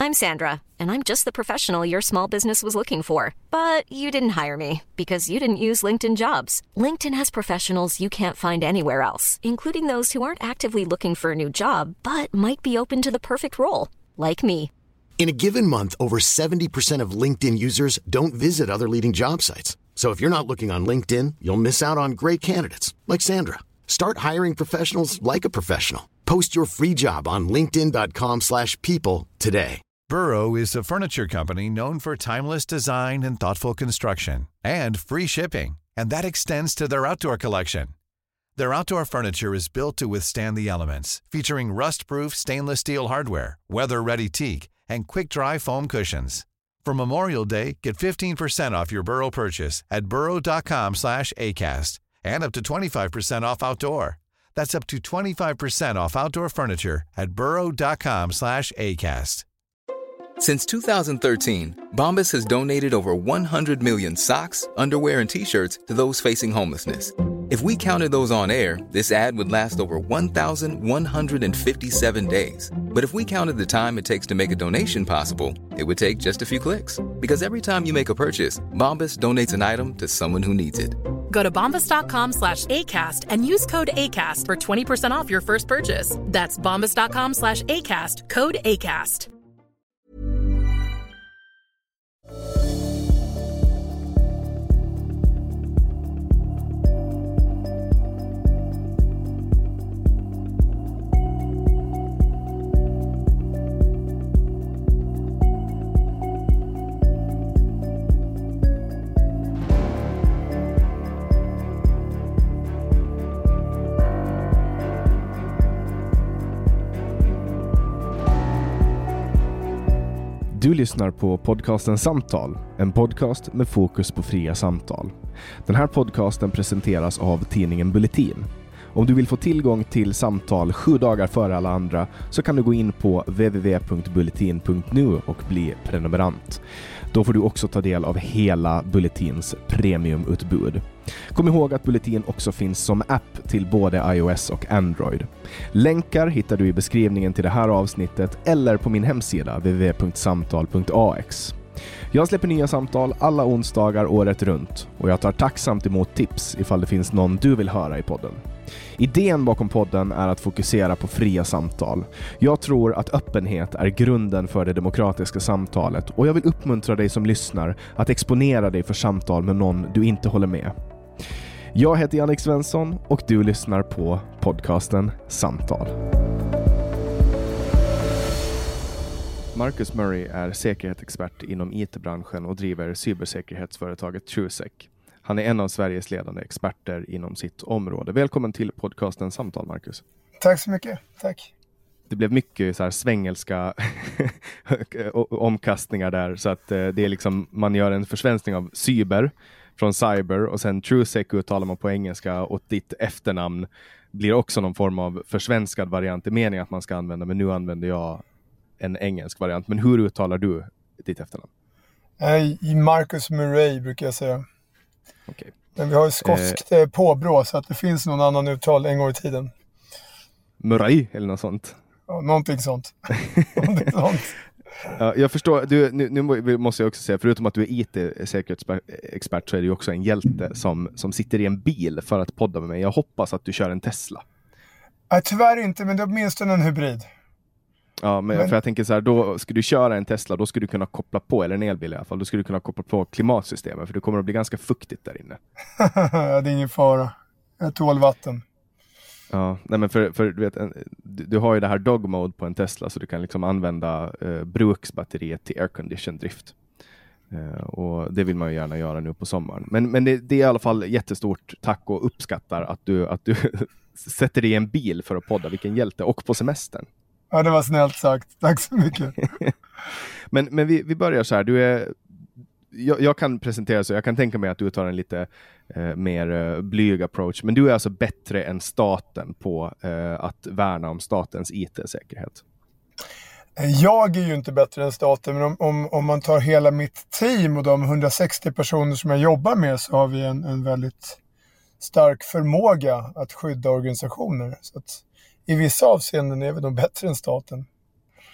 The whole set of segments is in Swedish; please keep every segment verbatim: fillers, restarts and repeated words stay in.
I'm Sandra, and I'm just the professional your small business was looking for. But you didn't hire me because you didn't use LinkedIn Jobs. LinkedIn has professionals you can't find anywhere else, including those who aren't actively looking for a new job, but might be open to the perfect role, like me. In a given month, over seventy percent of LinkedIn users don't visit other leading job sites. So if you're not looking on LinkedIn, you'll miss out on great candidates like Sandra. Start hiring professionals like a professional. Post your free job on linkedin dot com slash people today. Burrow is a furniture company known for timeless design and thoughtful construction and free shipping, and that extends to their outdoor collection. Their outdoor furniture is built to withstand the elements, featuring rust-proof stainless steel hardware, weather-ready teak, and quick-dry foam cushions. For Memorial Day, get fifteen percent off your Burrow purchase at burrow dot com slash acast and up to twenty-five percent off outdoor. That's up to twenty-five percent off outdoor furniture at burrow dot com slash acast. Since two thousand thirteen, Bombas has donated over one hundred million socks, underwear, and T-shirts to those facing homelessness. If we counted those on air, this ad would last over one thousand one hundred fifty-seven days. But if we counted the time it takes to make a donation possible, it would take just a few clicks. Because every time you make a purchase, Bombas donates an item to someone who needs it. Go to bombas dot com slash ACAST and use code ACAST for twenty percent off your first purchase. That's bombas dot com slash ACAST, code ACAST. Du lyssnar på podcasten Samtal, en podcast med fokus på fria samtal. Den här podcasten presenteras av tidningen Bulletin. Om du vill få tillgång till samtal sju dagar före alla andra så kan du gå in på w w w punkt bulletin punkt n u och bli prenumerant. Då får du också ta del av hela Bulletins premiumutbud. Kom ihåg att Bulletin också finns som app till både iOS och Android. Länkar hittar du i beskrivningen till det här avsnittet eller på min hemsida w w w punkt samtal punkt a x. Jag släpper nya samtal alla onsdagar året runt och jag tar tacksamt emot tips ifall det finns någon du vill höra i podden. Idén bakom podden är att fokusera på fria samtal. Jag tror att öppenhet är grunden för det demokratiska samtalet och jag vill uppmuntra dig som lyssnar att exponera dig för samtal med någon du inte håller med. Jag heter Jannik Svensson och du lyssnar på podcasten Samtal. Marcus Murray är säkerhetsexpert inom I T-branschen och driver cybersäkerhetsföretaget TrueSec. Han är en av Sveriges ledande experter inom sitt område. Välkommen till podcasten Samtal, Marcus. Tack så mycket, tack. Det blev mycket så här svängelska omkastningar där, så att det är liksom, man gör en försvenskning av cyber från cyber och sen TrueSec uttalar man på engelska och ditt efternamn blir också någon form av försvenskad variant. I meningen att man ska använda, men nu använder jag en engelsk variant. Men hur uttalar du ditt efternamn? Äh, Marcus Murray brukar jag säga. Okay. Men vi har ju skoskt eh. påbrå så att det finns någon annan uttal en gång i tiden. Murray eller något sånt? Ja, någonting sånt. någonting sånt. Ja, jag förstår, du, nu, nu måste jag också säga, förutom att du är I T-säkerhetsexpert så är du också en hjälte som, som sitter i en bil för att podda med mig. Jag hoppas att du kör en Tesla. Nej, tyvärr inte, men det är åtminstone en hybrid. Ja, men, men för jag tänker så här, då ska du köra en Tesla, då ska du kunna koppla på, eller en elbil i alla fall, då ska du kunna koppla på klimatsystemet, för det kommer att bli ganska fuktigt där inne. Det är ingen fara. Jag tål vatten. Ja, nej men för, för du vet, du, du har ju det här dog mode på en Tesla, så du kan liksom använda eh, bruksbatteriet till aircondition drift. Eh, och det vill man ju gärna göra nu på sommaren. Men, men det, det är i alla fall jättestort tack och uppskattar att du, att du sätter dig i en bil för att podda. Vilken hjälte, och på semestern. Ja, det var snällt sagt. Tack så mycket. men men vi, vi börjar så här. Du är, jag, jag kan presentera så. Jag kan tänka mig att du tar en lite eh, mer eh, blyg approach. Men du är alltså bättre än staten på eh, att värna om statens I T-säkerhet. Jag är ju inte bättre än staten. Men om, om, om man tar hela mitt team och de hundrasextio personer som jag jobbar med, så har vi en, en väldigt stark förmåga att skydda organisationer. Så att i vissa avseenden är vi nog bättre än staten.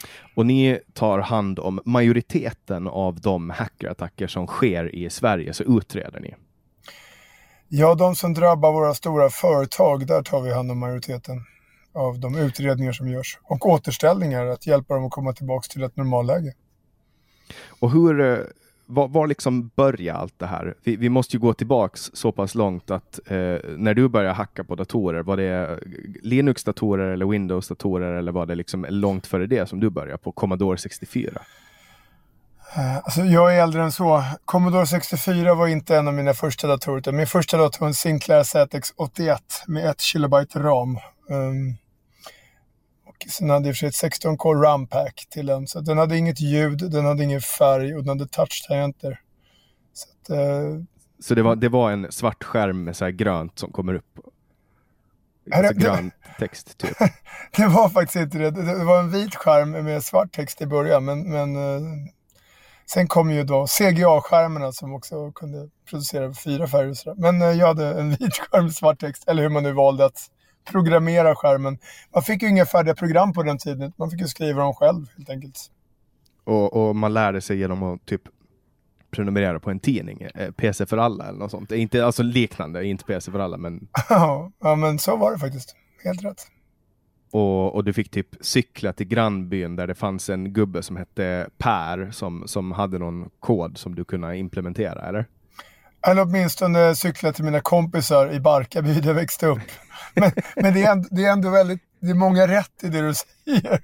Och ni tar hand om majoriteten av de hackerattacker som sker i Sverige, så utreder ni? Ja, de som drabbar våra stora företag, där tar vi hand om majoriteten av de utredningar som görs. Och återställningar, att hjälpa dem att komma tillbaka till ett normalläge. Och hur, var, var liksom börjar allt det här? Vi, vi måste ju gå tillbaks så pass långt att eh, när du började hacka på datorer, var det Linux-datorer eller Windows-datorer, eller var det liksom långt före det som du började på Commodore sextiofyra? Alltså, jag är äldre än så. Commodore sextiofyra var inte en av mina första datorer. Min första dator var en Sinclair Z X åttioett med ett kilobyte ram. Um, och sen hade jag för sig ett sexton core RAM-pack till den. Så den hade inget ljud, den hade ingen färg och den hade touch-tangenter. Så, att, uh, så det var, det var en svart skärm med så här grönt som kommer upp? Alltså grön text typ. Det var faktiskt inte det. Det var en vit skärm med svart text i början, men... men uh, sen kom ju då C G A-skärmarna som också kunde producera fyra färger. Men jag hade en vit skärm med svart text, eller hur man nu valde att programmera skärmen. Man fick ju inga färdiga program på den tiden. Man fick ju skriva dem själv helt enkelt. Och, och man lärde sig genom att typ prenumerera på en tidning. P C för alla eller något sånt. Inte alltså liknande, inte P C för alla, men... Ja, men så var det faktiskt. Helt rätt. Och, och du fick typ cykla till grannbyn där det fanns en gubbe som hette Per som, som hade någon kod som du kunde implementera, eller? Eller åtminstone cykla till mina kompisar i Barkarby där jag växte upp. Men, men det, är ändå, det är ändå väldigt, det är många rätt i det du säger.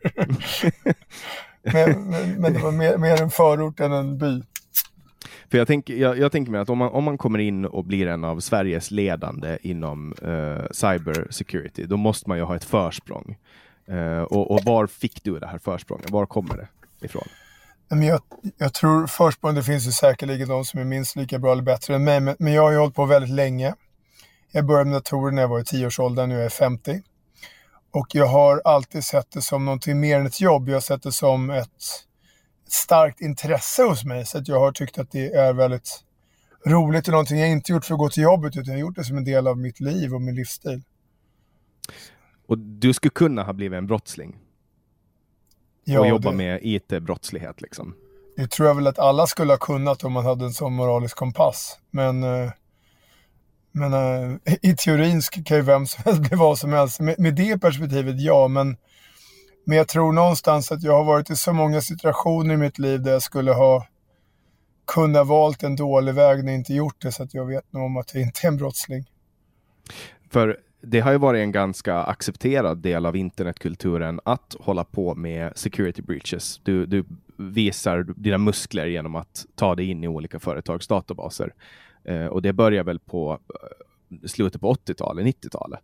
men, men, men det var mer, mer en förort än en by. För jag tänker, jag, jag tänker mig att om man, om man kommer in och blir en av Sveriges ledande inom uh, cyber security, då måste man ju ha ett försprång. Uh, och, och var fick du det här försprånget? Var kommer det ifrån? Men jag, jag tror försprång, det finns ju säkerligen de som är minst lika bra eller bättre än mig, men, men jag har ju hållit på väldigt länge. Jag började med datorer när jag var i tioårsåldern, nu är jag femtio. Och jag har alltid sett det som någonting mer än ett jobb. Jag har sett det som ett starkt intresse hos mig, så att jag har tyckt att det är väldigt roligt och någonting jag inte gjort för att gå till jobbet, utan jag har gjort det som en del av mitt liv och min livsstil. Och du skulle kunna ha blivit en brottsling ja, och jobba det, med I T-brottslighet liksom. Det tror jag väl att alla skulle ha kunnat om man hade en sån moralisk kompass, men men i teorin kan ju vem som helst bli vad som helst. Med, med det perspektivet, ja, men Men jag tror någonstans att jag har varit i så många situationer i mitt liv där jag skulle ha kunnat valt en dålig väg när jag inte gjort det, så att jag vet nog om att jag inte är en brottsling. För det har ju varit en ganska accepterad del av internetkulturen att hålla på med security breaches. Du, du visar dina muskler genom att ta dig in i olika företags databaser. Eh, och det börjar väl på slutet på åttiotalet, nittiotalet?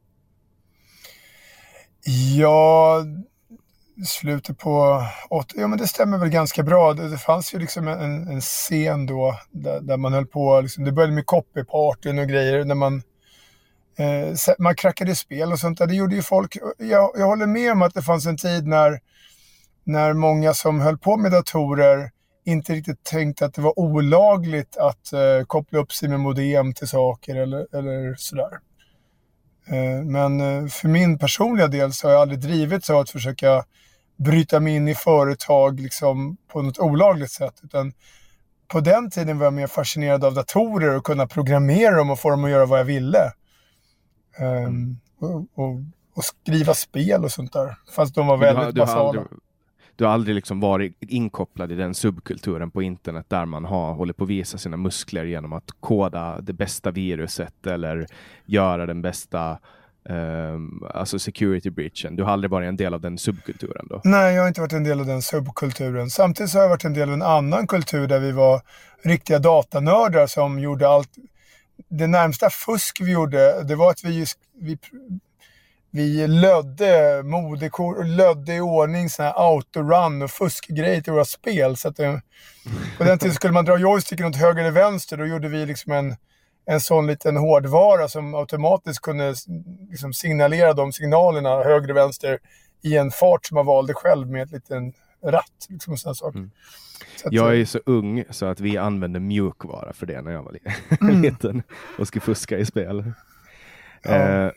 Ja... slutet på åttio, ja men det stämmer väl ganska bra. Det, det fanns ju liksom en, en scen då där, där man höll på, liksom, det började med copypartyn och grejer, när man eh, man krackade spel och sånt där. Det gjorde ju folk, jag, jag håller med om att det fanns en tid när när många som höll på med datorer inte riktigt tänkte att det var olagligt att eh, koppla upp sig med modem till saker eller, eller sådär. Men för min personliga del så har jag aldrig drivit så att försöka bryta mig in i företag liksom på något olagligt sätt, utan på den tiden var jag mer fascinerad av datorer och kunna programmera dem och få dem att göra vad jag ville. Um, och, och, och skriva spel och sånt där, fast de var väldigt du har, du basala. har aldrig, du har aldrig liksom varit inkopplad i den subkulturen på internet där man har hållit på att visa sina muskler genom att koda det bästa viruset eller göra den bästa um, alltså security breachen. Du har aldrig varit en del av den subkulturen då? Nej, jag har inte varit en del av den subkulturen. Samtidigt så har jag varit en del av en annan kultur där vi var riktiga datanördar som gjorde allt. Det närmsta fusk vi gjorde, det var att vi, vi Vi lödde modekor, lödde i ordning såna här autorun och fuskgrejer till våra spel. Så att det, på den tiden skulle man dra joysticken åt höger eller vänster. Då gjorde vi liksom en, en sån liten hårdvara som automatiskt kunde liksom signalera de signalerna höger och vänster i en fart som man valde själv med ett liten ratt. Liksom sån sak. Mm. Så att, jag är så ung så att vi använde mjukvara för det när jag var liten mm. och skulle fuska i spel. Ja. Eh,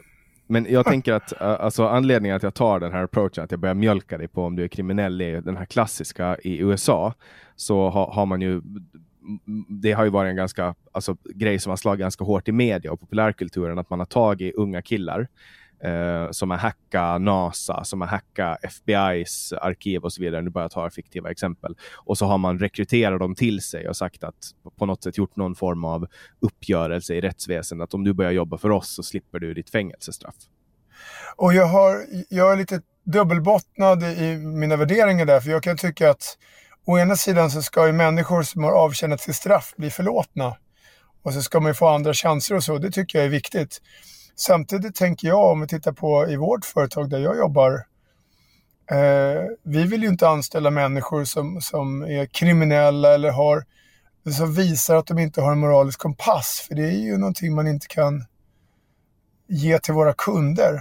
Men jag tänker att alltså, anledningen att jag tar den här approachen, att jag börjar mjölka dig på om du är kriminell, är den här klassiska i U S A. Så ha, har man ju, det har ju varit en ganska, alltså, grej som har slagit ganska hårt i media och populärkulturen, att man har tagit unga killar eh, som har hackat NASA, som har hackat F B I:s arkiv och så vidare. Nu bara jag tar fiktiva exempel. Och så har man rekryterat dem till sig och sagt att på något sätt gjort någon form av uppgörelse i rättsväsendet, att om du börjar jobba för oss så slipper du ditt fängelsestraff. Och jag, har, jag är lite dubbelbottnad i mina värderingar där, för jag kan tycka att å ena sidan så ska ju människor som har avtjänat sitt straff bli förlåtna. Och så ska man ju få andra chanser och så. Det tycker jag är viktigt. Samtidigt tänker jag, om vi tittar på i vårt företag där jag jobbar. Eh, vi vill ju inte anställa människor som, som är kriminella eller har, som visar att de inte har en moralisk kompass. För det är ju någonting man inte kan ge till våra kunder.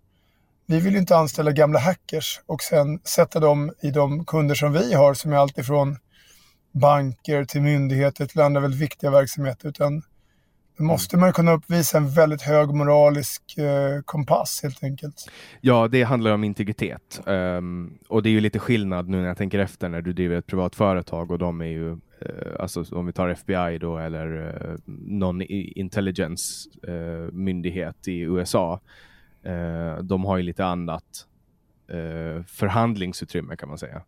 Vi vill ju inte anställa gamla hackers och sen sätta dem i de kunder som vi har, som är allt ifrån banker till myndigheter till andra väldigt viktiga verksamheter, utan då måste man kunna uppvisa en väldigt hög moralisk eh, kompass helt enkelt. Ja, det handlar om integritet. Um, och det är ju lite skillnad nu när jag tänker efter, när du driver ett privat företag och de är ju, uh, alltså om vi tar F B I då, eller uh, någon intelligence uh, myndighet i U S A. Uh, de har ju lite annat uh, förhandlingsutrymme, kan man säga.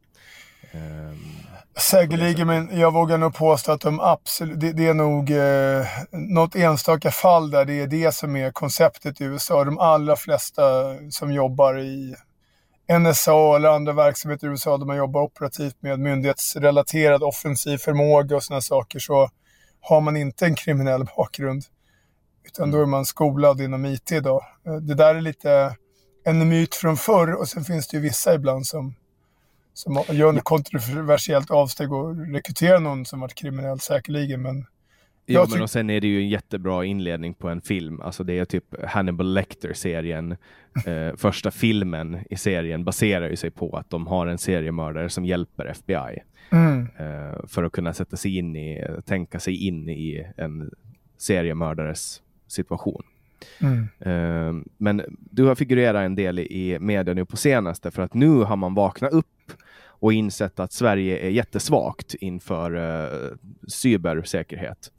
Um, Säkerligen, men jag vågar nog påstå att de absolut, det, det är nog eh, något enstaka fall där det är det som är konceptet i U S A. De allra flesta som jobbar i N S A eller andra verksamheter i U S A, där man jobbar operativt med myndighetsrelaterad offensiv förmåga och såna saker, så har man inte en kriminell bakgrund, utan då är man skolad inom I T idag. Det där är lite en myt från förr, och sen finns det ju vissa ibland som som gör ett kontroversiellt avsteg och rekryterar någon som varit kriminell, säkerligen. Men ja, men och sen är det ju en jättebra inledning på en film. Alltså det är typ Hannibal Lecter-serien. eh, första filmen i serien baserar ju sig på att de har en seriemördare som hjälper F B I. Mm. Eh, för att kunna sätta sig in i, tänka sig in i en seriemördares situation. Mm. Uh, men du har figurerat en del i media nu på senaste, för att nu har man vaknat upp och insett att Sverige är jättesvagt inför uh, cybersäkerhet.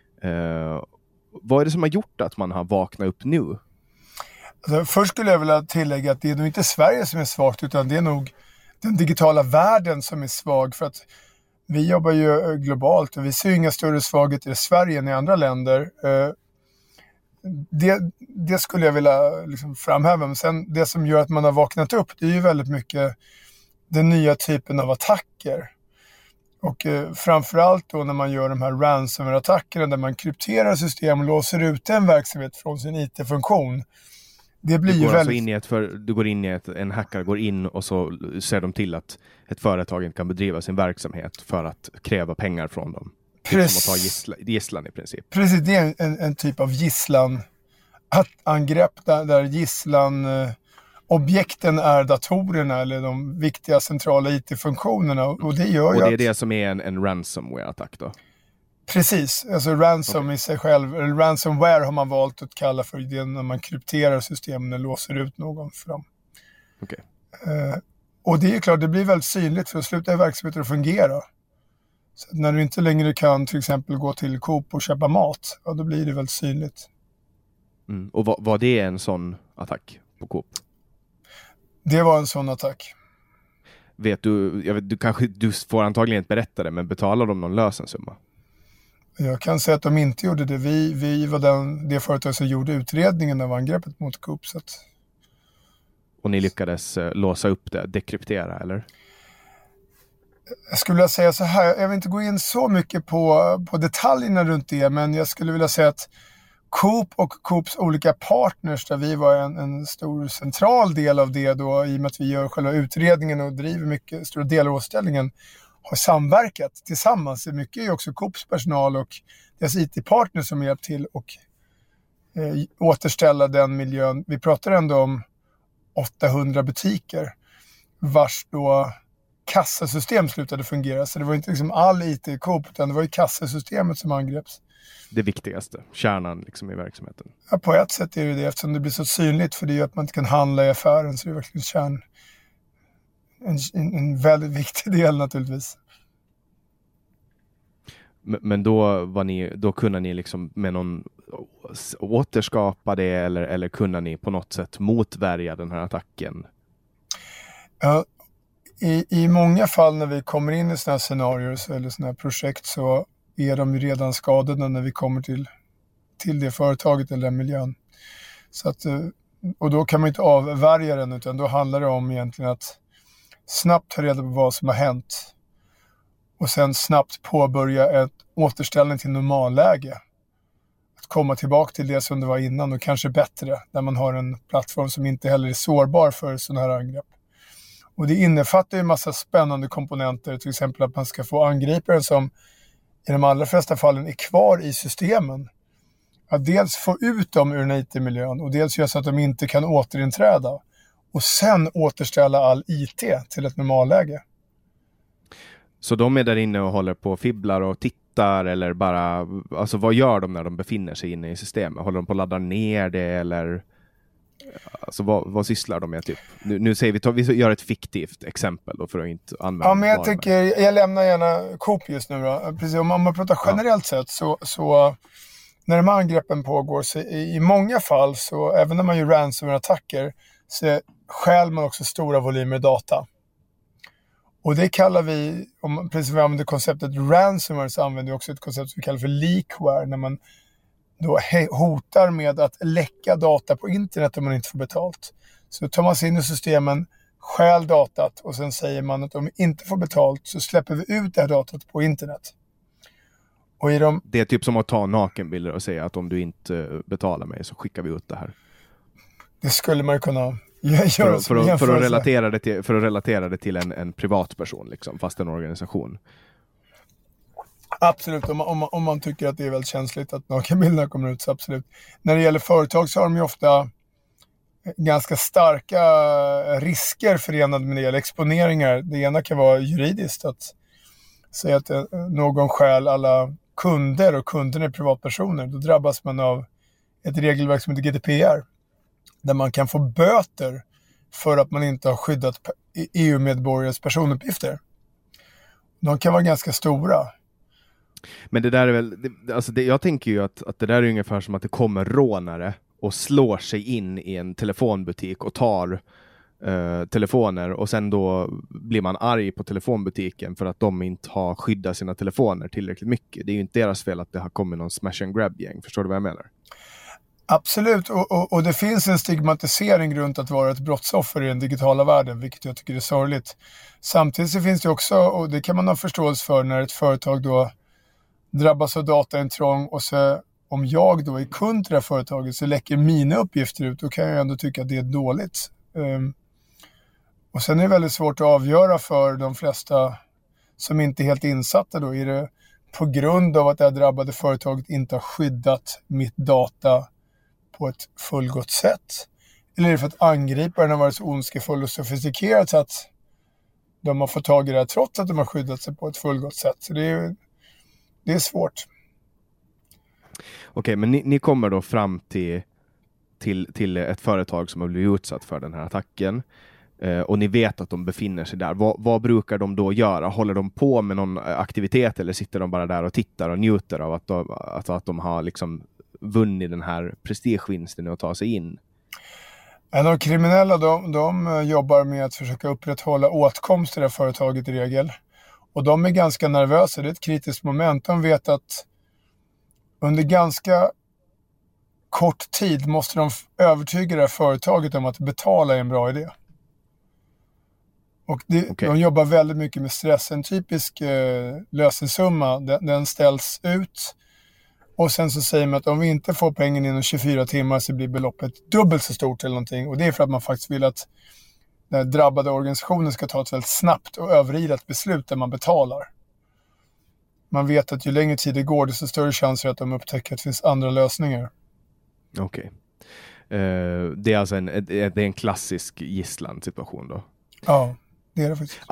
Uh, vad är det som har gjort att man har vaknat upp nu? Alltså, först skulle jag vilja tillägga att det är nog inte Sverige som är svagt, utan det är nog den digitala världen som är svag, för att vi jobbar ju globalt och vi ser inga större svagheter i Sverige än i andra länder. Uh, Det, det skulle jag vilja liksom framhäva. Men sen det som gör att man har vaknat upp, det är ju väldigt mycket den nya typen av attacker. Och eh, framförallt då när man gör de här ransomware-attackerna, där man krypterar system och låser ut en verksamhet från sin I T-funktion. Det blir ju väldigt... alltså in i ett för, du går in i ett, en hackare går in och så ser de till att ett företag inte kan bedriva sin verksamhet för att kräva pengar från dem. Precis. Som att ta gisslan, gisslan i princip. Precis, det är en, en typ av gisslan angrepp där, där gisslan eh, objekten är datorerna eller de viktiga centrala I T-funktionerna, och det gör och ju det är att... det som är en, en ransomware-attack då? Precis, alltså ransom okay. i sig själv, eller ransomware har man valt att kalla för det när man krypterar systemen och låser ut någon för dem. Okay. Eh, och det är ju klart, det blir väldigt synligt för att sluta i verksamheter att fungera. Så när du inte längre kan till exempel gå till Coop och köpa mat, ja, då blir det väldigt synligt. Mm. Och var, var det en sån attack på Coop? Det var en sån attack. Vet du, jag vet, du kanske du får antagligen inte berätta det, men betalar de någon lösensumma? Jag kan säga att de inte gjorde det. Vi, vi var den, det företag som gjorde utredningen av angreppet mot Coop. Så att... Och ni lyckades uh, låsa upp det, dekryptera, eller? Jag skulle vilja säga så här, jag vill inte gå in så mycket på, på detaljerna runt det, men jag skulle vilja säga att Coop och Coops olika partners, där vi var en, en stor central del av det då, i och med att vi gör själva utredningen och driver mycket stora delar av återställningen, har samverkat tillsammans. Det är mycket är också Coops personal och deras I T-partners som hjälpt till och eh, återställa den miljön. Vi pratar ändå om åttahundra butiker vars då kassasystem slutade fungera. Så det var inte liksom all I T i Coop, utan det var ju kassasystemet som angreps. Det viktigaste, kärnan liksom i verksamheten. Ja, på ett sätt är det det, eftersom det blir så synligt, för det gör att man inte kan handla i affären, så det är verkligen kärn. En, en, en väldigt viktig del naturligtvis. Men, men då var ni, då kunde ni liksom med någon återskapa det, eller, eller kunde ni på något sätt motvärja den här attacken? Ja, i, i många fall när vi kommer in i sådana här scenarier eller sådana här projekt, så är de ju redan skadade när vi kommer till, till det företaget eller den miljön. Så att, och då kan man inte avvärja den, utan då handlar det om egentligen att snabbt ta reda på vad som har hänt och sen snabbt påbörja ett återställning till normalläge. Att komma tillbaka till det som det var innan, och kanske bättre, där man har en plattform som inte heller är sårbar för sådana här angrepp. Och det innefattar ju en massa spännande komponenter, till exempel att man ska få angriparen som i de allra flesta fallen är kvar i systemen. Att dels få ut dem ur den I T-miljön och dels göra så att de inte kan återinträda. Och sen återställa all I T till ett normalläge. Så de är där inne och håller på och fibblar och tittar, eller bara, alltså vad gör de när de befinner sig inne i systemet? Håller de på att ladda ner det, eller alltså vad, vad sysslar de med typ? Nu, nu säger vi, vi gör ett fiktivt exempel då för att inte använda. Ja, men jag tänker, jag lämnar gärna Coop just nu då. Precis, om man pratar generellt ja. sett så, så när de här angreppen pågår, så i, i många fall, så även när man gör ransomware-attacker, så stjäl man också stora volymer data. Och det kallar vi, om precis som vi använder konceptet ransomware, så använder vi också ett koncept som vi kallar för leakware, när man då hotar med att läcka data på internet om man inte får betalt. Så tar man sig in i systemen, stjäl datat, och sen säger man att om vi inte får betalt så släpper vi ut det här datat på internet. Och i de... Det är typ som att ta nakenbilder och säga att om du inte betalar mig så skickar vi ut det här. Det skulle man kunna göra. För, för, för, att relatera det till, för att relatera det till en, en privatperson, liksom, fast en organisation. Absolut, om man, om, man, om man tycker att det är väldigt känsligt att nakenbilderna kommer ut, så absolut. När det gäller företag så har de ju ofta ganska starka risker förenade med det, eller exponeringar. Det ena kan vara juridiskt, att säga att någon stjäl alla kunder och kunderna är privatpersoner. Då drabbas man av ett regelverk som heter G D P R, där man kan få böter för att man inte har skyddat E U-medborgares personuppgifter. De kan vara ganska stora. Men det där är väl, det, alltså det, jag tänker ju att, att det där är ungefär som att det kommer rånare och slår sig in i en telefonbutik och tar eh, telefoner, och sen då blir man arg på telefonbutiken för att de inte har skyddat sina telefoner tillräckligt mycket. Det är ju inte deras fel att det har kommit någon smash and grab-gäng, förstår du vad jag menar? Absolut, och, och, och det finns en stigmatisering runt att vara ett brottsoffer i den digitala världen, vilket jag tycker är sorgligt. Samtidigt så finns det också, och det kan man ha förståelse för, när ett företag då drabbas av dataintrång, och så om jag då är kund till det här företaget så läcker mina uppgifter ut, då kan jag ändå tycka att det är dåligt. Um, och sen är det väldigt svårt att avgöra för de flesta som inte är helt insatta då. Är det på grund av att det här drabbade företaget inte har skyddat mitt data på ett fullgott sätt? Eller är det för att angriparen har varit så ondskefull och sofistikerad så att de har fått tag i det här trots att de har skyddat sig på ett fullgott sätt? Så det är, det är svårt. Okej, men ni, ni kommer då fram till, till, till ett företag som har blivit utsatt för den här attacken. Eh, och ni vet att de befinner sig där. Vad, vad brukar de då göra? Håller de på med någon aktivitet, eller sitter de bara där och tittar och njuter av att de, att, att de har liksom vunnit den här prestigevinsten och ta sig in? De kriminella de, de jobbar med att försöka upprätthålla åtkomst till det här företaget i regel. Och de är ganska nervösa, det är ett kritiskt moment. De vet att under ganska kort tid måste de övertyga det här företaget om att betala är en bra idé. Och det, okay. De jobbar väldigt mycket med stress. En typisk eh, lösensumma, den, den ställs ut. Och sen så säger man att om vi inte får pengen inom tjugofyra timmar så blir beloppet dubbelt så stort eller någonting. Och det är för att man faktiskt vill att den drabbade organisationen ska ta ett väldigt snabbt och överilat beslut där man betalar. Man vet att ju längre tid det går, desto större chanser att de upptäcker att det finns andra lösningar. Okej. Okay. Uh, det är alltså en, det är en klassisk gisslansituation då? Ja, det är det faktiskt. A-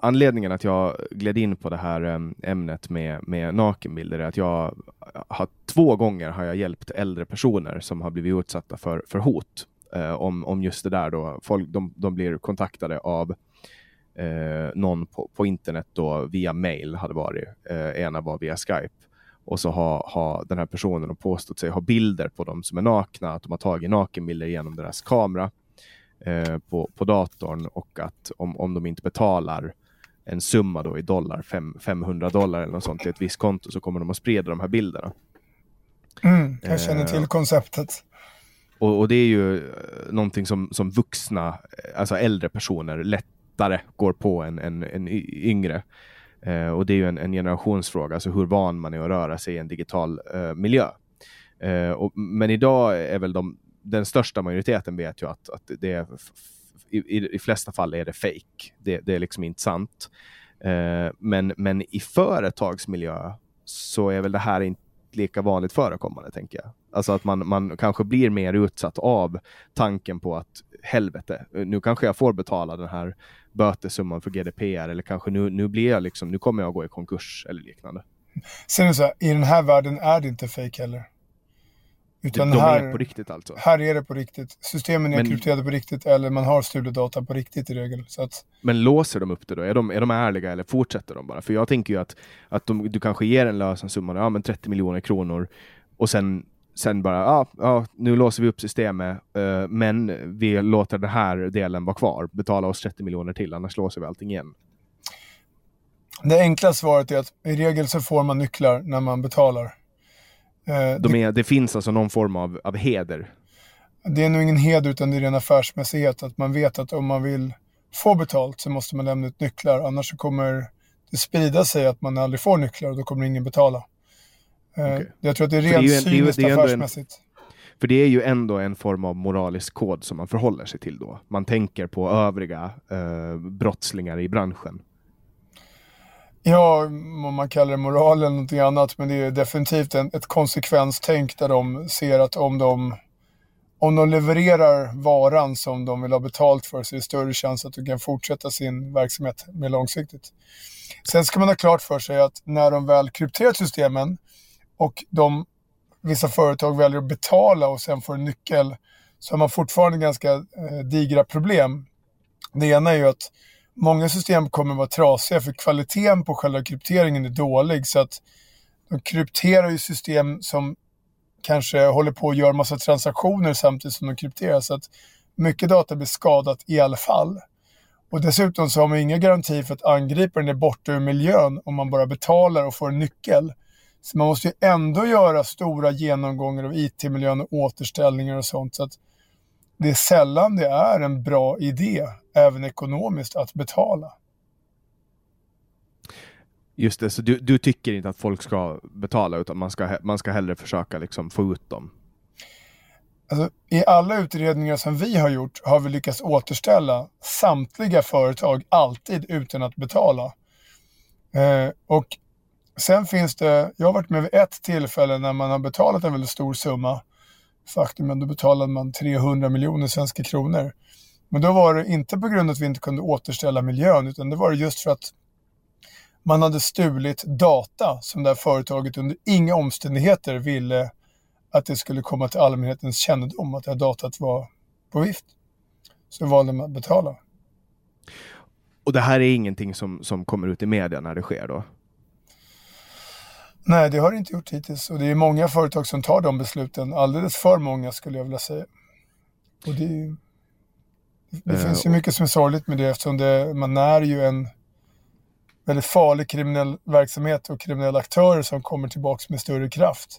anledningen att jag gled in på det här ämnet med, med nakenbilder är att jag har två gånger har jag hjälpt äldre personer som har blivit utsatta för, för hot eh, om, om just det där då. Folk, de, de blir kontaktade av eh, någon på, på internet då via mail hade varit. Eh, ena var via Skype. Och så har, har den här personen påstått sig ha bilder på dem som är nakna. Att de har tagit nakenbilder genom deras kamera eh, på, på datorn. Och att om, om de inte betalar en summa då i dollar, fem, femhundra dollar eller något sånt till ett visst konto, så kommer de att sprida de här bilderna. Mm, jag känner till konceptet. Och, och det är ju någonting som, som vuxna, alltså äldre personer lättare går på än, än, än yngre. Eh, och det är ju en, en generationsfråga, alltså hur van man är att röra sig i en digital eh, miljö. Eh, och, men idag är väl de, den största majoriteten vet ju att, att det är i, i, i flesta fall är det fake. Det, det är liksom inte sant. Eh, men, men i företagsmiljö så är väl det här inte lika vanligt förekommande, tänker jag. Alltså att man, man kanske blir mer utsatt av tanken på att helvete, nu kanske jag får betala den här bötesumman för G D P R, eller kanske nu, nu blir jag liksom, nu kommer jag att gå i konkurs eller liknande. Sen är så här, i den här världen är det inte fake heller. Utan de här, är på riktigt alltså. Här är det på riktigt. Systemen är men, krypterade på riktigt, eller man har studiedata på riktigt i regel. Så att... Men låser de upp det då? Är de, är de ärliga eller fortsätter de bara? För jag tänker ju att, att de, du kanske ger en lösensumma, ja men trettio miljoner kronor, och sen, sen bara, ja, ja nu låser vi upp systemet, uh, men vi låter den här delen vara kvar. Betala oss trettio miljoner till, annars låser vi allting igen. Det enkla svaret är att i regel så får man nycklar när man betalar. De är, det finns alltså någon form av, av heder. Det är nog ingen heder, utan det är en affärsmässighet. Att man vet att om man vill få betalt så måste man lämna ut nycklar. Annars så kommer det sprida sig att man aldrig får nycklar, och då kommer ingen betala. Okay. Jag tror att det är rent cyniskt affärsmässigt. En, för det är ju ändå en form av moralisk kod som man förhåller sig till då. Man tänker på övriga eh, brottslingar i branschen. Ja, om man kallar det moral eller någonting annat, men det är definitivt en, ett konsekvenstänk där de ser att om de, om de levererar varan som de vill ha betalt för, så är det större chans att de kan fortsätta sin verksamhet mer långsiktigt. Sen ska man ha klart för sig att när de väl krypterar systemen och de, vissa företag väljer att betala och sen får en nyckel, så har man fortfarande ganska eh, digra problem. Det ena är ju att många system kommer att vara trasiga för kvaliteten på själva krypteringen är dålig, så att de krypterar ju system som kanske håller på att göra massa transaktioner samtidigt som de krypterar, så att mycket data blir skadat i alla fall. Och dessutom så har man inga garantier för att angriparen är borta ur miljön om man bara betalar och får en nyckel. Så man måste ju ändå göra stora genomgångar av I T-miljön och återställningar och sånt, så att det är sällan det är en bra idé, även ekonomiskt, att betala. Just det, så du, du tycker inte att folk ska betala, utan man ska, man ska hellre försöka liksom få ut dem? Alltså, i alla utredningar som vi har gjort har vi lyckats återställa samtliga företag alltid utan att betala. Eh, och sen finns det, jag har varit med vid ett tillfälle när man har betalat en väldigt stor summa. Faktum är att då betalade man trehundra miljoner svenska kronor. Men då var det inte på grund av att vi inte kunde återställa miljön, utan det var det just för att man hade stulit data som det här företaget under inga omständigheter ville att det skulle komma till allmänhetens kännedom, att det här datat var på vift. Så valde man att betala. Och det här är ingenting som, som kommer ut i media när det sker då? Nej, det har det inte gjort hittills. Och det är många företag som tar de besluten. Alldeles för många, skulle jag vilja säga. Och det, det uh, finns ju mycket som är sorgligt med det, eftersom det, man är ju en väldigt farlig kriminell verksamhet och kriminella aktörer som kommer tillbaka med större kraft.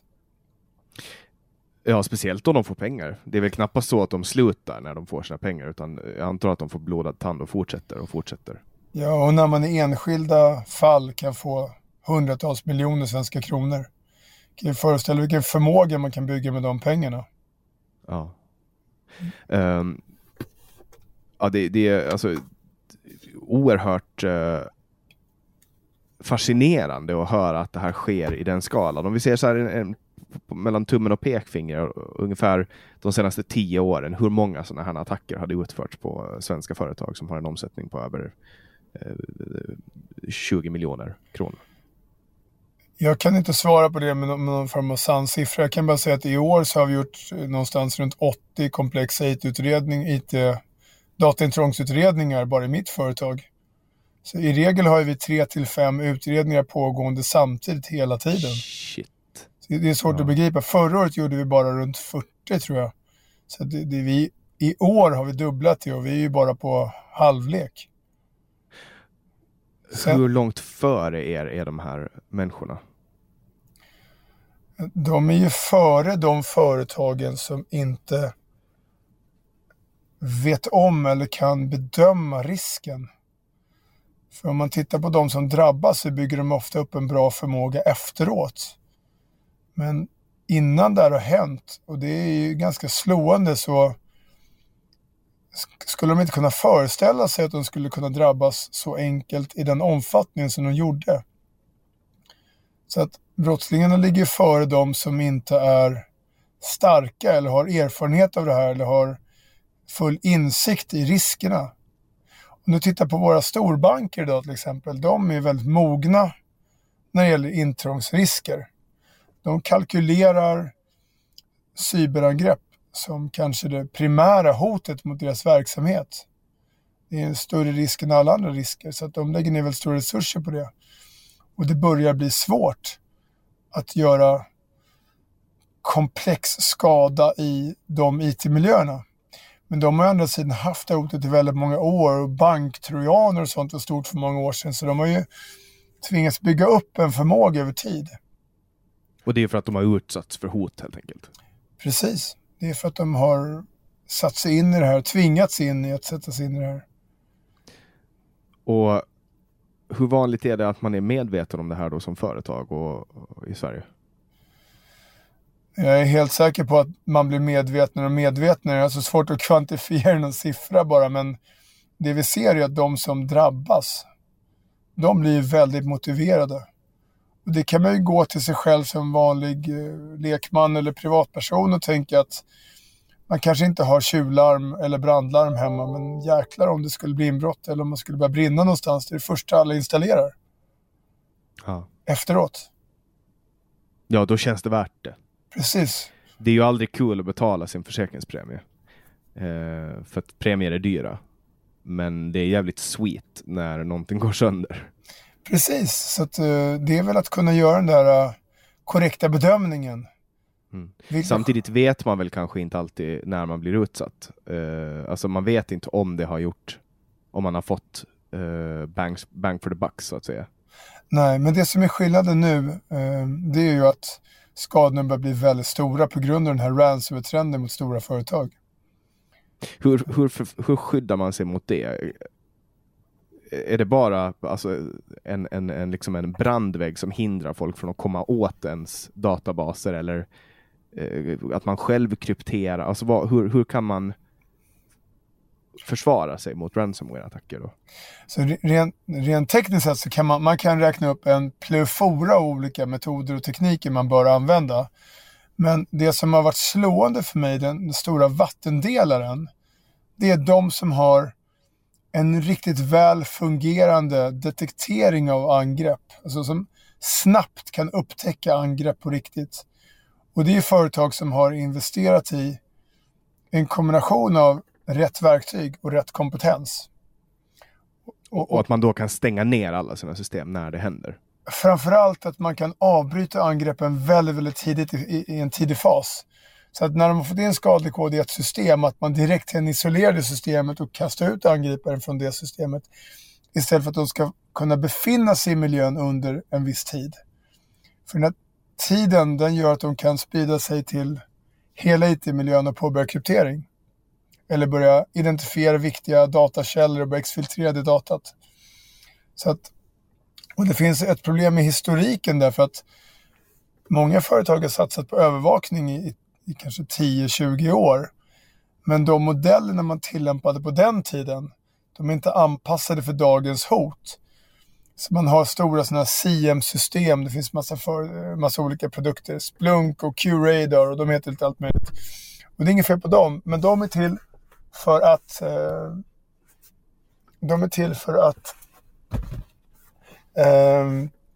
Ja, speciellt om de får pengar. Det är väl knappast så att de slutar när de får sina pengar, utan jag antar att de får blodad tand och fortsätter och fortsätter. Ja, och när man i enskilda fall kan få hundratals miljoner svenska kronor. Kan ju föreställa vilken förmåga man kan bygga med de pengarna. Ja. Um, ja, det, det är alltså oerhört uh, fascinerande att höra att det här sker i den skalan. Om vi ser så här en, en, mellan tummen och pekfinger ungefär de senaste tio åren, hur många sådana här attacker hade utförts på svenska företag som har en omsättning på över tjugo miljoner kronor. Jag kan inte svara på det med någon, med någon form av sann siffra. Jag kan bara säga att i år så har vi gjort någonstans runt åttio komplexa I T-utredning, I T dataintrångsutredningar bara i mitt företag. Så i regel har vi tre till fem utredningar pågående samtidigt hela tiden. Shit. Så det är svårt ja. att begripa. Förra året gjorde vi bara runt fyrtio tror jag. Så det, det vi, i år har vi dubblat det och vi är ju bara på halvlek. Sen, hur långt före er är de här människorna? De är ju före de företagen som inte vet om eller kan bedöma risken. För om man tittar på de som drabbas så bygger de ofta upp en bra förmåga efteråt. Men innan det här har hänt, och det är ju ganska slående, så skulle de inte kunna föreställa sig att de skulle kunna drabbas så enkelt i den omfattning som de gjorde. Så att brottslingarna ligger före de som inte är starka eller har erfarenhet av det här eller har full insikt i riskerna. Om du tittar på våra storbanker idag till exempel, de är väldigt mogna när det gäller intrångsrisker. De kalkylerar cyberangrepp som kanske det primära hotet mot deras verksamhet. Det är en större risk än alla andra risker, så att de lägger ner väldigt stora resurser på det. Och det börjar bli svårt att göra komplex skada i de I T-miljöerna. Men de har å andra sidan haft det hotet i väldigt många år, och banktrojaner och sånt var stort för många år sedan, så de har ju tvingats bygga upp en förmåga över tid. Och det är för att de har utsatts för hot helt enkelt? Precis. Det är för att de har satt sig in i det här, tvingats in i att sätta sig in i det här. Och hur vanligt är det att man är medveten om det här då som företag och, och i Sverige? Jag är helt säker på att man blir medvetnare och medvetnare. Det är så svårt att kvantifiera någon siffra bara, men det vi ser är att de som drabbas, de blir väldigt motiverade. Och det kan man ju gå till sig själv som vanlig eh, lekman eller privatperson och tänka att man kanske inte har tjuvlarm eller brandlarm hemma, men jäklar om det skulle bli inbrott eller om man skulle börja brinna någonstans, det är det första alla installerar. Ja. Efteråt. Ja, då känns det värt det. Precis. Det är ju aldrig kul att betala sin försäkringspremie. Eh, för att premier är dyra. Men det är jävligt sweet när någonting går sönder. Precis, så att, uh, det är väl att kunna göra den där uh, korrekta bedömningen. Mm. Samtidigt vet man väl kanske inte alltid när man blir utsatt. Uh, alltså man vet inte om det har gjort, om man har fått uh, bang, bang for the buck så att säga. Nej, men det som är skillnaden nu, uh, det är ju att skadorna börjar bli väldigt stora på grund av den här ransomware-trenden mot stora företag. Hur, hur, hur skyddar man sig mot det? Är det bara alltså, en, en, en, liksom en brandvägg som hindrar folk från att komma åt ens databaser, eller eh, att man själv krypterar? Alltså, vad, hur, hur kan man försvara sig mot ransomware-attacker då? Så rent, rent tekniskt sett så kan man, man kan räkna upp en plethora av olika metoder och tekniker man bör använda. Men det som har varit slående för mig, den, den stora vattendelaren, det är de som har en riktigt väl fungerande detektering av angrepp. Alltså som snabbt kan upptäcka angrepp på riktigt. Och det är företag som har investerat i en kombination av rätt verktyg och rätt kompetens. Och, och att man då kan stänga ner alla sina system när det händer. Framförallt att man kan avbryta angreppen väldigt, väldigt tidigt i, i, i en tidig fas. Så att när de har fått in skadlig kod i ett system, att man direkt kan isolera det systemet och kasta ut angriparen från det systemet. Istället för att de ska kunna befinna sig i miljön under en viss tid. För den här tiden, den gör att de kan sprida sig till hela I T-miljön och påbörja kryptering. Eller börja identifiera viktiga datakällor och börja exfiltrera det datat. Så att, och det finns ett problem med historiken därför att många företag har satsat på övervakning i, i kanske tio till tjugo år. Men de modellerna man tillämpade på den tiden, de är inte anpassade för dagens hot. Så man har stora sådana här C M-system, det finns massa, för, massa olika produkter, Splunk och Q-Radar och de heter lite allt möjligt. Och det är inget fel på dem, men de är till för att eh, de är till för att eh,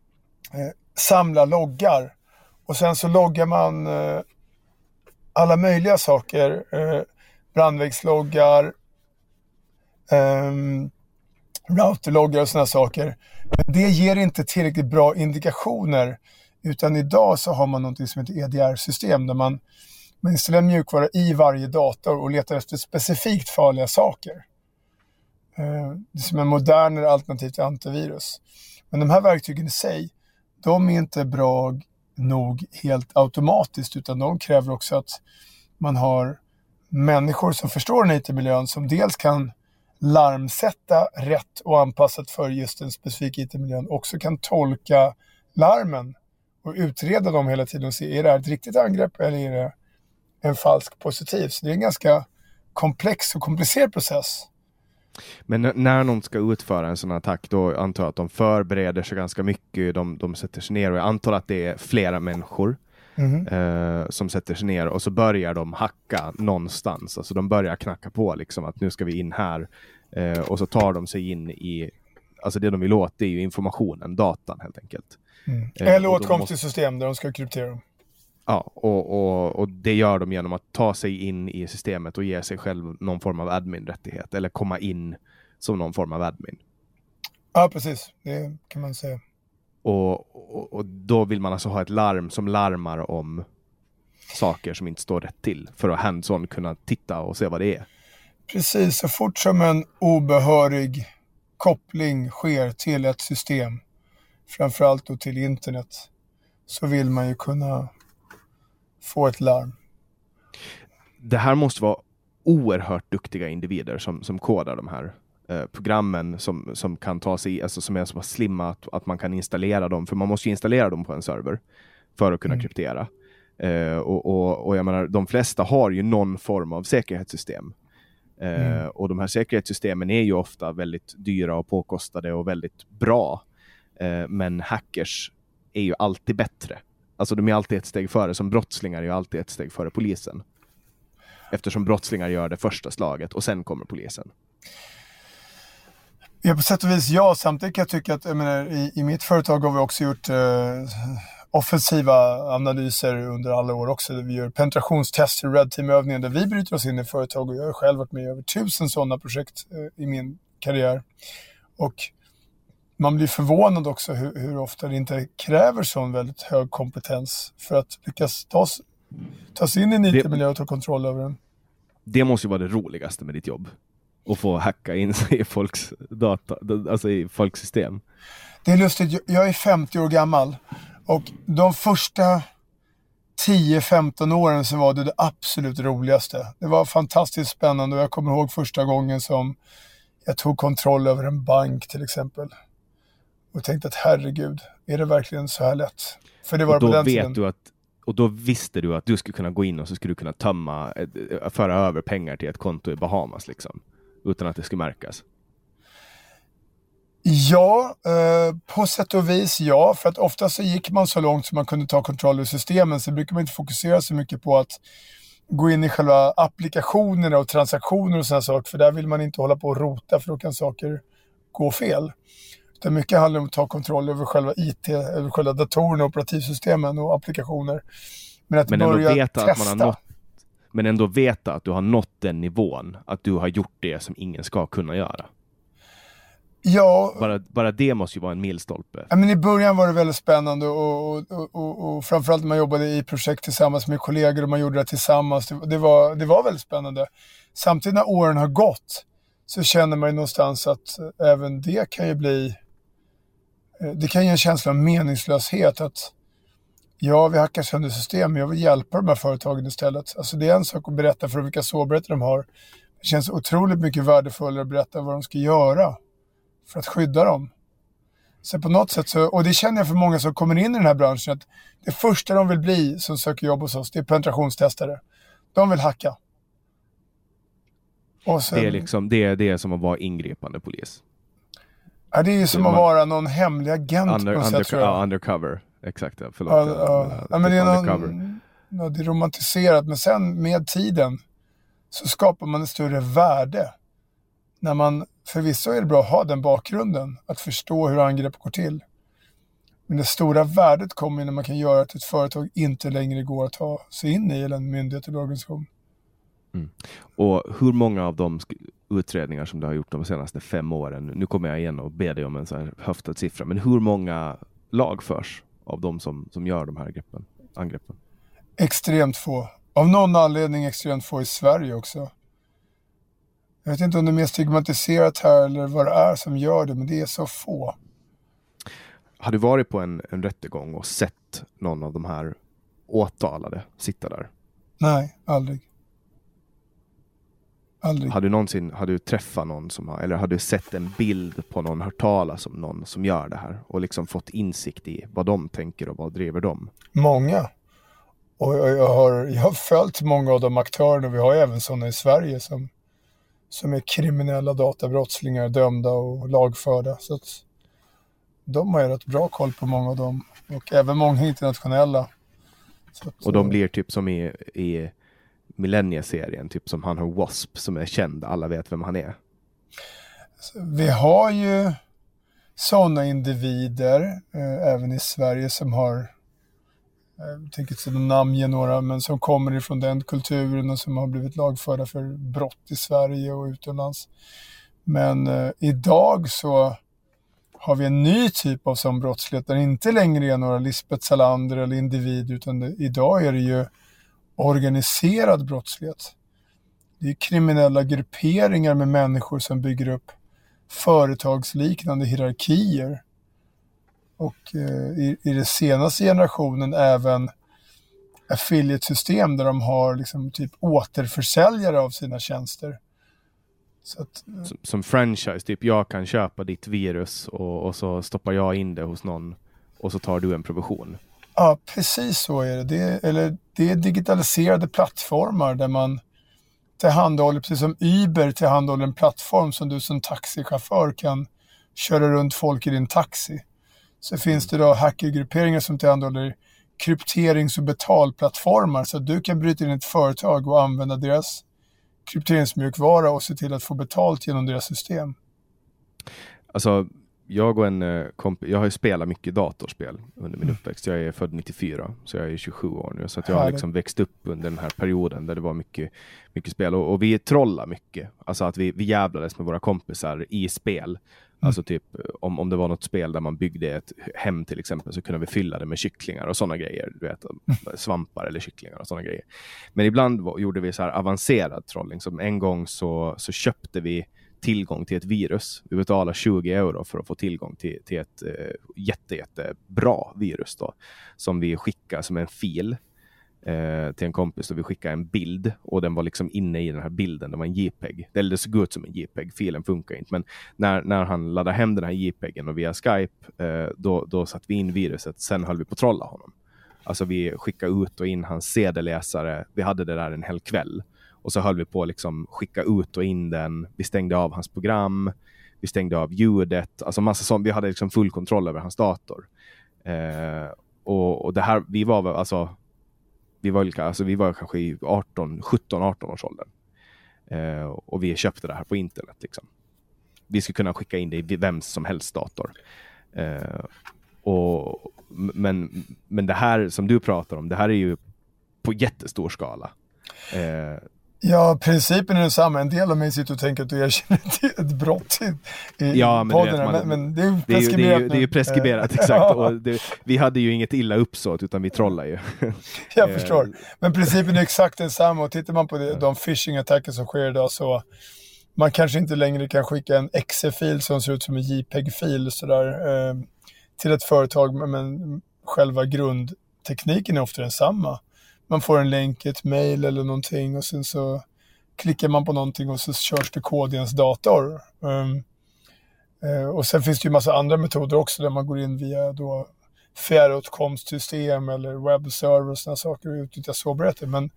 samla loggar. Och sen så loggar man eh, alla möjliga saker. Eh, brandvägsloggar, eh, routerloggar och sådana saker. Men det ger inte tillräckligt bra indikationer. Utan idag så har man något som heter E D R-system där man, man installerar mjukvara i varje dator och letar efter specifikt farliga saker. Eh, det är som en modernare alternativ till antivirus. Men de här verktygen i sig, de är inte bra nog helt automatiskt, utan de kräver också att man har människor som förstår den I T-miljön, som dels kan larmsätta rätt och anpassat för just den specifika I T-miljön, också kan tolka larmen och utreda dem hela tiden och se, är det här ett riktigt angrepp eller är det en falsk positiv? Så det är en ganska komplex och komplicerad process. Men n- när någon ska utföra en sån attack, då antar jag att de förbereder sig ganska mycket. De, de sätter sig ner, och jag antar att det är flera människor mm. eh, som sätter sig ner, och så börjar de hacka någonstans. Alltså de börjar knacka på liksom att nu ska vi in här. Eh, och så tar de sig in i, alltså det de vill åt, det är ju informationen, datan helt enkelt. Mm. Eller åtkomst till system där de ska kryptera dem. Ja, och, och, och det gör de genom att ta sig in i systemet och ge sig själv någon form av admin-rättighet. Eller komma in som någon form av admin. Ja, precis. Det kan man säga. Och, och, och då vill man alltså ha ett larm som larmar om saker som inte står rätt till. För att hands-on kunna titta och se vad det är. Precis, så fort som en obehörig koppling sker till ett system, framförallt då till internet, så vill man ju kunna få ett larm. Det här måste vara oerhört duktiga individer som, som kodar de här eh, programmen som, som kan ta sig, alltså som är så pass slimma att, att man kan installera dem, för man måste ju installera dem på en server för att kunna mm. kryptera. Eh, och, och, och jag menar, de flesta har ju någon form av säkerhetssystem. Eh, mm. Och de här säkerhetssystemen är ju ofta väldigt dyra och påkostade och väldigt bra. Eh, men hackers är ju alltid bättre. Alltså de är alltid ett steg före. Som brottslingar är ju alltid ett steg före polisen. Eftersom brottslingar gör det första slaget och sen kommer polisen. Ja, på sätt och vis ja. Samtidigt kan jag tycka att jag menar, i, i mitt företag har vi också gjort eh, offensiva analyser under alla år också. Vi gör penetrationstester, red team-övningar där vi bryter oss in i företag, och jag har själv varit med i över tusen sådana projekt eh, i min karriär. Och man blir förvånad också hur, hur ofta det inte kräver sån väldigt hög kompetens för att lyckas ta, ta sig in i en I T-miljö och ta kontroll över den. Det måste ju vara det roligaste med ditt jobb. Att få hacka in sig i folks data, alltså i folks system. Det är lustigt, jag är femtio år gammal, och de första tio femton åren så var det det absolut roligaste. Det var fantastiskt spännande, och jag kommer ihåg första gången som jag tog kontroll över en bank till exempel. Och tänkte att herregud, är det verkligen så här lätt? För det var och då på den vet tiden. Du att, och då visste du att du skulle kunna gå in och så skulle du kunna tömma, föra över pengar till ett konto i Bahamas liksom. Utan att det skulle märkas. Ja, eh, på sätt och vis ja. För att ofta så gick man så långt som man kunde ta kontroll över systemen. Så brukar man inte fokusera så mycket på att gå in i själva applikationerna och transaktioner och sådana saker. För där vill man inte hålla på och rota, för då kan saker gå fel. Det mycket handlar om att ta kontroll över själva I T, över själva datorerna, operativsystemen och applikationer. Men att men börja ändå veta testa. Att man har nått, men ändå veta att du har nått den nivån, att du har gjort det som ingen ska kunna göra. Ja. Bara, bara det måste ju vara en milstolpe. Ja, men i början var det väldigt spännande, och, och, och, och, och framförallt när man jobbade i projekt tillsammans med kollegor och man gjorde det tillsammans. Det, det, var, det var väldigt spännande. Samtidigt när åren har gått så känner man ju någonstans att även det kan ju bli, det kan ge en känsla av meningslöshet, att ja, vi hackar sönder system, men jag vill hjälpa de här företagen istället. Alltså det är en sak att berätta för vilka sårbarheter de har. Det känns otroligt mycket värdefullare att berätta vad de ska göra för att skydda dem. Så på något sätt så, och det känner jag för många som kommer in i den här branschen, att det första de vill bli som söker jobb hos oss, det är penetrationstestare. De vill hacka. Och sen, det är liksom det är det som att vara ingripande polis. Ja, det är ju som det att man, vara någon hemlig agent under, på något under, sätt, tror jag. Ja, undercover. Exakt, ja, förlåt. Ja, ja. Ja, men det är någon, ja, det är romantiserat, men sen med tiden så skapar man ett större värde när man förvisso är det bra att ha den bakgrunden, att förstå hur angrepp går till. Men det stora värdet kommer när man kan göra att ett företag inte längre går att ta sig in i, eller en myndighet eller organisation. Mm. Och hur många av de utredningar som du har gjort de senaste fem åren, nu kommer jag igen och ber dig om en så här höftad siffra, men hur många lagförs av de som, som gör de här greppen, angreppen? Extremt få. Av någon anledning extremt få i Sverige också. Jag vet inte om det är mer stigmatiserat här eller vad det är som gör det, men det är så få. Har du varit på en, en rättegång och sett någon av de här åtalade sitta där? Nej, aldrig. Aldrig. Har du någonsin har du träffat någon som har, eller har du sett en bild på någon, hört talas om någon som gör det här och liksom fått insikt i vad de tänker och vad driver dem? Många. Och jag, jag, har, jag har följt många av de aktörerna, vi har även sådana i Sverige som, som är kriminella databrottslingar, dömda och lagförda. Så att de har ju rätt bra koll på många av dem. Och även många internationella. Så att, och de blir typ som i, i Millennia-serien, typ som han har W A S P som är känd. Alla vet vem han är. Vi har ju sådana individer eh, även i Sverige som har, jag tänker inte säga namnge några, men som kommer ifrån den kulturen och som har blivit lagförda för brott i Sverige och utomlands. Men eh, idag så har vi en ny typ av sån brottslighet där det inte längre är några Lisbeth Salander eller individer, utan det, idag är det ju organiserad brottslighet. Det är kriminella grupperingar med människor som bygger upp företagsliknande hierarkier. Och eh, i, i den senaste generationen även affiliate-system där de har liksom typ återförsäljare av sina tjänster. Så att, eh. som, som franchise, typ jag kan köpa ditt virus och, och så stoppar jag in det hos någon och så tar du en provision. Ja, precis så är det. Det är, eller, det är digitaliserade plattformar där man tillhandahåller, precis som Uber tillhandahåller en plattform som du som taxichaufför kan köra runt folk i din taxi. Så finns det då hackergrupperingar som tillhandahåller krypterings- och betalplattformar så att du kan bryta in ett företag och använda deras krypteringsmjukvara och se till att få betalt genom deras system. Alltså, jag och en kompis, jag har ju spelat mycket datorspel under min uppväxt. Jag är född nittiofyra, så jag är tjugosju år nu. Så att jag har liksom växt upp under den här perioden där det var mycket, mycket spel. Och, och vi trollar mycket. Alltså att vi, vi jävlades med våra kompisar i spel. Mm. Alltså typ, om, om det var något spel där man byggde ett hem till exempel, så kunde vi fylla det med kycklingar och sådana grejer. Du vet, svampar eller kycklingar och sådana grejer. Men ibland var, gjorde vi så här avancerad trolling. Som en gång så, så köpte vi tillgång till ett virus. Vi betalar tjugo euro för att få tillgång till, till ett eh, jätte, jättebra virus då, som vi skickar som en fil eh, till en kompis, och vi skickar en bild och den var liksom inne i den här bilden. Det var en JPEG. Det, det såg ut som en JPEG. Filen funkar inte. Men när, när han laddade hem den här JPEGen och via Skype eh, då, då satt vi in viruset. Sen höll vi på att trolla honom. Alltså vi skickade ut och in hans C D-läsare. Vi hade det där en hel kväll. Och så höll vi på att liksom skicka ut och in den. Vi stängde av hans program. Vi stängde av ljudet. Alltså massa sånt. Vi hade liksom full kontroll över hans dator. Eh, och, och det här, vi var alltså vi var, alltså, vi var kanske i arton, sjutton arton års åldern. Eh, och vi köpte det här på internet liksom. Vi skulle kunna skicka in det i vem som helst dator. Eh, och, men, men det här som du pratar om, det här är ju på jättestor skala. Eh, Ja, principen är densamma. En del av mig sitter och tänker att du erkänner ett brott i, i ja, men podden. vet, man, men, men det är ju det är ju, preskriberat. det är ju, det är ju preskriberat, exakt. Och det, vi hade ju inget illa uppsåt, utan vi trollar ju. Jag förstår. Men principen är exakt densamma. Och tittar man på det, de phishing-attacker som sker idag, så man kanske inte längre kan skicka en X E-fil som ser ut som en JPEG-fil sådär, eh, till ett företag, men själva grundtekniken är ofta densamma. Man får en länk, ett mail eller någonting, och sen så klickar man på någonting och så körs det kod i ens dator. Um, uh, och sen finns det ju massa andra metoder också där man går in via då fjärråtkomstsystem eller webbserver och sådana saker och utnyttjar sårbarheter. Men,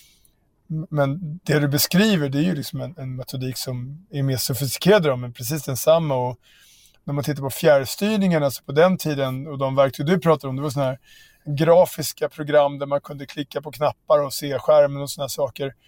men det du beskriver, det är ju liksom en, en metodik som är mer sofistikerad, men precis densamma. Och när man tittar på fjärrstyrningen, alltså på den tiden, och de verktyg du pratar om, det var sådana här grafiska program där man kunde klicka på knappar och se skärmen och sådana saker.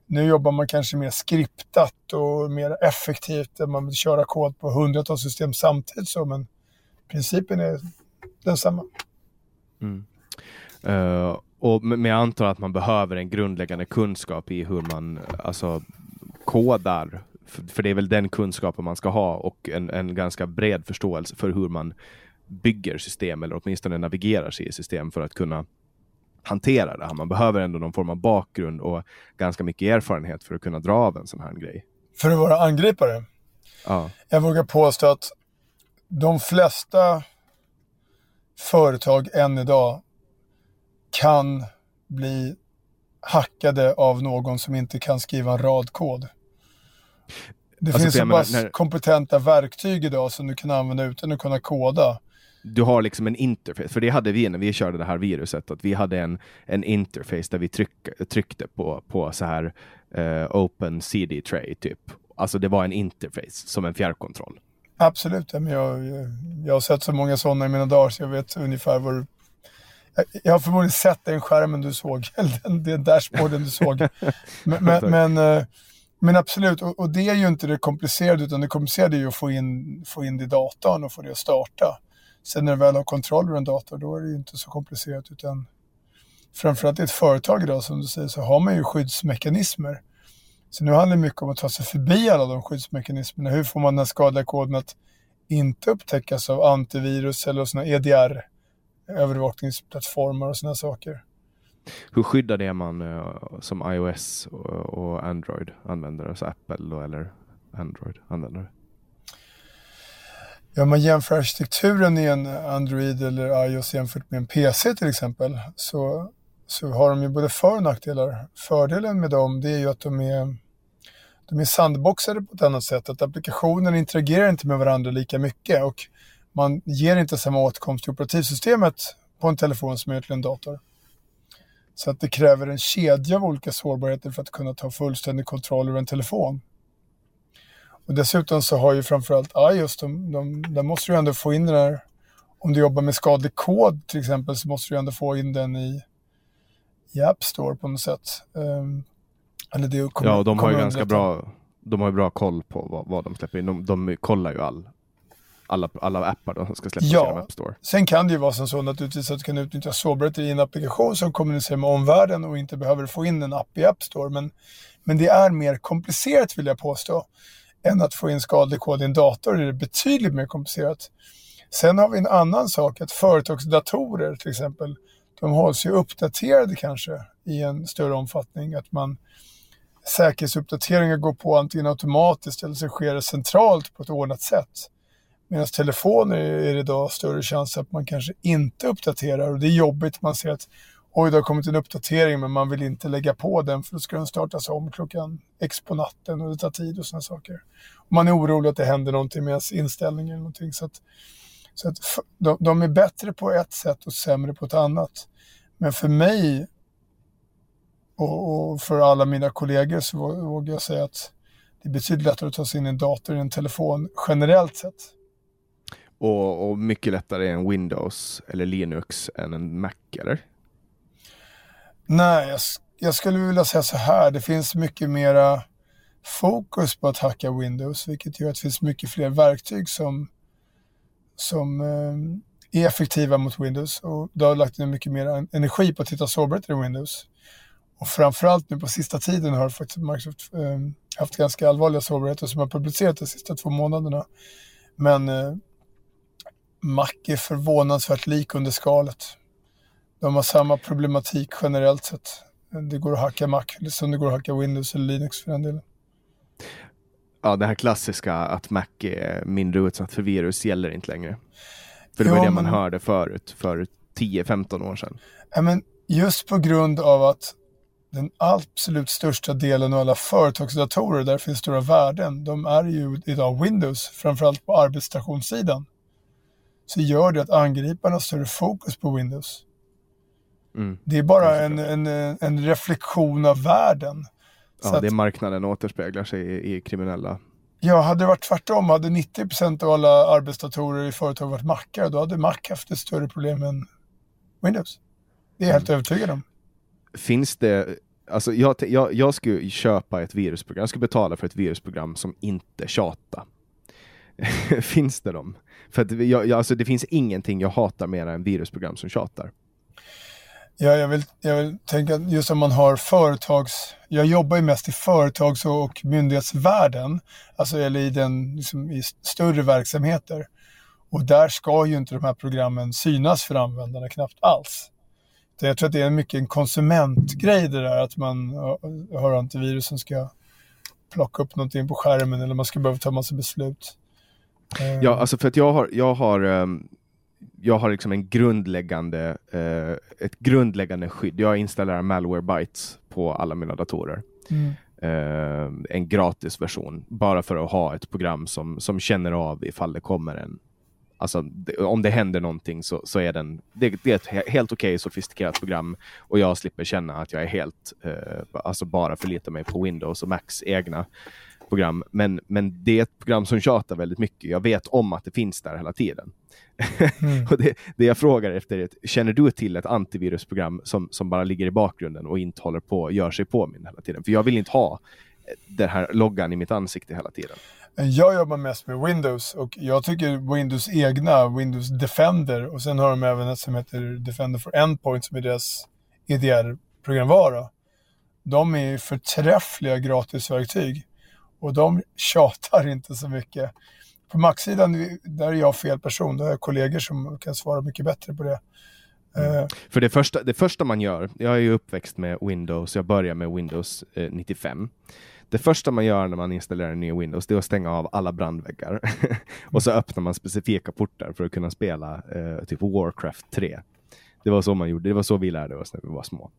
Nu jobbar man kanske mer skriptat och mer effektivt, där man vill köra kod på hundratals system samtidigt, så, men principen är densamma. Mm. Uh, och men jag antar att man behöver en grundläggande kunskap i hur man alltså kodar, för, för det är väl den kunskapen man ska ha, och en, en ganska bred förståelse för hur man bygger system eller åtminstone navigerar sig i system för att kunna hantera det här. Man behöver ändå någon form av bakgrund och ganska mycket erfarenhet för att kunna dra av en sån här grej. För att vara angripare? Ja. Jag vågar påstå att de flesta företag än idag kan bli hackade av någon som inte kan skriva en rad kod. Det alltså, finns så pass när... kompetenta verktyg idag som du kan använda utan att kunna koda. Du har liksom en interface, för det hade vi när vi körde det här viruset, att vi hade en, en interface där vi tryck, tryckte på, på så här uh, open C D tray typ. Alltså det var en interface som en fjärrkontroll. Absolut, men jag, jag, jag har sett så många sådana i mina dagar så jag vet ungefär vad du... Jag, jag har förmodligen sett den skärmen du såg, eller den, den dashboarden du såg. Men, men, men, men absolut, och, och det är ju inte det komplicerade, utan det komplicerade är ju att få in, få in det i datorn och få det att starta. Sen när du väl har kontroll över en dator, då är det ju inte så komplicerat, utan framförallt i ett företag idag, som du säger, så har man ju skyddsmekanismer. Så nu handlar det mycket om att ta sig förbi alla de skyddsmekanismerna. Hur får man den skadliga koden att inte upptäckas av antivirus eller såna E D R-övervakningsplattformar och såna saker? Hur skyddar det man uh, som iOS och, och Android-användare, alltså Apple då, eller Android-användare? Ja, man jämför arkitekturen i en Android eller iOS jämfört med en P C till exempel, så, så har de ju både för- och nackdelar. Fördelen med dem, det är ju att de är, de är sandboxade på ett annat sätt. Att applikationen interagerar inte med varandra lika mycket, och man ger inte samma åtkomst till operativsystemet på en telefon som är till en dator. Så att det kräver en kedja av olika sårbarheter för att kunna ta fullständig kontroll över en telefon. Och dessutom så har ju framförallt iOS, de, de, där måste du ändå få in den här, om du jobbar med skadlig kod till exempel, så måste du ändå få in den i, i App Store på något sätt. Um, eller det kommer, ja, de har ju ganska bra, de har ju bra koll på vad, vad de släpper in. De, de kollar ju all, alla, alla appar de ska släppa ja, i App Store. Sen kan det ju vara som så naturligtvis att du kan utnyttja sårbarheter i en applikation som kommunicerar med omvärlden och inte behöver få in en app i App Store. Men, men det är mer komplicerat, vill jag påstå, än att få in skadlig kod i en dator. Det är betydligt mer komplicerat. Sen har vi en annan sak, att företagsdatorer till exempel, de hålls ju uppdaterade kanske i en större omfattning. Att man säkerhetsuppdateringar går på antingen automatiskt eller så sker det centralt på ett ordnat sätt. Medan telefoner är det idag större chans att man kanske inte uppdaterar, och det är jobbigt. Man ser att oj, det har kommit en uppdatering, men man vill inte lägga på den för då ska den startas om klockan X på natten och det tar tid och såna saker. Och man är orolig att det händer någonting med ens inställning eller någonting. Så att, så att de, de är bättre på ett sätt och sämre på ett annat. Men för mig och, och för alla mina kollegor så vågar jag säga att det är betydligt lättare att ta sig in i en dator än en telefon generellt sett. Och, och mycket lättare än Windows eller Linux än en Mac, eller? Nej, jag, jag skulle vilja säga så här. Det finns mycket mera fokus på att hacka Windows, vilket gör att det finns mycket fler verktyg som, som eh, är effektiva mot Windows. Och det har lagt ner mycket mer energi på att hitta sårbarheter i Windows. Och framförallt nu på sista tiden har faktiskt Microsoft eh, haft ganska allvarliga sårbarheter som har publicerat de sista två månaderna. Men eh, Mac är förvånansvärt lik under skalet. De har samma problematik generellt sett. Det går att hacka Mac som det går att hacka Windows eller Linux för den delen. Ja, det här klassiska att Mac är mindre utsatt för virus gäller inte längre. För det var ja, det man men, hörde förut, för tio femton år sedan. Ja, men just på grund av att den absolut största delen av alla företagsdatorer, där finns stora värden, de är ju idag Windows, framförallt på arbetsstationssidan. Så gör det att angriparna har större fokus på Windows. Mm. Det är bara en, en, en reflektion av världen. Ja, så det är att, marknaden återspeglar sig i, i kriminella. Ja, hade det varit tvärtom, hade nittio procent av alla arbetsdatorer i företag varit Macar, då hade Mac haft ett större problem än Windows. Det är jag helt mm. övertygad om. Finns det, alltså jag, jag, jag skulle köpa ett virusprogram. Jag skulle betala för ett virusprogram som inte tjatar. Finns det dem? För att jag, jag, alltså det finns ingenting jag hatar mer än virusprogram som tjatar. Ja, jag vill, jag vill tänka att just om man har företags... Jag jobbar ju mest i företags- och myndighetsvärlden. Alltså eller i, den, liksom, i större verksamheter. Och där ska ju inte de här programmen synas för användarna knappt alls. Så jag tror att det är mycket en konsumentgrej det där. Att man har antivirus som ska plocka upp någonting på skärmen. Eller man ska behöva ta massa beslut. Ja, alltså för att jag har... Jag har um... Jag har liksom en grundläggande, eh, ett grundläggande skydd. Jag installerar Malwarebytes på alla mina datorer. Mm. Eh, en gratis version. Bara för att ha ett program som, som känner av ifall det kommer en... Alltså det, om det händer någonting så, så är den... Det, det är ett helt okej sofistikerat program. Och jag slipper känna att jag är helt... Eh, alltså bara förlitar mig på Windows och Macs egna program. Men, men det är ett program som tjatar väldigt mycket. Jag vet om att det finns där hela tiden. Mm. Och det, det jag frågar efter är, känner du till ett antivirusprogram som, som bara ligger i bakgrunden och inte håller på, gör sig påminn hela tiden? För jag vill inte ha den här loggan i mitt ansikte hela tiden. Jag jobbar mest med Windows och jag tycker Windows egna, Windows Defender, och sen har de även ett som heter Defender for Endpoint som är deras E D R-programvara. De är förträffliga gratisverktyg och de tjatar inte så mycket. På Mac-sidan, där är jag fel person. Där har jag kollegor som kan svara mycket bättre på det. Mm. För det första, det första man gör, jag är ju uppväxt med Windows, jag börjar med Windows eh, nittiofem. Det första man gör när man installerar en ny Windows, det är att stänga av alla brandväggar. Och så öppnar man specifika portar för att kunna spela eh, typ Warcraft tre. Det var så man gjorde, det var så vi lärde oss när vi var små.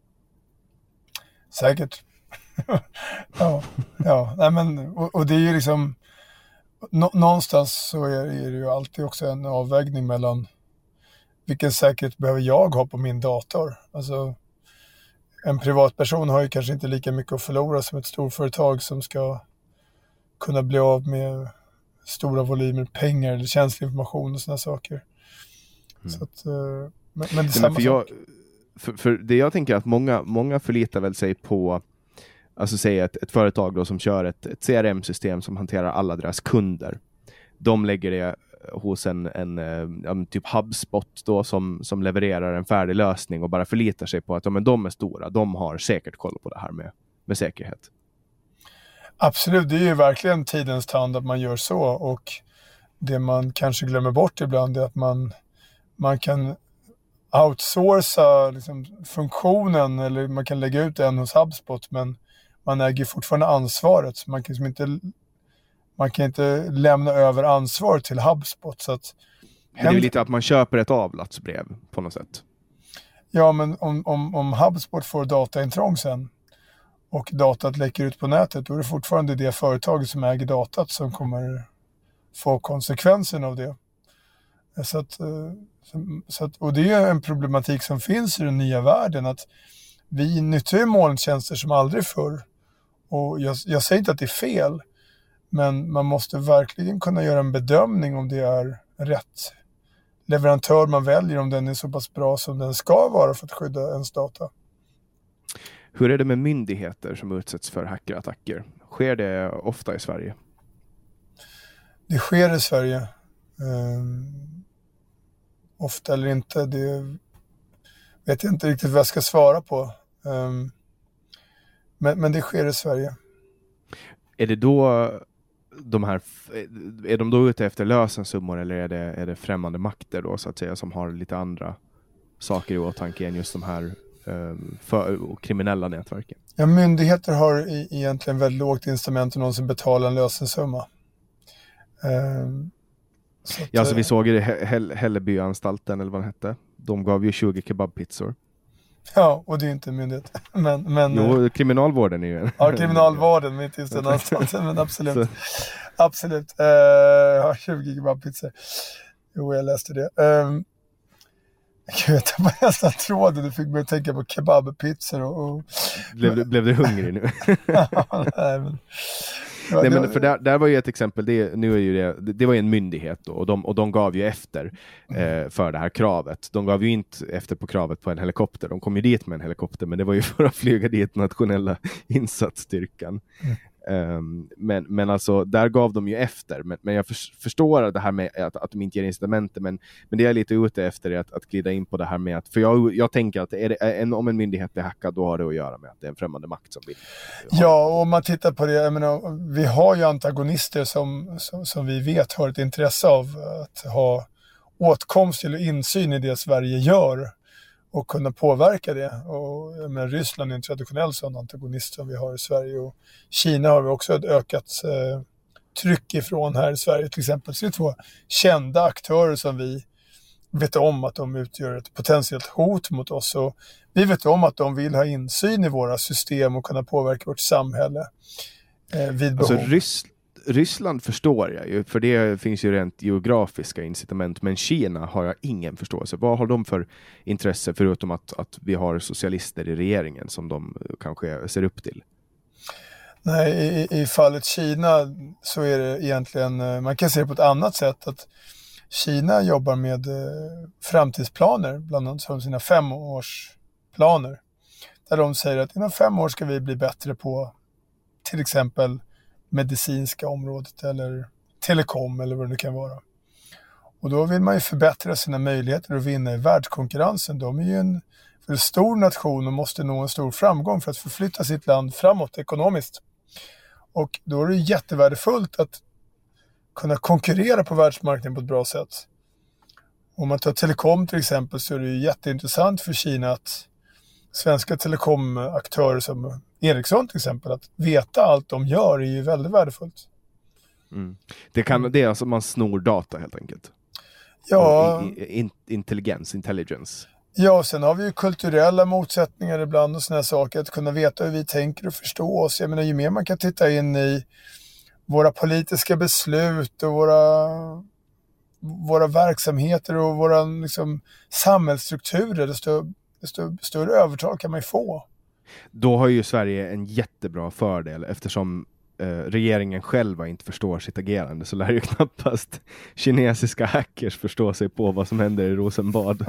Säkert. ja, ja. Nej, men, och, och det är ju liksom... Nå- någonstans så är, är det ju alltid också en avvägning mellan vilken säkerhet behöver jag ha på min dator. Alltså en privatperson har ju kanske inte lika mycket att förlora som ett storföretag som ska kunna bli av med stora volymer pengar eller känslig information och sådana saker. Mm. Så att, men, men det är samma men för, jag, för, för det jag tänker att många, många förlitar väl sig på, alltså säga ett, ett företag då som kör ett, ett C R M-system som hanterar alla deras kunder. De lägger det hos en, en, en typ HubSpot då som, som levererar en färdig lösning och bara förlitar sig på att ja, men de är stora. De har säkert koll på det här med, med säkerhet. Absolut, det är ju verkligen tidens tand att man gör så. Och det man kanske glömmer bort ibland är att man, man kan outsourca liksom funktionen eller man kan lägga ut den hos HubSpot, men man äger fortfarande ansvaret. Så man kan liksom inte, man kan inte lämna över ansvar till HubSpot. Så att det är lite att man köper ett avlatsbrev på något sätt. Ja, men om, om, om HubSpot får dataintrång sen och datat läcker ut på nätet, då är det fortfarande det företaget som äger datat som kommer få konsekvensen av det. Så att, så att, och det är en problematik som finns i den nya världen, att vi nyttjar ju molntjänster som aldrig förr. Och jag, jag säger inte att det är fel, men man måste verkligen kunna göra en bedömning om det är rätt leverantör man väljer, om den är så pass bra som den ska vara för att skydda ens data. Hur är det med myndigheter som utsätts för hackerattacker? Sker det ofta i Sverige? Det sker i Sverige. Um, ofta eller inte, det vet jag inte riktigt vad jag ska svara på. Um, men, men det sker i Sverige. Är det då de här, är de då ute efter lösensummor eller är det, är det främmande makter då så att säga som har lite andra saker i åtanke än just de här um, för, kriminella nätverken? Ja, myndigheter har i, egentligen väldigt lågt incitament till någon som betalar en lösensumma. Um, Så att, ja, alltså vi såg ju Hell- Hällebyanstalten eller vad den hette. De gav ju tjugo kebabpizzor. Ja, och det är inte en myndighet. Men, men, jo, kriminalvården är ju en. Ja, kriminalvården, men inte just den anstalten. Men absolut. Så. Absolut. Uh, ja, tjugo kebabpizzor. Jo, jag läste det. Um, jag vet inte, jag nästan tråden. Du fick mig att tänka på kebabpizzor. Och, och... Blev, du, blev du hungrig nu? Ja, nej, men... Nej, men för där, där var ju ett exempel, det, nu är ju det, det var ju en myndighet då, och, de, och de gav ju efter eh, för det här kravet. De gav ju inte efter på kravet på en helikopter. De kom ju dit med en helikopter, men det var ju för att flyga dit nationella insatsstyrkan. Mm. Um, men, men alltså, där gav de ju efter. Men, men jag för, förstår det här med att, att de inte ger incitament. Men, men det jag är lite ute efter är att, att glida in på det här med att, för jag, jag tänker att är det, en, om en myndighet blir hackad, då har det att göra med att det är en främmande makt som vill. Ja, och om man tittar på det, jag menar, vi har ju antagonister som, som, som vi vet har ett intresse av att ha åtkomst till och insyn i det Sverige gör och kunna påverka det. Och, men Ryssland är en traditionell sån antagonist som vi har i Sverige, och Kina har vi också ett ökat eh, tryck ifrån här i Sverige till exempel. Så det är två kända aktörer som vi vet om att de utgör ett potentiellt hot mot oss, och vi vet om att de vill ha insyn i våra system och kunna påverka vårt samhälle eh, vid behov. Alltså Ryss- Ryssland förstår jag ju, för det finns ju rent geografiska incitament, men Kina har jag ingen förståelse. Vad har de för intresse förutom att, att vi har socialister i regeringen som de kanske ser upp till? Nej, i, i fallet Kina så är det egentligen, man kan se det på ett annat sätt, att Kina jobbar med eh, framtidsplaner, bland annat som sina femårsplaner, där de säger att inom fem år ska vi bli bättre på till exempel medicinska området eller telekom eller vad det kan vara. Och då vill man ju förbättra sina möjligheter att vinna i världskonkurrensen. De är ju en för stor nation och måste nå en stor framgång för att förflytta sitt land framåt ekonomiskt. Och då är det jättevärdefullt att kunna konkurrera på världsmarknaden på ett bra sätt. Om man tar telekom till exempel, så är det ju jätteintressant för Kina att svenska telekomaktörer som Ericsson till exempel, att veta allt de gör är ju väldigt värdefullt. Mm. Det, kan, det är alltså man snor data helt enkelt. Ja. I, in, intelligens, intelligence. Ja, och sen har vi ju kulturella motsättningar ibland och såna här saker. Att kunna veta hur vi tänker och förstå oss. Jag menar, ju mer man kan titta in i våra politiska beslut och våra, våra verksamheter och våra liksom, samhällsstrukturer, desto, desto större övertag kan man ju få. Då har ju Sverige en jättebra fördel eftersom eh, regeringen själva inte förstår sitt agerande, så lär ju knappast kinesiska hackers förstå sig på vad som händer i Rosenbad.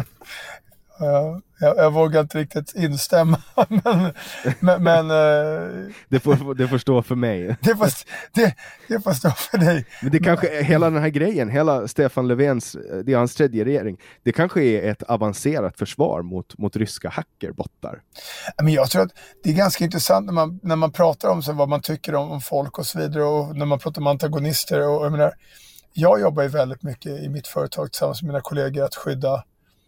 Ja, jag, jag vågar inte riktigt instämma, men, men, men det, får, det får stå för mig. Det får, det, det får stå för dig. Men det kanske, hela den här grejen, hela Stefan Löfvens, det är hans tredje regering, det kanske är ett avancerat försvar mot, mot ryska hackerbottar. Men jag tror att det är ganska intressant när man, när man pratar om så vad man tycker om, om folk och så vidare, och när man pratar om antagonister. Och, jag, menar, jag jobbar ju väldigt mycket i mitt företag tillsammans med mina kollegor att skydda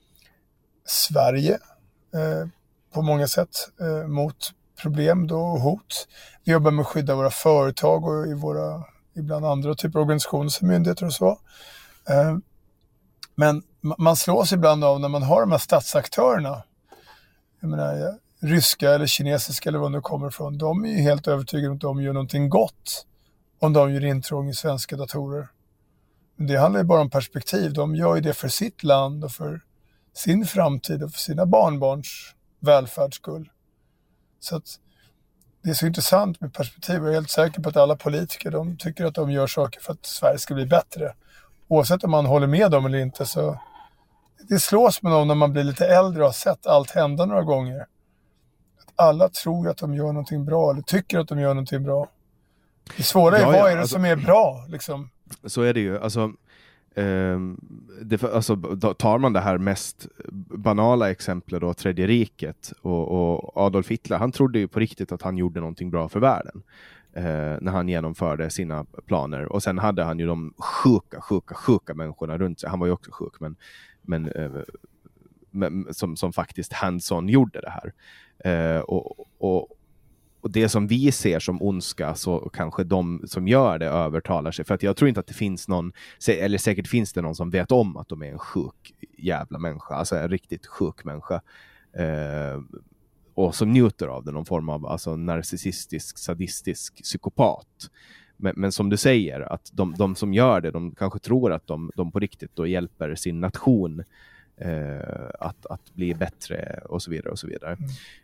Sverige eh, på många sätt eh, mot problem då och hot. Vi jobbar med att skydda våra företag och i våra ibland andra typer av organisationer som myndigheter och så. Eh, men man slås ibland av när man har de här statsaktörerna, jag menar, ja, ryska eller kinesiska eller var de kommer ifrån, de är ju helt övertygade om att de gör någonting gott om de gör intrång i svenska datorer. Men det handlar ju bara om perspektiv. De gör ju det för sitt land och för sin framtid och för sina barnbarns välfärdsskull. Så att det är så intressant med perspektiv. Jag är helt säker på att alla politiker, de tycker att de gör saker för att Sverige ska bli bättre. Oavsett om man håller med dem eller inte, så det slås med dem när man blir lite äldre och har sett allt hända några gånger. Att alla tror att de gör någonting bra eller tycker att de gör någonting bra. Det svåra är, ja, ja, vad är det alltså, som är bra liksom? Så är det ju. Alltså Um, det, alltså, tar man det här mest banala exemplet då, Tredje riket och, och Adolf Hitler, han trodde ju på riktigt att han gjorde någonting bra för världen eh, när han genomförde sina planer, och sen hade han ju de sjuka, sjuka, sjuka människorna runt sig. Han var ju också sjuk, men, men, eh, men som, som faktiskt hands-on gjorde det här eh, och, och Och det som vi ser som ondska, så kanske de som gör det övertalar sig. För att jag tror inte att det finns någon, eller säkert finns det någon som vet om att de är en sjuk jävla människa. Alltså en riktigt sjuk människa. Eh, och som njuter av det, någon form av alltså, narcissistisk, sadistisk psykopat. Men, men som du säger, att de, de som gör det, de kanske tror att de, de på riktigt då hjälper sin nation eh, att, att bli bättre och så vidare och så vidare. Mm.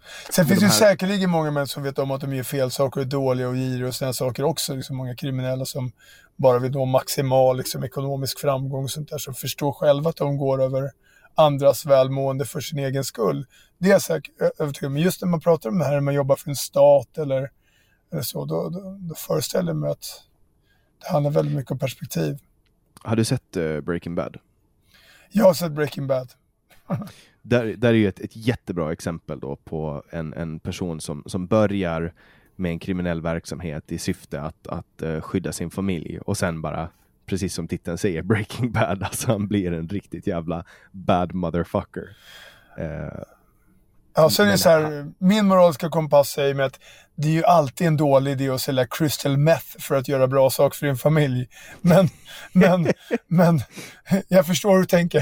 Sen Men finns de det här... ju säkerligen många människor som vet om att de gör fel saker och är dåliga och giriga och sådana saker också. Liksom många kriminella som bara vill nå maximal liksom, ekonomisk framgång och sånt där, som förstår själva att de går över andras välmående för sin egen skull. Det är säkert övertygad. Men just när man pratar om det här, när man jobbar för en stat eller, eller så, då, då, då föreställer jag mig att det handlar väldigt mycket om perspektiv. Har du sett uh, Breaking Bad? Jag har sett Breaking Bad. där, där är ju ett, ett jättebra exempel då på en, en person som, som börjar med en kriminell verksamhet i syfte att, att uh, skydda sin familj och sen bara, precis som titeln säger, Breaking Bad, alltså han blir en riktigt jävla bad motherfucker. Uh, Ja, så är det så här, min moraliska kompass säger mig att det är ju alltid en dålig idé att sälja crystal meth för att göra bra saker för din familj. Men, men, men jag förstår hur du tänker.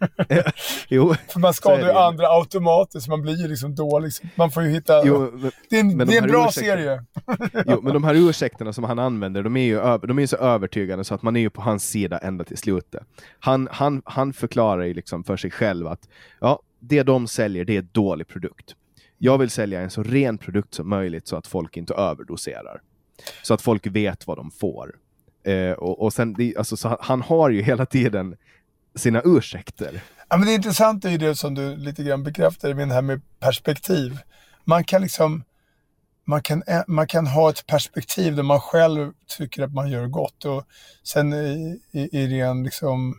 Jo, för man skadar ju andra automatiskt, man blir ju liksom dålig. Man får ju hitta... Jo, men, det är en, de det är en bra ursäkterna, serie. Jo, men de här ursäkterna som han använder, de är ju över, de är så övertygande så att man är ju på hans sida ända till slutet. Han, han, han förklarar ju liksom för sig själv att ja, det de säljer, det är dålig produkt. Jag vill sälja en så ren produkt som möjligt så att folk inte överdoserar. Så att folk vet vad de får. Eh, och, och sen, det, alltså, så han har ju hela tiden sina ursäkter. Ja, men det intressanta är ju det som du lite grann bekräftar med det här med perspektiv. Man kan liksom man kan, man kan ha ett perspektiv där man själv tycker att man gör gott. Och sen i, i, i ren liksom...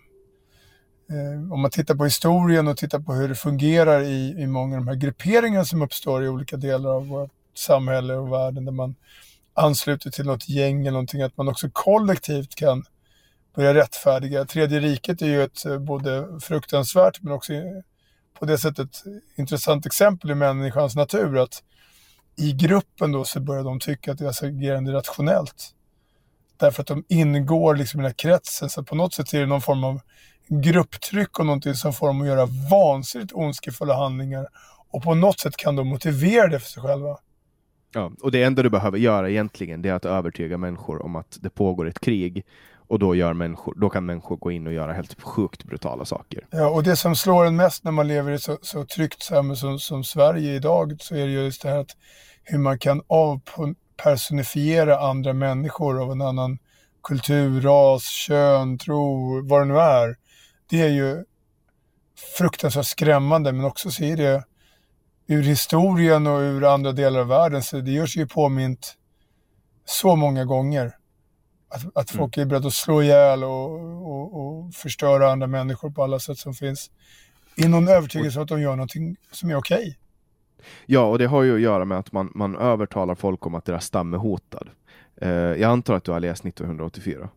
Eh, om man tittar på historien och tittar på hur det fungerar i, i många av de här grupperingarna som uppstår i olika delar av vårt samhälle och världen, där man ansluter till något gäng eller någonting, att man också kollektivt kan börja rättfärdiga. Tredje riket är ju ett både fruktansvärt men också på det sättet intressant exempel i människans natur, att i gruppen då så börjar de tycka att deras agerande är rationellt. Därför att de ingår liksom i den här kretsen, så på något sätt är det någon form av grupptryck och någonting som får dem att göra vansinnigt ondskefulla handlingar, och på något sätt kan de motivera det för sig själva. Ja, och det enda du behöver göra egentligen, det är att övertyga människor om att det pågår ett krig, och då, gör människor, då kan människor gå in och göra helt sjukt brutala saker. Ja, och det som slår en mest när man lever i så, så tryggt samhälle som, som Sverige idag, så är det just det här att hur man kan avpersonifiera andra människor av en annan kultur, ras, kön, tro, vad det nu är. Det är ju fruktansvärt skrämmande, men också så är det ur historien och ur andra delar av världen, så det görs ju påmint så många gånger att, att folk är beredda att slå ihjäl och, och, och förstöra andra människor på alla sätt som finns, i någon övertygelse att de gör någonting som är okej. Okay. Ja, och det har ju att göra med att man, man övertalar folk om att deras stam är hotad. Uh, jag antar att du har läst nittonhundraåttiofyra.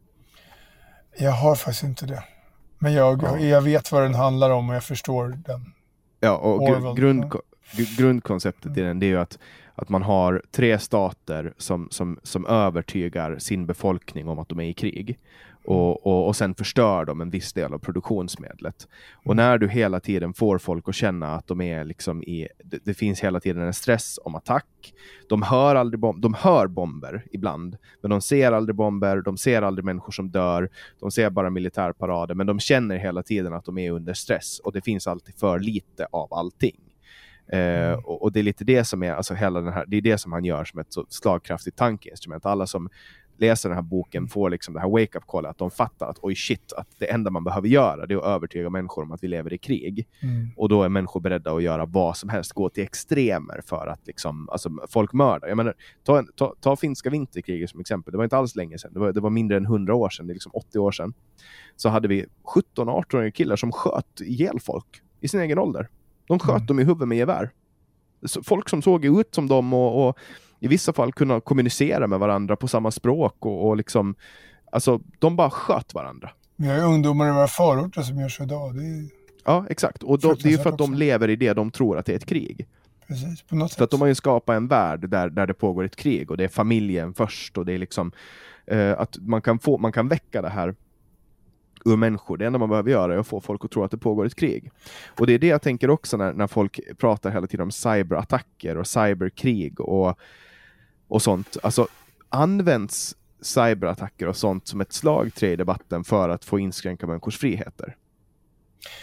Jag har faktiskt inte det. Men jag, ja. jag vet vad den handlar om och jag förstår den. Ja, och gr- grund, grundkonceptet i den, det är ju att, att man har tre stater som, som, som övertygar sin befolkning om att de är i krig. Och, och, och sen förstör de en viss del av produktionsmedlet. Och när du hela tiden får folk att känna att de är liksom i... Det, det finns hela tiden en stress om attack. De hör aldrig bom- de hör bomber ibland. Men de ser aldrig bomber. De ser aldrig människor som dör. De ser bara militärparader. Men de känner hela tiden att de är under stress. Och det finns alltid för lite av allting. Mm. Eh, och, och det är lite det som är... Alltså hela den här, det är det som han gör som ett så slagkraftigt tankeinstrument. Alla som läser den här boken får liksom det här wake-up call, att de fattar att oj shit, att det enda man behöver göra, det är att övertyga människor om att vi lever i krig. Mm. Och då är människor beredda att göra vad som helst, gå till extremer för att liksom, alltså folk mördar. Jag menar, ta, ta, ta finska vinterkriget som exempel. Det var inte alls länge sedan. Det var, det var mindre än hundra år sedan, det är liksom åttio år sedan. Så hade vi sjutton arton killar som sköt ihjäl folk i sin egen ålder. De sköt mm. dem i huvudet med gevär. Folk som såg ut som dem och, och i vissa fall kunna kommunicera med varandra på samma språk och, och liksom, alltså de bara sköt varandra. Vi har ju ungdomar i våra förorter som gör så idag. Det är... Ja, exakt. Och då, det är ju för att de lever i det de tror att det är ett krig. Precis, på något sätt. För att de har ju skapat en värld där, där det pågår ett krig och det är familjen först och det är liksom eh, att man kan, få, man kan väcka det här ur människor. Det enda man behöver göra är att få folk att tro att det pågår ett krig. Och det är det jag tänker också när, när folk pratar hela tiden om cyberattacker och cyberkrig och och sånt. Alltså används cyberattacker och sånt som ett slagträ i debatten för att få inskränka människors friheter?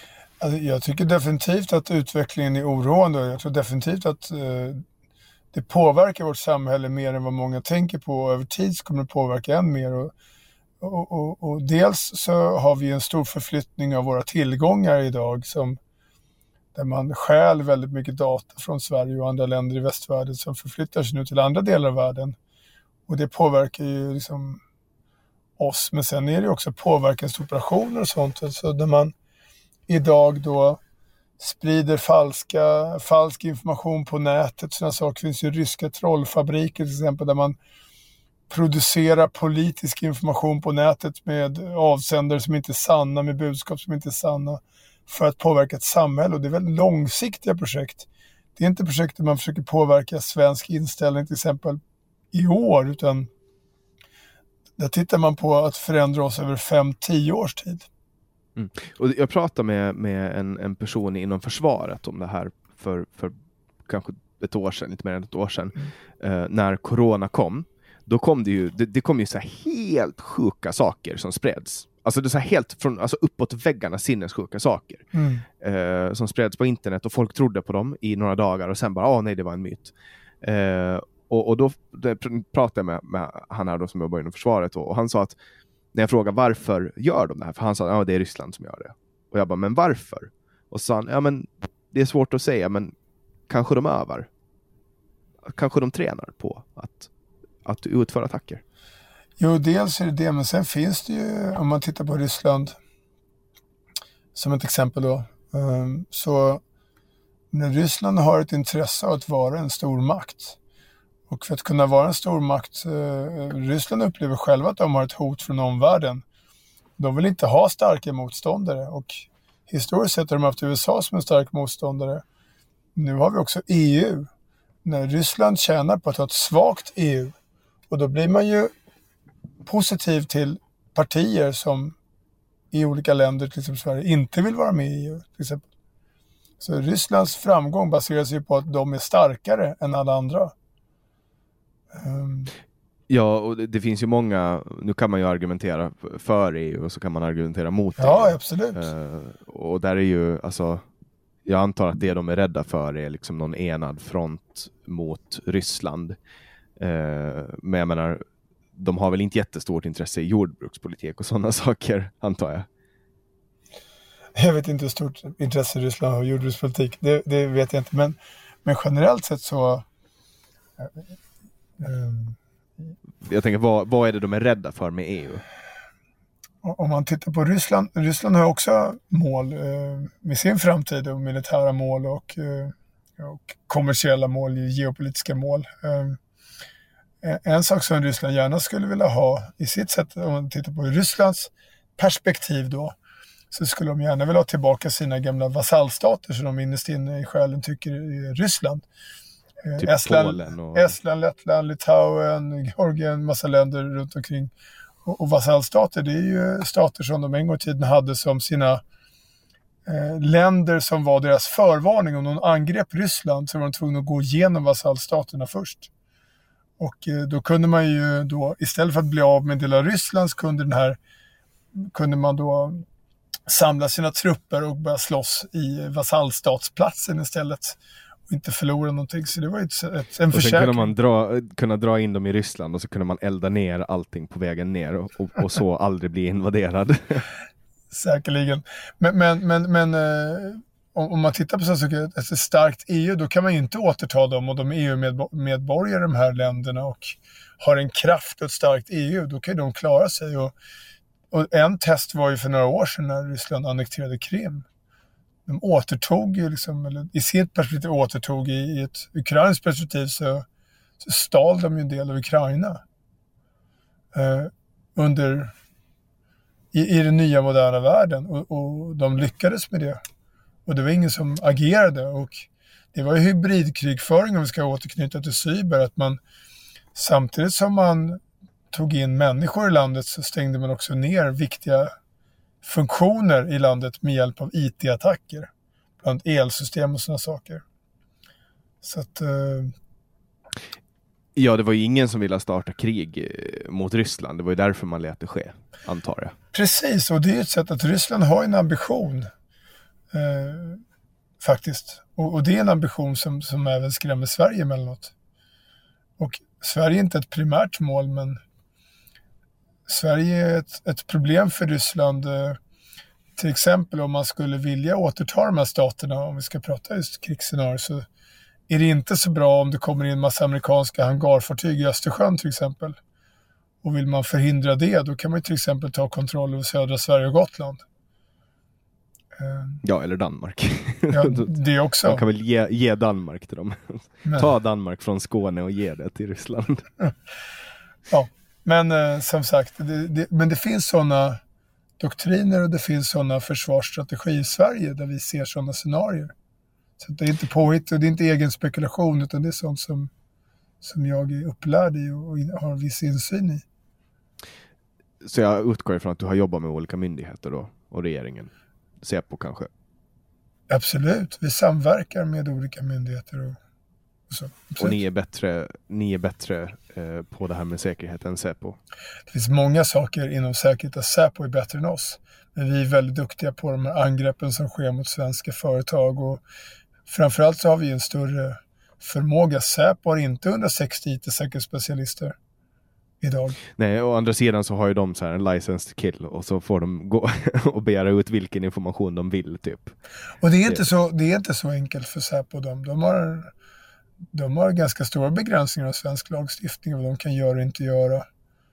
Alltså, jag tycker definitivt att utvecklingen är oroande. Jag tror definitivt att eh, det påverkar vårt samhälle mer än vad många tänker på. Över tid så kommer det påverka än mer. Och, och, och, och dels så har vi en stor förflyttning av våra tillgångar idag som, där man stjäl väldigt mycket data från Sverige och andra länder i västvärlden som förflyttar sig nu till andra delar av världen. Och det påverkar ju liksom oss. Men sen är det också påverkansoperationer och sånt. Så när man idag då sprider falska, falsk information på nätet. Sådana saker finns ju ryska trollfabriker till exempel där man producerar politisk information på nätet med avsändare som inte är sanna, med budskap som inte är sanna för att påverka ett samhälle. Och det är väldigt långsiktiga projekt. Det är inte projekt där man försöker påverka svensk inställning till exempel i år, utan där tittar man på att förändra oss över fem till tio års tid. Mm. Och jag pratade med, med en, en person inom försvaret om det här för, för kanske ett år sedan, lite mer än ett år sedan, mm. eh, när corona kom. Då kom det ju, det, det kom ju så här helt sjuka saker som spreds. Alltså det är så här helt från, alltså uppåt väggarna sinnessjuka saker mm. eh, som spreds på internet och folk trodde på dem i några dagar och sen bara, ah nej det var en myt. Eh, och, och då pratade jag med, med han här då som jobbar inom försvaret och, och han sa att när jag frågade varför gör de det här, för han sa ja det är Ryssland som gör det. Och jag bara, men varför? Och så sa han, ja men det är svårt att säga, men kanske de övar. Kanske de tränar på att, att utföra attacker. Jo, dels är det det, men sen finns det ju, om man tittar på Ryssland som ett exempel då, så när Ryssland har ett intresse av att vara en stor makt, och för att kunna vara en stor makt, Ryssland upplever själva att de har ett hot från omvärlden. De vill inte ha starka motståndare, och historiskt sett har de haft U S A som en stark motståndare. Nu har vi också E U. När Ryssland tjänar på att ha ett svagt E U, och då blir man ju positiv till partier som i olika länder, till exempel Sverige, inte vill vara med i E U till exempel. Så Rysslands framgång baserar sig på att de är starkare än alla andra. Um. Ja, och det, det finns ju många, nu kan man ju argumentera för E U och så kan man argumentera mot ja, E U. Ja, absolut. Uh, och där är ju, alltså, jag antar att det de är rädda för är liksom någon enad front mot Ryssland. Uh, men jag menar, de har väl inte jättestort intresse i jordbrukspolitik och sådana saker, antar jag. Jag vet inte hur stort intresse Ryssland har i jordbrukspolitik. Det, det vet jag inte. Men, men generellt sett så... Um, jag tänker, vad, vad är det de är rädda för med E U? Om man tittar på Ryssland. Ryssland har också mål eh, med sin framtid, och militära mål och, eh, och kommersiella mål, geopolitiska mål. Eh, En sak som Ryssland gärna skulle vilja ha i sitt sätt, om man tittar på Rysslands perspektiv då, så skulle de gärna vilja ha tillbaka sina gamla vasallstater som de innerst inne i själen tycker är Ryssland. Typ Estland, och... Estland, Lettland, Litauen, Georgien, massa länder runt omkring. Och, och vasallstater, det är ju stater som de en gång i tiden hade som sina eh, länder som var deras förvarning. Om någon angrepp Ryssland så var de tvungna att gå igenom vasallstaterna först. Och då kunde man ju då, istället för att bli av med en del av Rysslands, kunde, den här, kunde man då samla sina trupper och börja slåss i vasallstatsplatsen istället. Och inte förlora någonting. Så det var ju ett, ett, en och försäkring. Sen kunde man dra, kunna dra in dem i Ryssland och så kunde man elda ner allting på vägen ner och, och, och så aldrig bli invaderad. Säkerligen. Men, men, men, men eh, om man tittar på så saker, ett starkt E U, då kan man ju inte återta dem, och de är E U-medborgare i de här länderna och har en kraft och ett starkt E U, då kan de klara sig. Och, och en test var ju för några år sedan när Ryssland annekterade Krim. De återtog ju liksom, eller i sitt perspektiv återtog, i, i ett ukrainskt perspektiv så, så stal de ju en del av Ukraina eh, under i, i den nya moderna världen, och, och de lyckades med det. Och det var ingen som agerade, och det var ju hybridkrigföring, om vi ska återknyta till cyber, att man samtidigt som man tog in människor i landet så stängde man också ner viktiga funktioner i landet med hjälp av I T-attacker, bland elsystem och sådana saker. Så att... Eh... Ja, det var ju ingen som ville starta krig mot Ryssland. Det var ju därför man lät det ske, antar jag. Precis, och det är ett sätt att Ryssland har en ambition. Eh, faktiskt. Och, och det är en ambition som, som även skrämmer Sverige emellanåt. Och Sverige är inte ett primärt mål, men Sverige är ett, ett problem för Ryssland. Eh, till exempel om man skulle vilja återta de här staterna, om vi ska prata just krigsscenarier, så är det inte så bra om det kommer in en massa amerikanska hangarfartyg i Östersjön till exempel. Och vill man förhindra det, då kan man ju till exempel ta kontroll över södra Sverige och Gotland. Ja, eller Danmark. Ja, det också. Man kan väl ge, ge Danmark till dem. Men, Ta Danmark från Skåne och ge det till Ryssland. Ja, men eh, som sagt, det, det, men det finns sådana doktriner och det finns sådana försvarsstrategier i Sverige där vi ser sådana scenarier. Så det är inte påhitt och det är inte egen spekulation, utan det är sånt som, som jag är upplärd i och, och har viss insyn i. Så jag utgår ifrån att du har jobbat med olika myndigheter då, och regeringen. Säpo kanske? Absolut, vi samverkar med olika myndigheter och, och så. Absolut. Och ni är bättre, ni är bättre eh, på det här med säkerhet än Säpo? Det finns många saker inom säkerhet där Säpo är bättre än oss. Men vi är väldigt duktiga på de här angreppen som sker mot svenska företag, och framförallt så har vi en större förmåga. Säpo har inte hundrasextio I T-säkerhetsspecialister idag. Nej, å andra sidan så har ju de så här en license to kill, och så får de gå och begära ut vilken information de vill typ. Och det är inte så, det är inte så enkelt för Säpo. De, de, har, de har ganska stora begränsningar av svensk lagstiftning, vad de kan göra och inte göra.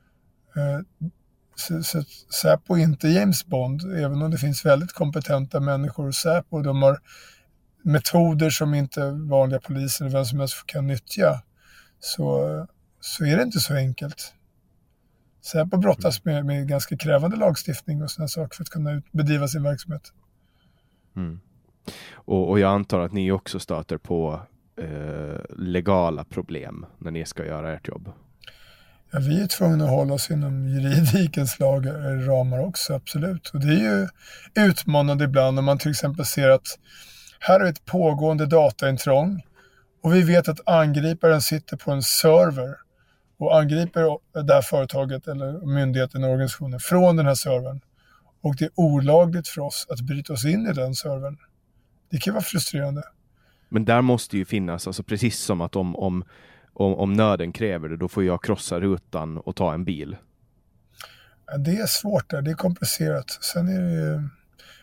Så, så Säpo är inte James Bond, även om det finns väldigt kompetenta människor hos Säpo. De har metoder som inte vanliga poliser eller vem som helst kan nyttja. Så, så är det inte så enkelt. Säpo brottas med, med ganska krävande lagstiftning och sådana saker för att kunna ut, bedriva sin verksamhet. Mm. Och, och jag antar att ni också stöter på eh, legala problem när ni ska göra ert jobb. Ja, vi är tvungna att hålla oss inom juridikens lagar, ramar också, absolut. Och det är ju utmanande ibland om man till exempel ser att här är ett pågående dataintrång och vi vet att angriparen sitter på en server och angriper det här företaget eller myndigheten och organisationen från den här servern. Och det är olagligt för oss att bryta oss in i den servern. Det kan vara frustrerande. Men där måste ju finnas, alltså precis som att om, om, om, om nöden kräver det, då får jag krossa rutan och ta en bil. Ja, det är svårt där, det är komplicerat. Sen är det ju,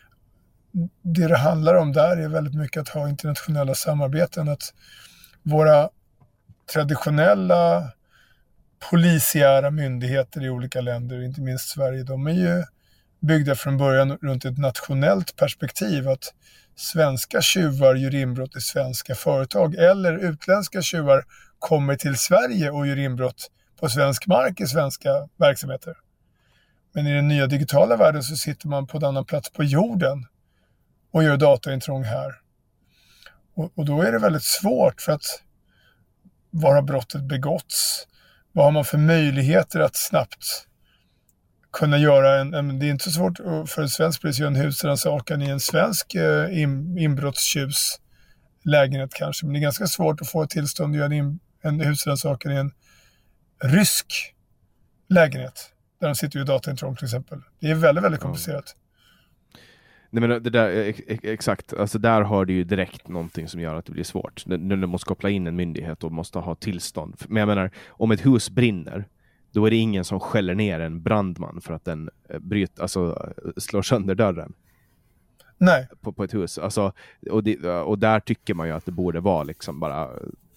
det det handlar om där är väldigt mycket att ha internationella samarbeten. Att våra traditionella polisiära myndigheter i olika länder, inte minst Sverige, de är ju byggda från början runt ett nationellt perspektiv. Att svenska tjuvar gör inbrott i svenska företag eller utländska tjuvar kommer till Sverige och gör inbrott på svensk mark i svenska verksamheter. Men i den nya digitala världen så sitter man på en annan plats på jorden och gör dataintrång här. Och, och då är det väldigt svårt, för att var har brottet begåtts? Vad har man för möjligheter att snabbt kunna göra en, en det är inte så svårt för en svensk polis att göra en husrannsakan i en svensk eh, in, inbrottstjuvs lägenhet kanske, men det är ganska svårt att få ett tillstånd att göra en, en husrannsakan i en rysk lägenhet där de sitter i dataintrång till exempel. Det är väldigt, väldigt komplicerat. Nej, men det där, exakt, alltså där har du ju direkt någonting som gör att det blir svårt. När du måste koppla in en myndighet och måste ha tillstånd. Men jag menar, om ett hus brinner, då är det ingen som skäller ner en brandman för att den bryter, alltså slår sönder dörren. Nej. På, på ett hus. Alltså, och, det, och där tycker man ju att det borde vara liksom bara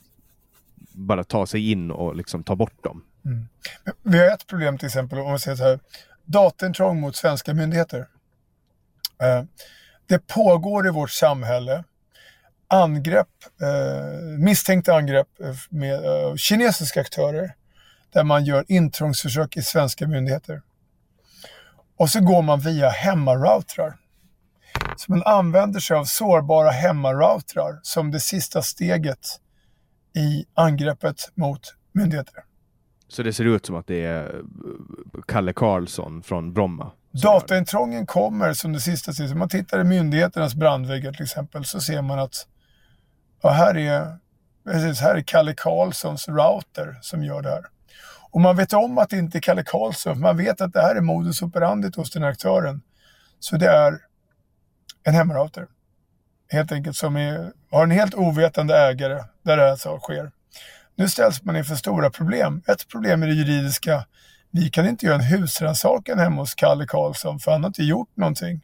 bara ta sig in och liksom ta bort dem. Mm. Vi har ett problem till exempel, om man säger så här, dataintrång mot svenska myndigheter. Eh, det pågår i vårt samhälle angrepp, eh, misstänkta angrepp med eh, kinesiska aktörer där man gör intrångsförsök i svenska myndigheter. Och så går man via hemmaroutrar. Så man använder sig av sårbara hemmaroutrar som det sista steget i angreppet mot myndigheter. Så det ser ut som att det är Kalle Karlsson från Bromma. Dataintrången kommer som det sista steget. Om man tittar i myndigheternas brandväggar till exempel, så ser man att ja, här, är, precis, här är Kalle Karlssons router som gör det här. Och man vet om att det inte är Kalle Karlsson. Man vet att det här är modus operandi hos den här aktören. Så det är en hemmarouter. helt enkelt som är, har en helt ovetande ägare där det här så sker. Nu ställs man inför stora problem. Ett problem är det juridiska. Vi kan inte göra en husrannsakan hemma hos Kalle Karlsson för han har inte gjort någonting.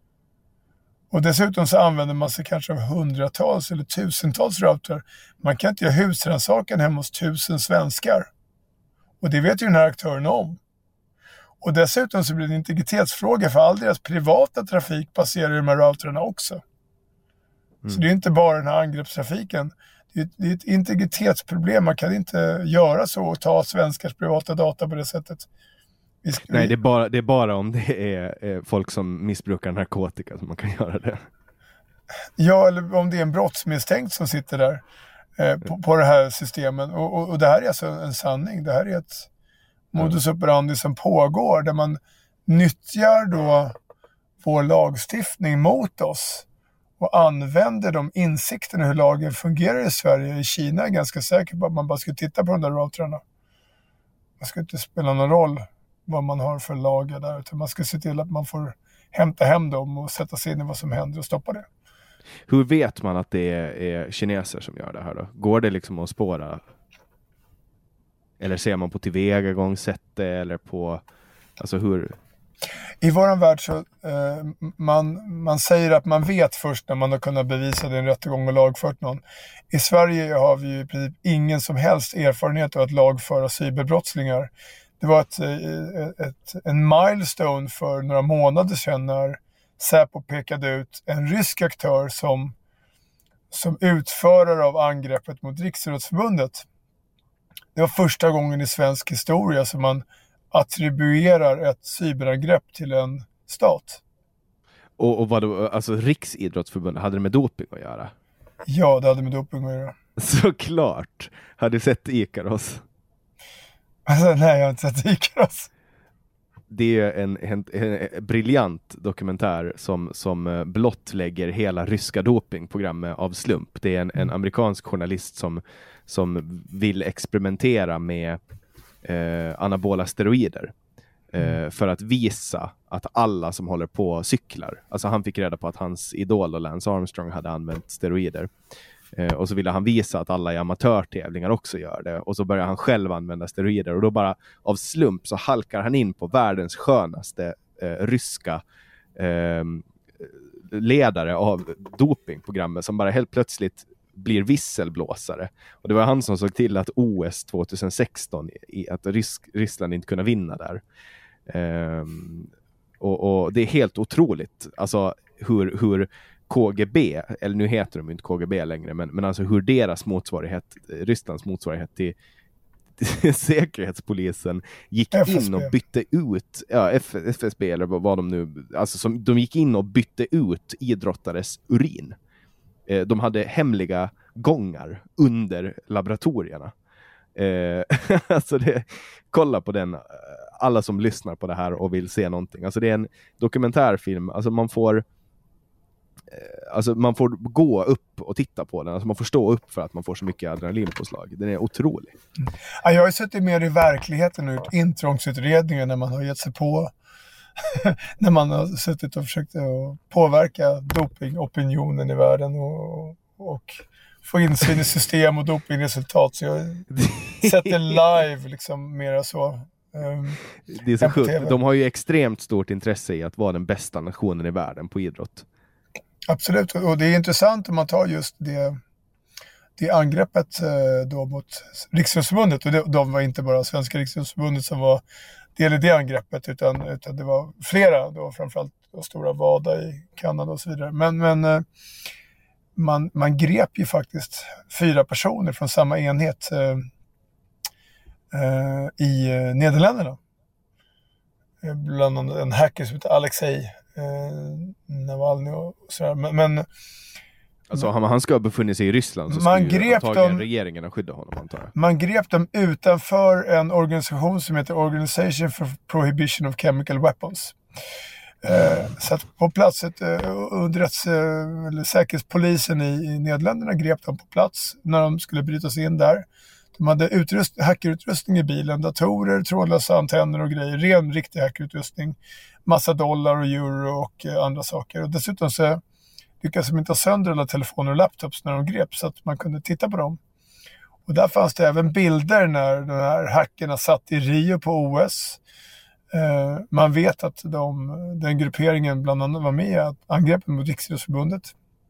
Och dessutom så använder man sig kanske av hundratals eller tusentals routrar. Man kan inte göra husrannsakan hemma hos tusen svenskar. Och det vet ju den här aktören om. Och dessutom så blir det en integritetsfråga för all deras privata trafik passerar de här routrarna också. Mm. Så det är inte bara den här angreppstrafiken. Det är, ett, det är ett integritetsproblem. Man kan inte göra så och ta svenskars privata data på det sättet. Vi ska, Nej, det är, bara, det är bara om det är, är folk som missbrukar narkotika som man kan göra det. Ja, eller om det är en brottsmisstänkt som sitter där eh, på, på det här systemen. Och, och, och det här är alltså en sanning. Det här är ett modus operandi som pågår där man nyttjar då vår lagstiftning mot oss och använder de insikterna hur lagen fungerar i Sverige. I Kina är jag ganska säker på att man bara ska titta på de där routrarna. Man ska inte spela någon roll vad man har för lagar där, utan man ska se till att man får hämta hem dem och sätta sig in i vad som händer och stoppa det. Hur vet man att det är, är kineser som gör det här då? Går det liksom att spåra? Eller ser man på tillvägagångssättet eller på, alltså hur? I våran värld så eh, man, man säger att man vet först när man har kunnat bevisa det i en rättegång och lagfört någon. I Sverige har vi ju i princip ingen som helst erfarenhet av att lagföra cyberbrottslingar. Det var ett, ett, en milestone för några månader sedan när Säpo pekade ut en rysk aktör som, som utförare av angreppet mot Riksidrottsförbundet. Det var första gången i svensk historia som man attribuerar ett cyberangrepp till en stat. Och, och vad då, alltså Riksidrottsförbundet, hade det med doping att göra? Ja, det hade med doping att göra. Såklart. Har du sett Ikaros? Alltså, nej, jag har inte sett Ikaros. Det är en, en, en, en briljant dokumentär som, som blottlägger hela ryska dopingprogrammet av slump. Det är en, en amerikansk journalist som, som vill experimentera med eh, anabola steroider. Eh, för att visa att alla som håller på cyklar. Alltså han fick reda på att hans idol och Lance Armstrong hade använt steroider. Eh, och så ville han visa att alla i amatörtävlingar också gör det. Och så börjar han själv använda steroider. Och då bara av slump så halkar han in på världens skönaste eh, ryska eh, ledare av dopingprogrammet som bara helt plötsligt blir visselblåsare. Och det var han som såg till att O S tjugohundrasexton i, att Rysk, Ryssland inte kunde vinna där. Eh, och, och det är helt otroligt. Alltså hur... hur K G B, eller nu heter de inte K G B längre, men, men alltså hur deras motsvarighet, Rysslands motsvarighet till, till säkerhetspolisen gick F S B. in och bytte ut, ja, F, F S B eller vad de nu, alltså som, de gick in och bytte ut idrottares urin. Eh, de hade hemliga gångar under laboratorierna. Eh, alltså det, kolla på den, alla som lyssnar på det här och vill se någonting. Alltså det är en dokumentärfilm, alltså man får Alltså man får gå upp och titta på den. Alltså man får stå upp för att man får så mycket adrenalinpåslag. Den är otrolig. Ja, jag har ju suttit mer i verkligheten och gjort intrångsutredningar när man har gett sig på när man har suttit och försökt att påverka dopingopinionen i världen och, och få insyn i system och dopingresultat. Så jag sätter live liksom mera så. Um, det är så sjukt. De har ju extremt stort intresse i att vara den bästa nationen i världen på idrott. Absolut, och det är intressant om man tar just det, det angreppet då mot Riksidrottsförbundet, och det, de var inte bara Svenska Riksidrottsförbundet som var del i det angreppet, utan, utan det var flera, då, framförallt då Stora Vada i Kanada och så vidare. Men, men man, man grep ju faktiskt fyra personer från samma enhet eh, eh, i Nederländerna. Bland annat en hacker som heter Alexej Eh, Navalny och sådär. Men, men alltså han, han ska ha befunnit sig i Ryssland så man skulle grep dem, regeringen ha skyddat honom, antar jag. Man grep dem utanför en organisation som heter Organization for Prohibition of Chemical Weapons. Eh, så att på plats ett, underrätts, eller säkerhetspolisen i, i Nederländerna grep dem på plats när de skulle bryta sig in där. De hade utrust, hackerutrustning i bilen, datorer, trådlösa antenner och grejer, ren riktig hackerutrustning, massa dollar och euro och eh, andra saker. Och dessutom så lyckades de inte ha sönder alla telefoner och laptops när de greps så att man kunde titta på dem. Och där fanns det även bilder när de här hackerna satt i Rio på O S. Eh, man vet att de, den grupperingen bland annat var med i angreppen mot Riksidrottsförbundet.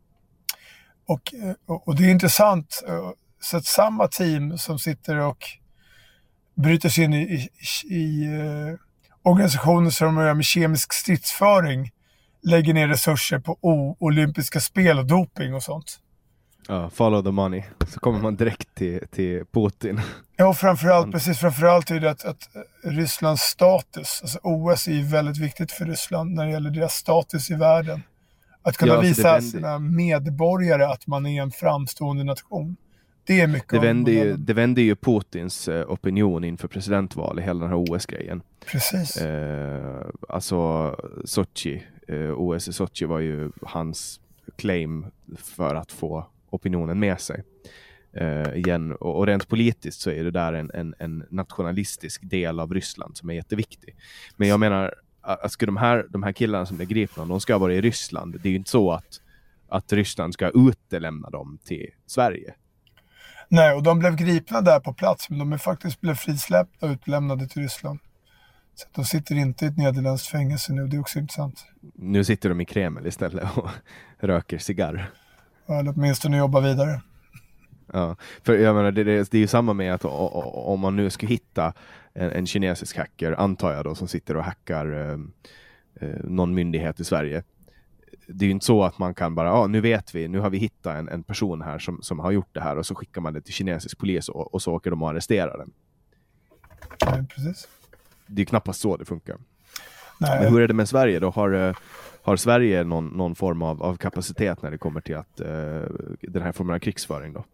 Och, och, och det är intressant så att samma team som sitter och bryter sig in i, i, i eh, organisationer som gör med kemisk stridsföring lägger ner resurser på o- olympiska spel och doping och sånt. Ja, follow the money. Så kommer man direkt till, till Putin. Ja, och framförallt, mm. precis, framförallt är det att, att Rysslands status, alltså O S är ju väldigt viktigt för Ryssland när det gäller deras status i världen. Att kunna ja, visa vänder... sina medborgare att man är en framstående nation. Det är mycket. Det vänder ju, det vänder ju Putins eh, opinion inför presidentval i hela den här O S-grejen. Precis. Eh, alltså Sochi, eh, O S i Sochi var ju hans claim för att få opinionen med sig. Uh, igen. Och, och rent politiskt så är det där en, en, en nationalistisk del av Ryssland som är jätteviktig. Men jag menar att ska de här, de här killarna som är gripna, de ska vara i Ryssland. Det är ju inte så att, att Ryssland ska utelämna dem till Sverige. Nej, och de blev gripna där på plats, men de är faktiskt blev frisläppta och utlämnade till Ryssland. Så de sitter inte i ett nederländskt fängelse nu, det är också intressant. Nu sitter de i Kreml istället och röker cigarr. Eller åtminstone jobba vidare. Ja, för jag menar, det, det, det är ju samma med att o, o, om man nu ska hitta en, en kinesisk hacker, antar jag då, som sitter och hackar eh, eh, någon myndighet i Sverige. Det är ju inte så att man kan bara, ja ah, nu vet vi, nu har vi hittat en, en person här som, som har gjort det här och så skickar man det till kinesisk polis och, och så åker de och arresterar den. Ja, precis. Det är knappast så det funkar. Nej. Men hur är det med Sverige då? Har, har Sverige någon, någon form av, av kapacitet när det kommer till att uh, den här formen av krigsföring då?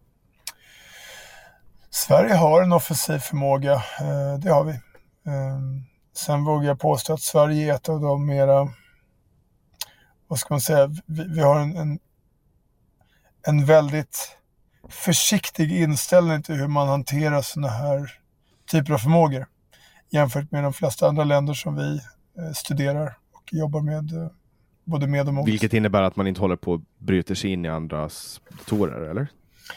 Sverige har en offensiv förmåga, uh, det har vi. Uh, sen vågar jag påstå att Sverige är ett av de mera, vad ska man säga, vi, vi har en, en, en väldigt försiktig inställning till hur man hanterar såna här typer av förmågor jämfört med de flesta andra länder som vi eh, studerar och jobbar med, eh, både med och mot. Vilket innebär att man inte håller på att bryta sig in i andras datorer, eller?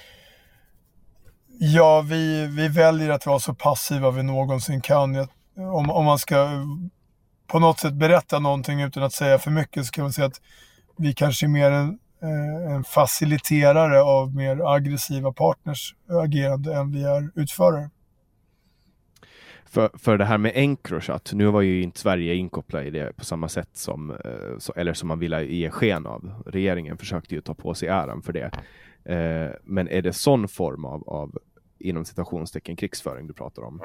Ja, vi, vi väljer att vara så passiva vi någonsin kan. Jag, om, om man ska på något sätt berätta någonting utan att säga för mycket, så kan man säga att vi kanske är mer en, eh, en faciliterare av mer aggressiva partners agerande än vi är utförare. För, för det här med Encrochat, nu var ju inte Sverige inkopplad i det på samma sätt som, eh, så, eller som man ville ge sken av. Regeringen försökte ju ta på sig äran för det. Eh, men är det sån form av, av inom citationstecken krigsföring du pratar om?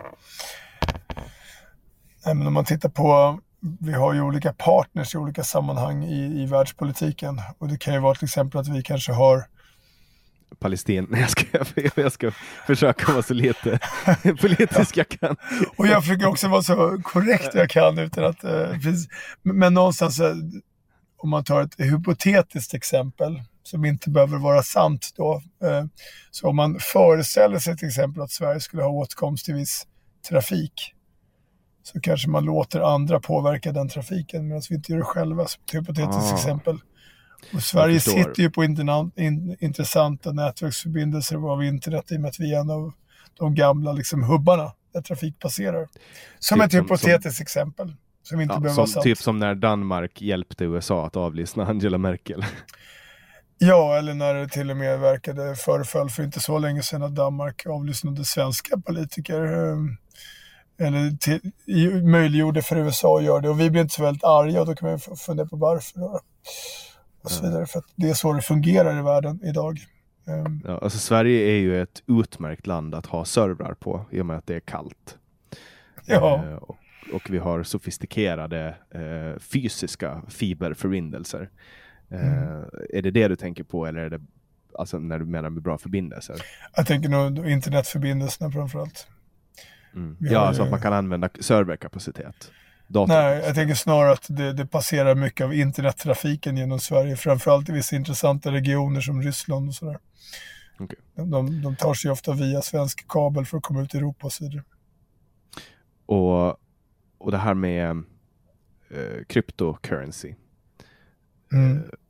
Nej, men om man tittar på, vi har ju olika partners i olika sammanhang i, i världspolitiken. Och det kan ju vara till exempel att vi kanske har Palestin. Jag ska, jag ska försöka vara så lite politisk jag kan. Och jag försöker också vara så korrekt jag kan utan att eh, men någonstans eh, om man tar ett hypotetiskt exempel som inte behöver vara sant då. Eh, så om man föreställer sig till exempel att Sverige skulle ha åtkomst till viss trafik, så kanske man låter andra påverka den trafiken medan vi inte gör det själva, som ett hypotetiskt ah. exempel. Och Sverige sitter ju på interna- in, intressanta nätverksförbindelser av internet i och med att vi är en av de gamla liksom, hubbarna där trafik passerar. Som typ ett hypotetiskt som, exempel. Som inte ja, behöver vara sant. Typ som när Danmark hjälpte U S A att avlyssna Angela Merkel. Ja, eller när det till och med verkade föreföll för inte så länge sedan att Danmark avlyssnade svenska politiker. Eller till, möjliggjorde för U S A att göra det. Och vi blir inte så väldigt arga och då kan man fundera på varför då. Och så vidare, för att det är så det fungerar i världen idag. Um, ja, alltså Sverige är ju ett utmärkt land att ha servrar på i och med att det är kallt. Ja. Eh, och, och vi har sofistikerade eh, fysiska fiberförbindelser. Eh, mm. Är det det du tänker på eller är det alltså när du menar med bra förbindelser? Jag tänker nog internetförbindelserna framförallt. Mm. Ja, så alltså att man kan använda serverkapacitet. Dator. Nej, jag tänker snarare att det, det passerar mycket av internettrafiken genom Sverige. Framförallt i vissa intressanta regioner som Ryssland och sådär. Okay. De, de, de tar sig ofta via svensk kabel för att komma ut i Europa och så vidare. Och, och det här med uh, cryptocurrency. Mm. Uh,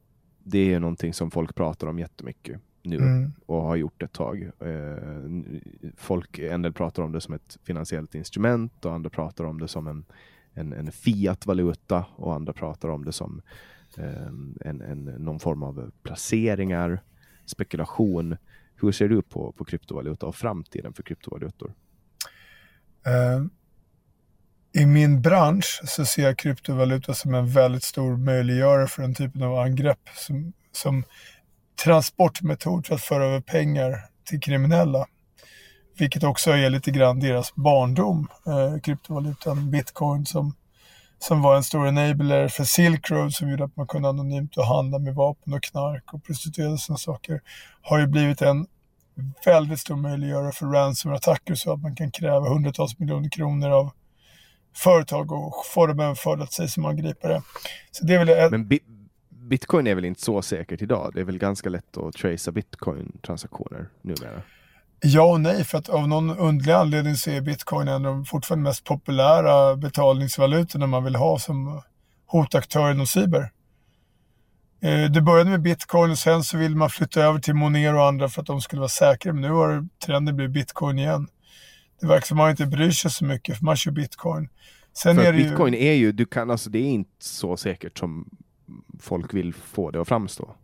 det är någonting som folk pratar om jättemycket nu mm. och har gjort ett tag. Eh, folk, en del pratar om det som ett finansiellt instrument och andra pratar om det som en, en, en fiat-valuta och andra pratar om det som eh, en, en, någon form av placeringar, spekulation. Hur ser du på, på kryptovaluta och framtiden för kryptovalutor? Uh, I min bransch så ser jag kryptovaluta som en väldigt stor möjliggörare för den typen av angrepp som, som transportmetod för att föra över pengar till kriminella. Vilket också är lite grann deras barndom. Uh, kryptovalutan, bitcoin som, som var en stor enabler för Silk Road som gjorde att man kunde anonymt och handla med vapen och knark och prostituerade och sådana saker. Har ju blivit en väldigt stor möjliggörare för ransomware-attacker så att man kan kräva hundratals miljoner kronor av företag och få dem överförda sig som angripare. Så det är väl ett... Men bi- bitcoin är väl inte så säkert idag? Det är väl ganska lätt att tracea bitcoin-transaktioner numera? Ja och nej, för att av någon underlig anledning så är bitcoin en av de fortfarande mest populära betalningsvalutorna man vill ha som hotaktör inom cyber. Det började med bitcoin och sen så vill man flytta över till Monero och andra för att de skulle vara säkra. Men nu har trenden blivit bitcoin igen. Det verkar som man inte bryr sig så mycket för man kör bitcoin. Sen för är det bitcoin ju... är ju, du kan, alltså det är inte så säkert som folk vill få det att framstå.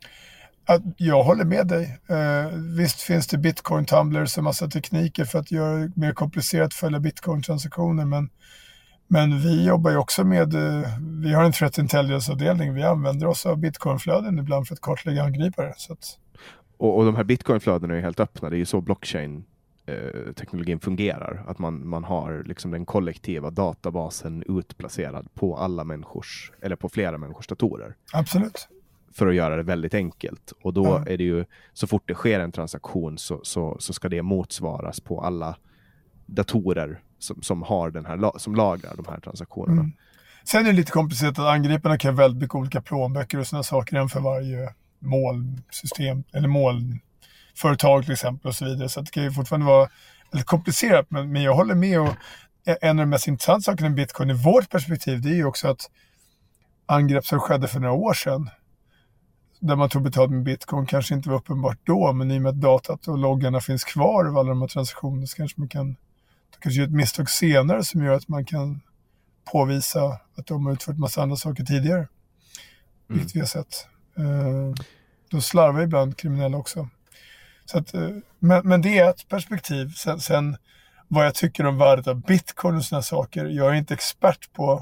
Att jag håller med dig. Uh, visst finns det bitcoin-tumblers och massa tekniker för att göra det mer komplicerat att följa bitcoin-transaktioner. Men, men vi jobbar ju också med, uh, vi har en threat intelligence-avdelning. Vi använder oss av bitcoin-flöden ibland för att kartlägga angripare. Så att... och, och de här bitcoin-flödena är ju helt öppna. Det är ju så blockchain teknologin fungerar. Att man, man har liksom den kollektiva databasen utplacerad på alla människors, eller på flera människors datorer. Absolut. För att göra det väldigt enkelt. Och då ja. är det ju, så fort det sker en transaktion så, så, så ska det motsvaras på alla datorer som, som har den här, som lagrar de här transaktionerna. Mm. Sen är det lite komplicerat att angriparna kan ha väldigt mycket olika plånböcker och sådana saker än för varje målsystem, eller mål företag till exempel och så vidare. Så det kan ju fortfarande vara lite komplicerat. Men, men jag håller med. Och en av de mest intressanta sakerna med bitcoin i vårt perspektiv det är ju också att angrepp som skedde för några år sedan där man tog betalt med bitcoin kanske inte var uppenbart då. Men i och med att datat och loggarna finns kvar av alla de här transaktionerna så kanske man kan kanske göra ett misstag senare som gör att man kan påvisa att de har utfört massa andra saker tidigare. Mm. Vilket vi har sett. Uh, de slarvar ibland kriminella också. Så att, men, men det är ett perspektiv. Sen, sen vad jag tycker om värdet av bitcoin och såna saker. Jag är inte expert på,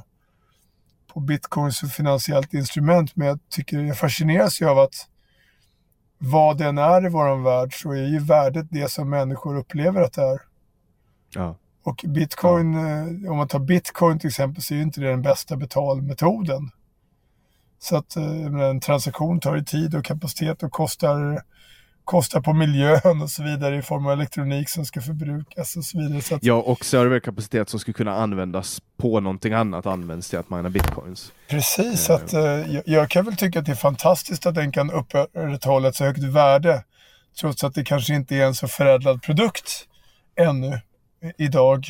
på bitcoin som finansiellt instrument. Men jag tycker jag fascineras ju av att vad den är i våran värld så är ju värdet det som människor upplever att det är. Ja. Och bitcoin, ja. Om man tar bitcoin till exempel så är ju inte det den bästa betalmetoden. Så att en transaktion tar i tid och kapacitet och kostar... kostar på miljön och så vidare i form av elektronik som ska förbrukas och så vidare. Så att... Ja, och serverkapacitet som skulle kunna användas på någonting annat används till att mina bitcoins. Precis, uh, att, uh, jag, jag kan väl tycka att det är fantastiskt att den kan upprätthålla ett så högt värde trots att det kanske inte är en så förädlad produkt ännu idag.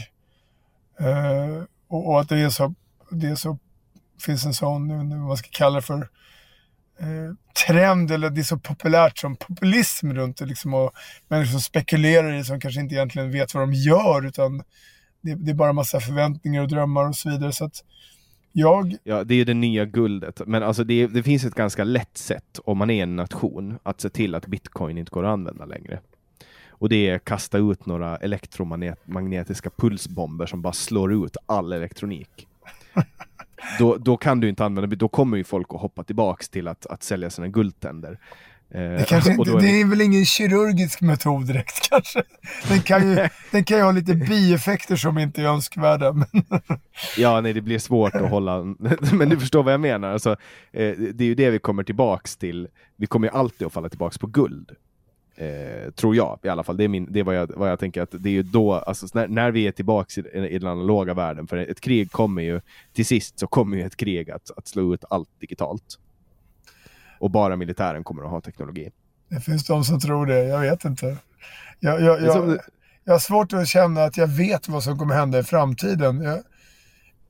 Uh, och, och att det är så, det är så finns en sån, vad man ska kalla det för Eh, trend eller det är så populärt som populism runt det liksom, och människor som spekulerar i som kanske inte egentligen vet vad de gör utan det, det är bara massa förväntningar och drömmar och så vidare så att jag... Ja, det är ju det nya guldet men alltså det, det finns ett ganska lätt sätt om man är en nation att se till att bitcoin inte går att använda längre och det är att kasta ut några elektromagnetiska pulsbomber som bara slår ut all elektronik. Då, då kan du inte använda, då kommer ju folk att hoppa tillbaks till att, att sälja sina guldtänder. Det, kanske inte, är det... det är väl ingen kirurgisk metod direkt kanske. Den kan ju, den kan ju ha lite bieffekter som inte är önskvärda. Men... Ja, nej, det blir svårt att hålla. Men du förstår vad jag menar. Alltså, det är ju det vi kommer tillbaks till. Vi kommer ju alltid att falla tillbaks på guld. Eh, tror jag i alla fall. Det är, min, det är vad, jag, vad jag tänker att det är ju då, alltså när, när vi är tillbaka i, i den analoga världen, för ett krig kommer ju till sist så kommer ju ett krig att, att slå ut allt digitalt och bara militären kommer att ha teknologi. Det finns de som tror det, jag vet inte. Jag, jag, jag, jag har svårt att känna att jag vet vad som kommer hända i framtiden. Jag,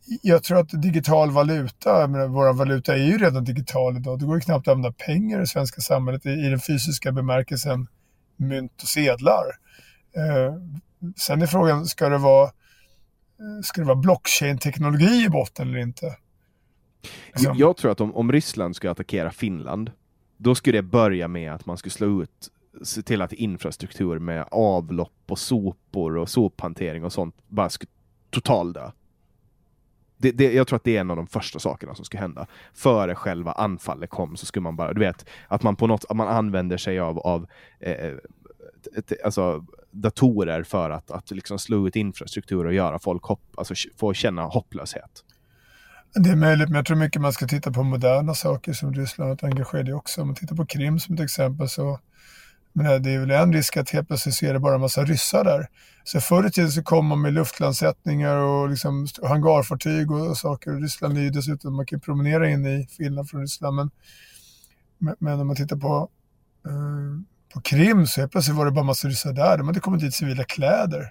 jag tror att digital valuta, jag menar, våra valuta är ju redan digital idag. Det går ju knappt att använda pengar i det svenska samhället i, i den fysiska bemärkelsen mynt och sedlar. Eh, sen är frågan, ska det vara, ska det vara blockchain-teknologi i botten eller inte? Alltså, jag, jag tror att om, om Ryssland ska attackera Finland, då skulle det börja med att man skulle slå ut, se till att infrastruktur med avlopp och sopor och sophantering och sånt bara skulle totaldö. Det, det, jag tror att det är en av de första sakerna som ska hända. Före själva anfallet kom så skulle man bara, du vet, att man på något, att man använder sig av, av eh, ett, alltså datorer för att, att liksom slå ut infrastruktur och göra folk hopp, alltså få känna hopplöshet. Det är möjligt, men jag tror mycket man ska titta på moderna saker som Ryssland har engagerat i också. Om man tittar på Krim som ett exempel, så men det är väl en risk att helt plötsligt ser det bara en massa ryssar där. Så förr i tiden så kom man med luftlandsättningar och liksom hangarfartyg och, och saker. Och Ryssland är ju dessutom, man kan promenera in i Finland från Ryssland. Men, men, men om man tittar på, uh, på Krim så helt plötsligt var det bara en massa ryssar där. De hade kommit dit civila kläder.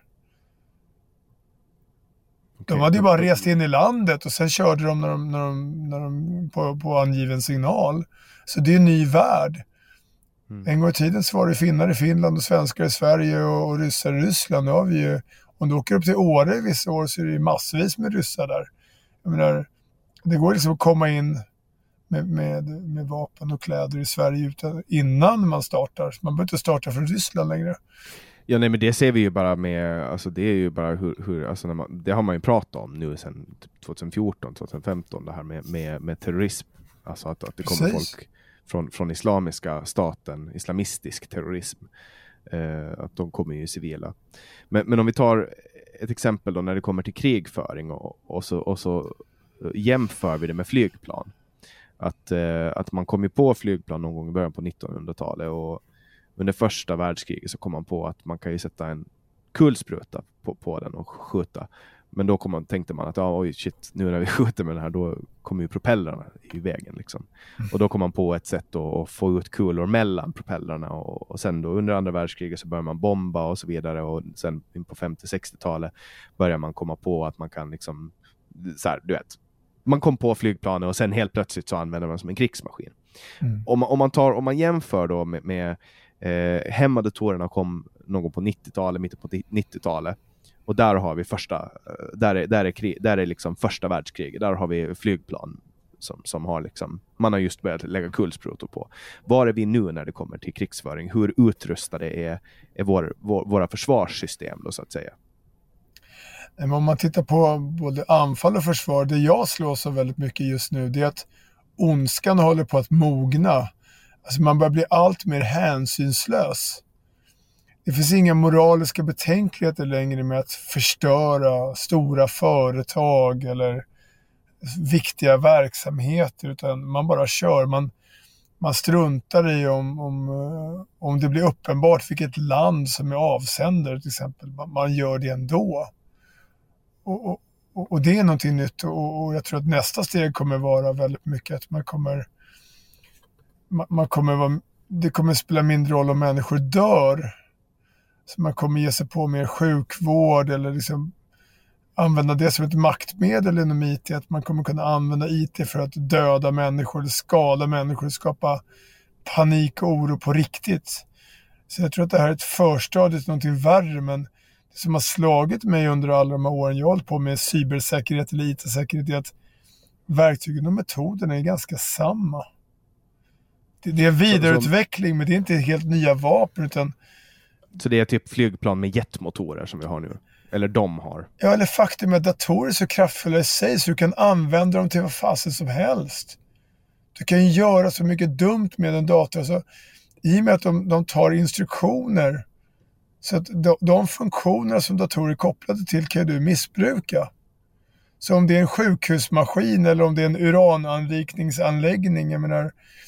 De hade ju bara rest in i landet och sen körde de, när de, när de, när de på, på angiven signal. Så det är en ny värld. Mm. En gång i tiden så var det finnar i Finland och svenskar i Sverige och, och ryssar i Ryssland. Nu har vi ju, om du åker upp till Åre i vissa år så är det massvis med ryssar där. Jag menar, det går liksom att komma in med, med, med vapen och kläder i Sverige utan, innan man startar. Man behöver inte starta från Ryssland längre. Ja, nej, men det ser vi ju bara med, alltså det är ju bara hur, hur alltså när man, det har man ju pratat om nu sedan tjugohundrafjorton tjugohundrafemton, det här med, med, med terrorism. Alltså att, att det kommer Precis. folk från, från islamiska staten, islamistisk terrorism. Eh, att de kommer ju civila. Men, men om vi tar ett exempel då när det kommer till krigföring och, och, så, och så jämför vi det med flygplan. Att, eh, att man kom ju på flygplan någon gång i början på nittonhundratalet och under första världskriget så kom man på att man kan ju sätta en kulspruta på, på den och skjuta. Men då kom man, tänkte man att ja, oj, shit, nu när vi skjuter med den här då kommer ju propellrarna i vägen. Liksom. Mm. Och då kom man på ett sätt att, att få ut kulor mellan propellrarna. Och, och sen då under andra världskriget så börjar man bomba och så vidare. Och sen på femtio-sextiotalet börjar man komma på att man kan liksom, så här, du vet, man kom på flygplanet och sen helt plötsligt så använder man som en krigsmaskin. Mm. Om, om, man tar, om man jämför då med, med Eh, hemmadatorerna kom någon på nittiotalet, mitten på nittiotalet. Och där har vi första, där är, där är, krig, där är liksom första världskriget. Där har vi flygplan som, som har liksom, man har just börjat lägga kulsprutor på. Var är vi nu när det kommer till krigsföring? Hur utrustade är, är vår, vår, våra försvarssystem då, så att säga? Om man tittar på både anfall och försvar, det jag slår så väldigt mycket just nu, det är att ondskan håller på att mogna. Alltså man börjar bli allt mer hänsynslös. Det finns inga moraliska betänkligheter längre med att förstöra stora företag eller viktiga verksamheter, utan man bara kör. Man, man struntar i om, om, om det blir uppenbart vilket land som är avsändare till exempel. Man, man gör det ändå. Och, och, och det är någonting nytt och, och jag tror att nästa steg kommer vara väldigt mycket att man kommer Man kommer vara, det kommer spela mindre roll om människor dör. Så man kommer ge sig på mer sjukvård eller liksom använda det som ett maktmedel inom I T. Att man kommer kunna använda I T för att döda människor eller skada människor, skapa panik och oro på riktigt. Så jag tror att det här är ett förstadie till någonting värre, men det som har slagit mig under alla de här åren jag har hållit på med cybersäkerhet eller I T-säkerhet är att verktygen och metoderna är ganska samma. Det är vidareutveckling, men det är inte helt nya vapen utan... Så det är typ flygplan med jetmotorer som vi har nu? Eller de har? Ja, eller faktum är att datorer är så kraftfulla i sig så du kan använda dem till vad fasen som helst. Du kan ju göra så mycket dumt med en dator. Alltså, i och med att de, de tar instruktioner så att de, de funktioner som datorer är kopplade till kan du missbruka. Så om det är en sjukhusmaskin eller om det är en urananrikningsanläggning, jag menar...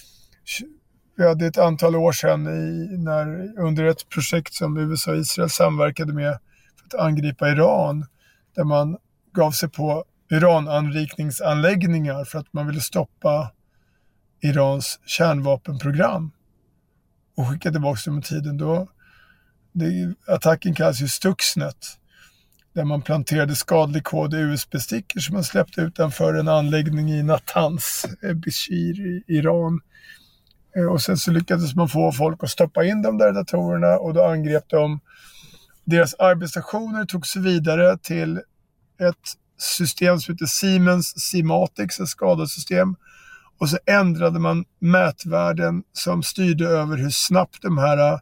Vi hade ett antal år sedan i, när, under ett projekt som U S A och Israel samverkade med för att angripa Iran, där man gav sig på urananrikningsanläggningar för att man ville stoppa Irans kärnvapenprogram och skicka tillbaka dem i tiden. Då, det, attacken kallas ju Stuxnet. där man planterade skadlig kod i U S B-stickor som man släppte utanför en anläggning i Natanz, Bishir i Iran. Och sen så lyckades man få folk att stoppa in de där datorerna och då angrep de. Deras arbetsstationer tog sig vidare till ett system som heter Siemens Simatics, ett skadadsystem. Och så ändrade man mätvärden som styrde över hur snabbt de här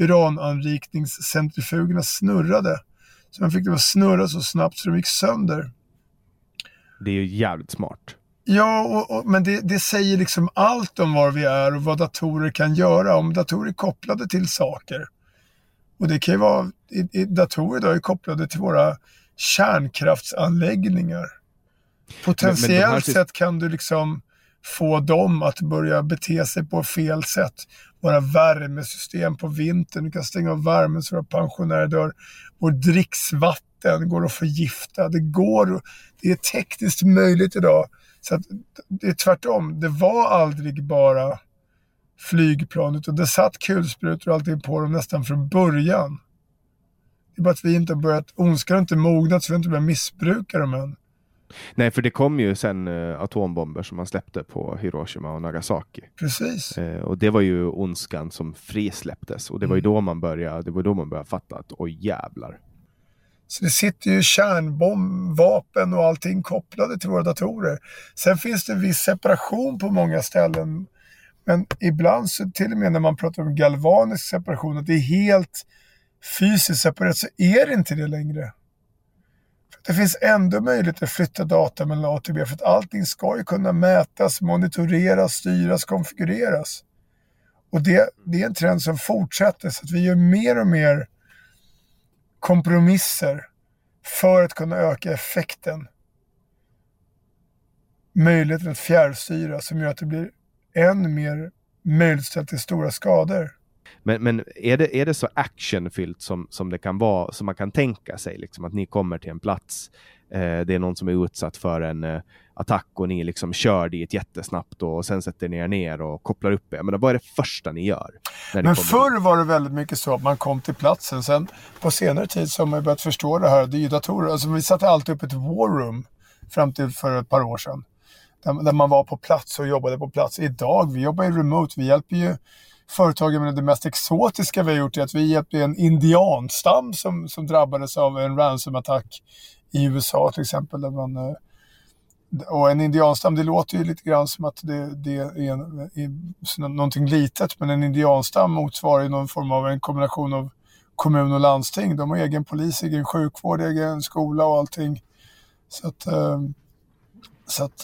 urananrikningscentrifugerna snurrade. Så man fick dem att snurra så snabbt så de gick sönder. Det är ju jävligt smart. Ja, och, och, men det, det säger liksom allt om var vi är och vad datorer kan göra. Om datorer är kopplade till saker. Och det kan ju vara, i, i, datorer idag är kopplade till våra kärnkraftsanläggningar. Potentiellt men, men här... sett kan du liksom få dem att börja bete sig på fel sätt. Våra värmesystem på vintern, du kan stänga av värmen så våra pensionärer dör. Vår dricksvatten går att förgifta. Det går, det är tekniskt möjligt idag. Så att det är tvärtom. Det var aldrig bara flygplanet och det satt kulsprutor och allting på dem nästan från början. Det är bara att vi inte har börjat, onskar inte mognat så vi inte börjat missbruka dem än. Nej, för det kom ju sen uh, atombomber som man släppte på Hiroshima och Nagasaki. Precis. Uh, och det var ju ondskan som frisläpptes. Och det var ju då man började, det var då man började fatta att oj jävlar. Så det sitter ju kärnbombvapen och allting kopplade till våra datorer. Sen finns det en viss separation på många ställen. Men ibland så till och med när man pratar om galvanisk separation att det är helt fysiskt separerat så är det inte det längre. För det finns ändå möjlighet att flytta data mellan A till B för att allting ska ju kunna mätas, monitoreras, styras, konfigureras. Och det, det är en trend som fortsätter så att vi gör mer och mer kompromisser för att kunna öka effekten. Möjligheten att fjärrstyra som gör att det blir än mer möjligt till stora skador. Men, men är, det, är det så actionfyllt som, som det kan vara, som man kan tänka sig liksom att ni kommer till en plats, eh, det är någon som är utsatt för en eh, attack och ni liksom kör dit jättesnabbt och sen sätter ni er ner och kopplar upp er. Men vad är det första ni gör? När men ni förr dit? var det väldigt mycket så att man kom till platsen. Sen på senare tid så har man börjat förstå det här. Det är ju datorer. Alltså vi satte alltid upp ett war room fram till för ett par år sedan. Där, där man var på plats och jobbade på plats. Idag, vi jobbar ju remote. Vi hjälper ju företagen med det mest exotiska vi har gjort är att vi hjälpte en indianstam som, som drabbades av en ransomattack i U S A till exempel. Där man, och en indianstam, det låter ju lite grann som att det, det är, en, är någonting litet, men en indianstam motsvarar ju någon form av en kombination av kommun och landsting. De har egen polis, egen sjukvård, egen skola och allting. Så att, så att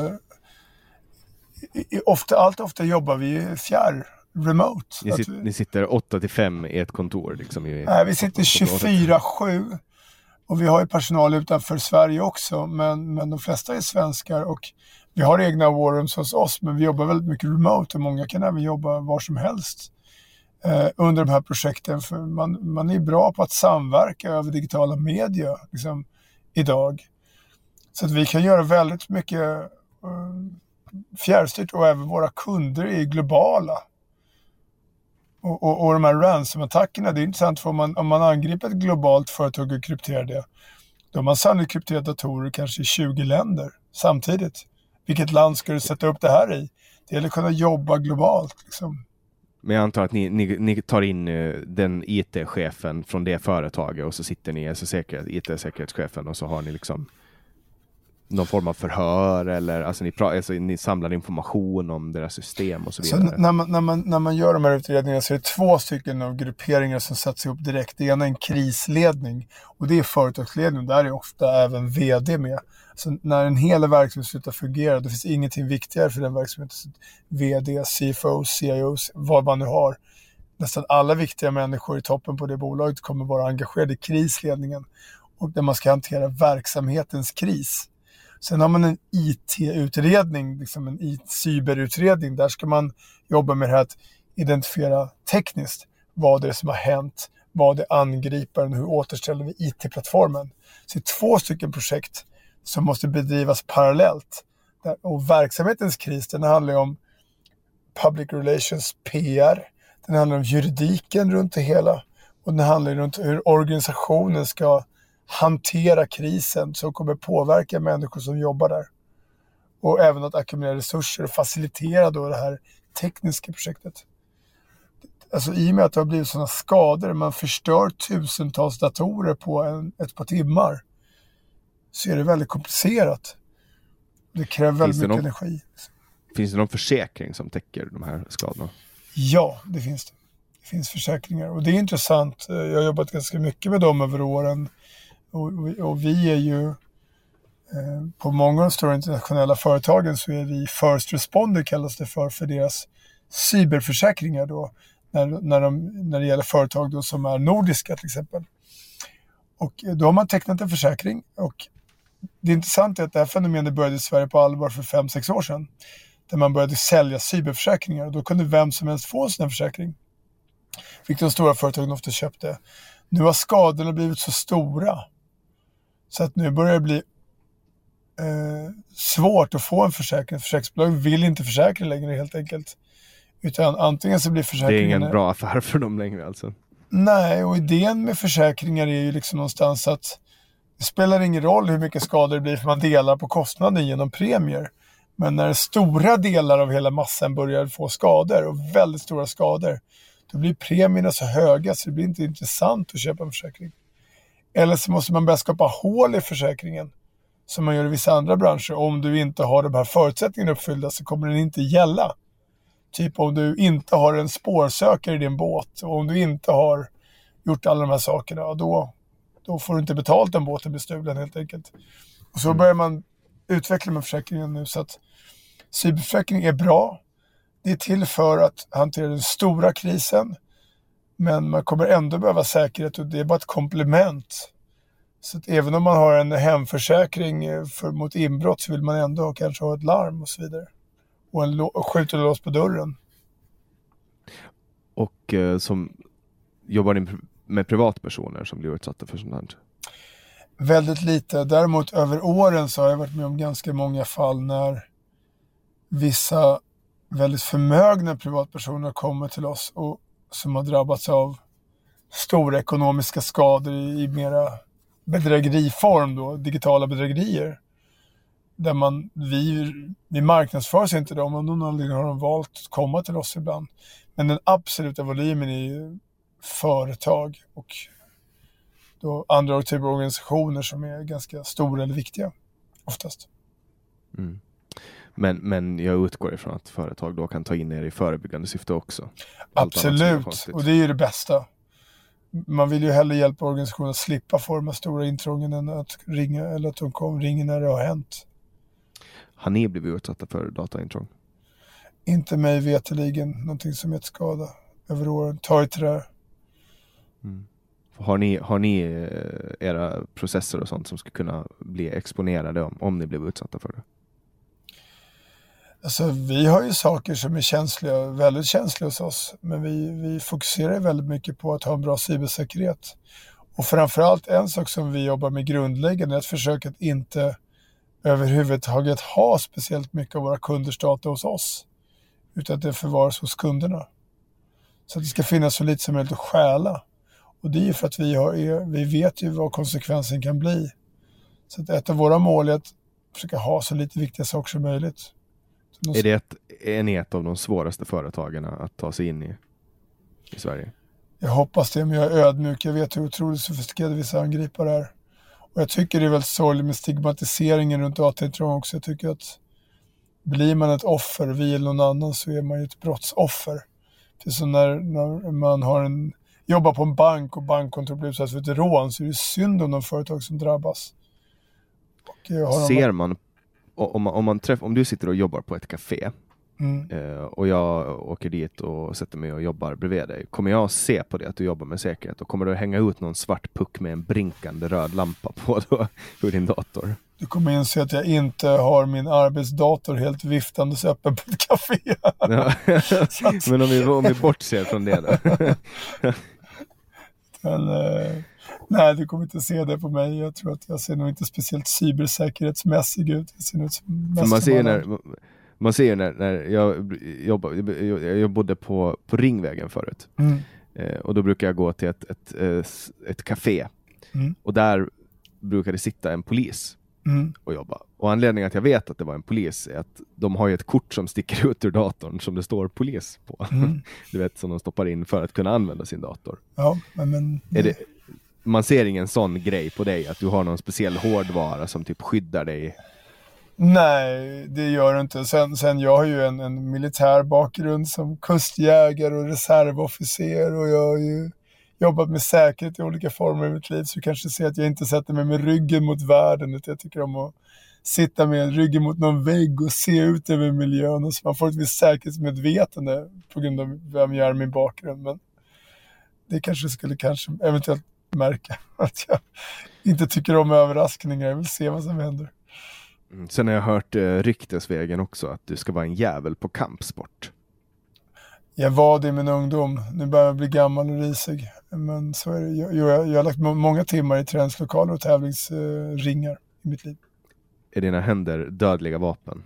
ofta, allt ofta jobbar vi fjärr. Remote. Ni, sit, vi, ni sitter åtta till fem i ett kontor? Liksom, i, nej, vi sitter tjugofyra sju och vi har ju personal utanför Sverige också, men, men de flesta är svenskar och vi har egna war rooms hos oss, men vi jobbar väldigt mycket remote och många kan även jobba var som helst eh, under de här projekten, för man, man är bra på att samverka över digitala medier liksom, idag. Så att vi kan göra väldigt mycket eh, fjärrstyrt och även våra kunder är globala. Och, och, och de här ransom-attackerna, det är intressant för om man, om man angriper ett globalt företag och krypterar det, då har man sannolikt krypterat datorer kanske i tjugo länder samtidigt. Vilket land ska du sätta upp det här i? Det gäller att kunna jobba globalt. Liksom. Men jag antar att ni, ni, ni tar in uh, den I T-chefen från det företaget och så sitter ni alltså säkerhet, I T-säkerhetschefen och så har ni liksom någon form av förhör eller alltså ni, pra- alltså ni samlar information om deras system och så vidare. Så när, man, när, man, när man gör de här utredningarna så är det två stycken av grupperingar som sätts ihop direkt. Det ena är en krisledning och det är företagsledning. Där är ofta även vd med. Så när en hel verksamhet slutar fungera, då finns ingenting viktigare för den verksamheten. Så vd, C F O, C I O, vad man nu har. Nästan alla viktiga människor i toppen på det bolaget kommer vara engagerade i krisledningen och där man ska hantera verksamhetens kris. Sen har man en I T-utredning, liksom en I T-cyberutredning. Där ska man jobba med det här att identifiera tekniskt vad det är som har hänt, vad det angriper och hur återställer vi I T-plattformen. Så det är två stycken projekt som måste bedrivas parallellt. Och verksamhetens kris, den handlar om public relations, P R. Den handlar om juridiken runt det hela. Och den handlar runt hur organisationen ska hantera krisen som kommer påverka människor som jobbar där. Och även att ackumulera resurser och facilitera då det här tekniska projektet. Alltså i och med att det har blivit sådana skador, man förstör tusentals datorer på en, ett par timmar, så är det väldigt komplicerat. Det kräver väldigt mycket någon, energi. Finns det någon försäkring som täcker de här skadorna? Ja, det finns det. Det finns försäkringar. Och det är intressant. Jag har jobbat ganska mycket med dem över åren. Och, och, och vi är ju eh, på många av de stora internationella företagen så är vi first responder, kallas det för, för deras cyberförsäkringar då. När, när, de, när det gäller företag då som är nordiska till exempel. Och då har man tecknat en försäkring. Och det intressanta är att det här fenomenet började i Sverige på allvar för fem sex år sedan. Där man började sälja cyberförsäkringar. Och då kunde vem som helst få en sån här försäkring. Vilket de stora företagen ofta köpte. Nu har skadorna blivit så stora. Så att nu börjar det bli eh, svårt att få en försäkring. Försäkringsbolag vill inte försäkra längre helt enkelt. Utan antingen så blir försäkringen... Det är ingen bra affär för dem längre alltså. Nej, och idén med försäkringar är ju liksom någonstans att det spelar ingen roll hur mycket skador det blir för man delar på kostnaden genom premier. Men när stora delar av hela massan börjar få skador och väldigt stora skador, då blir premierna så höga så det blir inte intressant att köpa en försäkring. Eller så måste man börja skapa hål i försäkringen som man gör i vissa andra branscher. Om du inte har de här förutsättningarna uppfyllda så kommer den inte gälla. Typ om du inte har en spårsökare i din båt och om du inte har gjort alla de här sakerna, då, då får du inte betalt en båt och blir stulen helt enkelt. Och så börjar man utveckla med försäkringen nu så att cyberförsäkring är bra. Det är till för att hantera den stora krisen, men man kommer ändå behöva säkerhet och det är bara ett komplement. Så att även om man har en hemförsäkring för, mot inbrott så vill man ändå kanske ha ett larm och så vidare. Och en lo- skjuter lås på dörren. Och eh, som jobbar ni med privatpersoner som blir utsatta för sånt här? Väldigt lite. Däremot över åren så har jag varit med om ganska många fall när vissa väldigt förmögna privatpersoner kommer till oss och som har drabbats av stora ekonomiska skador i, i mera bedrägeriform då, digitala bedrägerier. Där man, vi, vi marknadsförs inte dem, och någon anledning har de valt att komma till oss ibland. Men den absoluta volymen är ju företag och då andra typer av organisationer som är ganska stora eller viktiga, oftast. Mm. Men, men jag utgår ifrån att företag då kan ta in er i förebyggande syfte också. Allt absolut, och det är ju det bästa. Man vill ju hellre hjälpa organisationer att slippa få de här stora intrången än att ringa, eller att de kommer ringa när det har hänt. Har ni blivit utsatta för dataintrång? Inte mig veteligen, någonting som gett skada över åren. Ta i trä. Mm. Har ni, har ni era processer och sånt som ska kunna bli exponerade om, om ni blev utsatta för det? Alltså vi har ju saker som är känsliga, väldigt känsliga hos oss. Men vi, vi fokuserar väldigt mycket på att ha en bra cybersäkerhet. Och framförallt en sak som vi jobbar med grundläggande är att försöka att inte överhuvudtaget ha speciellt mycket av våra kunders data hos oss. Utan att det förvaras hos kunderna. Så att det ska finnas så lite som möjligt att stjäla. Och det är ju för att vi, har, vi vet ju vad konsekvensen kan bli. Så att ett av våra mål är att försöka ha så lite viktiga saker som möjligt. Så är det ett, är ni ett av de svåraste företagen att ta sig in i, i Sverige? Jag hoppas det, men jag är ödmjuk. Jag vet hur otroligt sofistikerade vissa angripare är. Och jag tycker det är väldigt sorgligt med stigmatiseringen runt dataintrång också. Jag tycker att blir man ett offer, vi eller någon annan, så är man ju ett brottsoffer. Det är som när, när man har en, jobbar på en bank och bankkontor blir utsatt för ett rån, så är det synd om de företag som drabbas. Ser man, om, man, om, man träff, om du sitter och jobbar på ett café mm. eh, och jag åker dit och sätter mig och jobbar bredvid dig, kommer jag se på det att du jobbar med säkerhet och kommer du hänga ut någon svart puck med en brinkande röd lampa på då, ur din dator? Du kommer inse att jag inte har min arbetsdator helt viftandes öppen på ett café. Ja. Men om vi, om vi bortser från det då? Men, eh, nej, du kommer inte se det på mig. Jag tror att jag ser nog inte speciellt cybersäkerhetsmässig ut. Jag ser ut som man ser när man ser när, när jag jobbade jag, jag bodde på på Ringvägen förut. Mm. Eh, och då brukar jag gå till ett ett ett, ett café. Mm. Och där brukade sitta en polis Mm. och jobba. Och anledningen att jag vet att det var en polis är att de har ju ett kort som sticker ut ur datorn som det står polis på. Mm. Du vet, som de stoppar in för att kunna använda sin dator. Ja, men... men Är det, man ser ingen sån grej på dig, att du har någon speciell hårdvara som typ skyddar dig? Nej, det gör det inte. Sen, sen jag har ju en, en militär bakgrund som kustjägare och reservofficer, och jag har ju jobbat med säkerhet i olika former i mitt liv, så du kanske ser att jag inte sätter mig med ryggen mot världen, utan jag tycker om att sitta med ryggen mot någon vägg och se ut över miljön, och så man får ett visst säkerhetsmedvetande på grund av vem jag är, min bakgrund. Men det kanske skulle kanske eventuellt märka att jag inte tycker om överraskningar. Jag vill se vad som händer. Mm. Sen har jag hört eh, ryktesvägen också att du ska vara en jävel på kampsport. Jag var det i min ungdom. Nu börjar jag bli gammal och risig. Men så är det. Jag, jag, jag har lagt många timmar i träningslokaler och tävlingsringar uh, i mitt liv. Är dina händer dödliga vapen?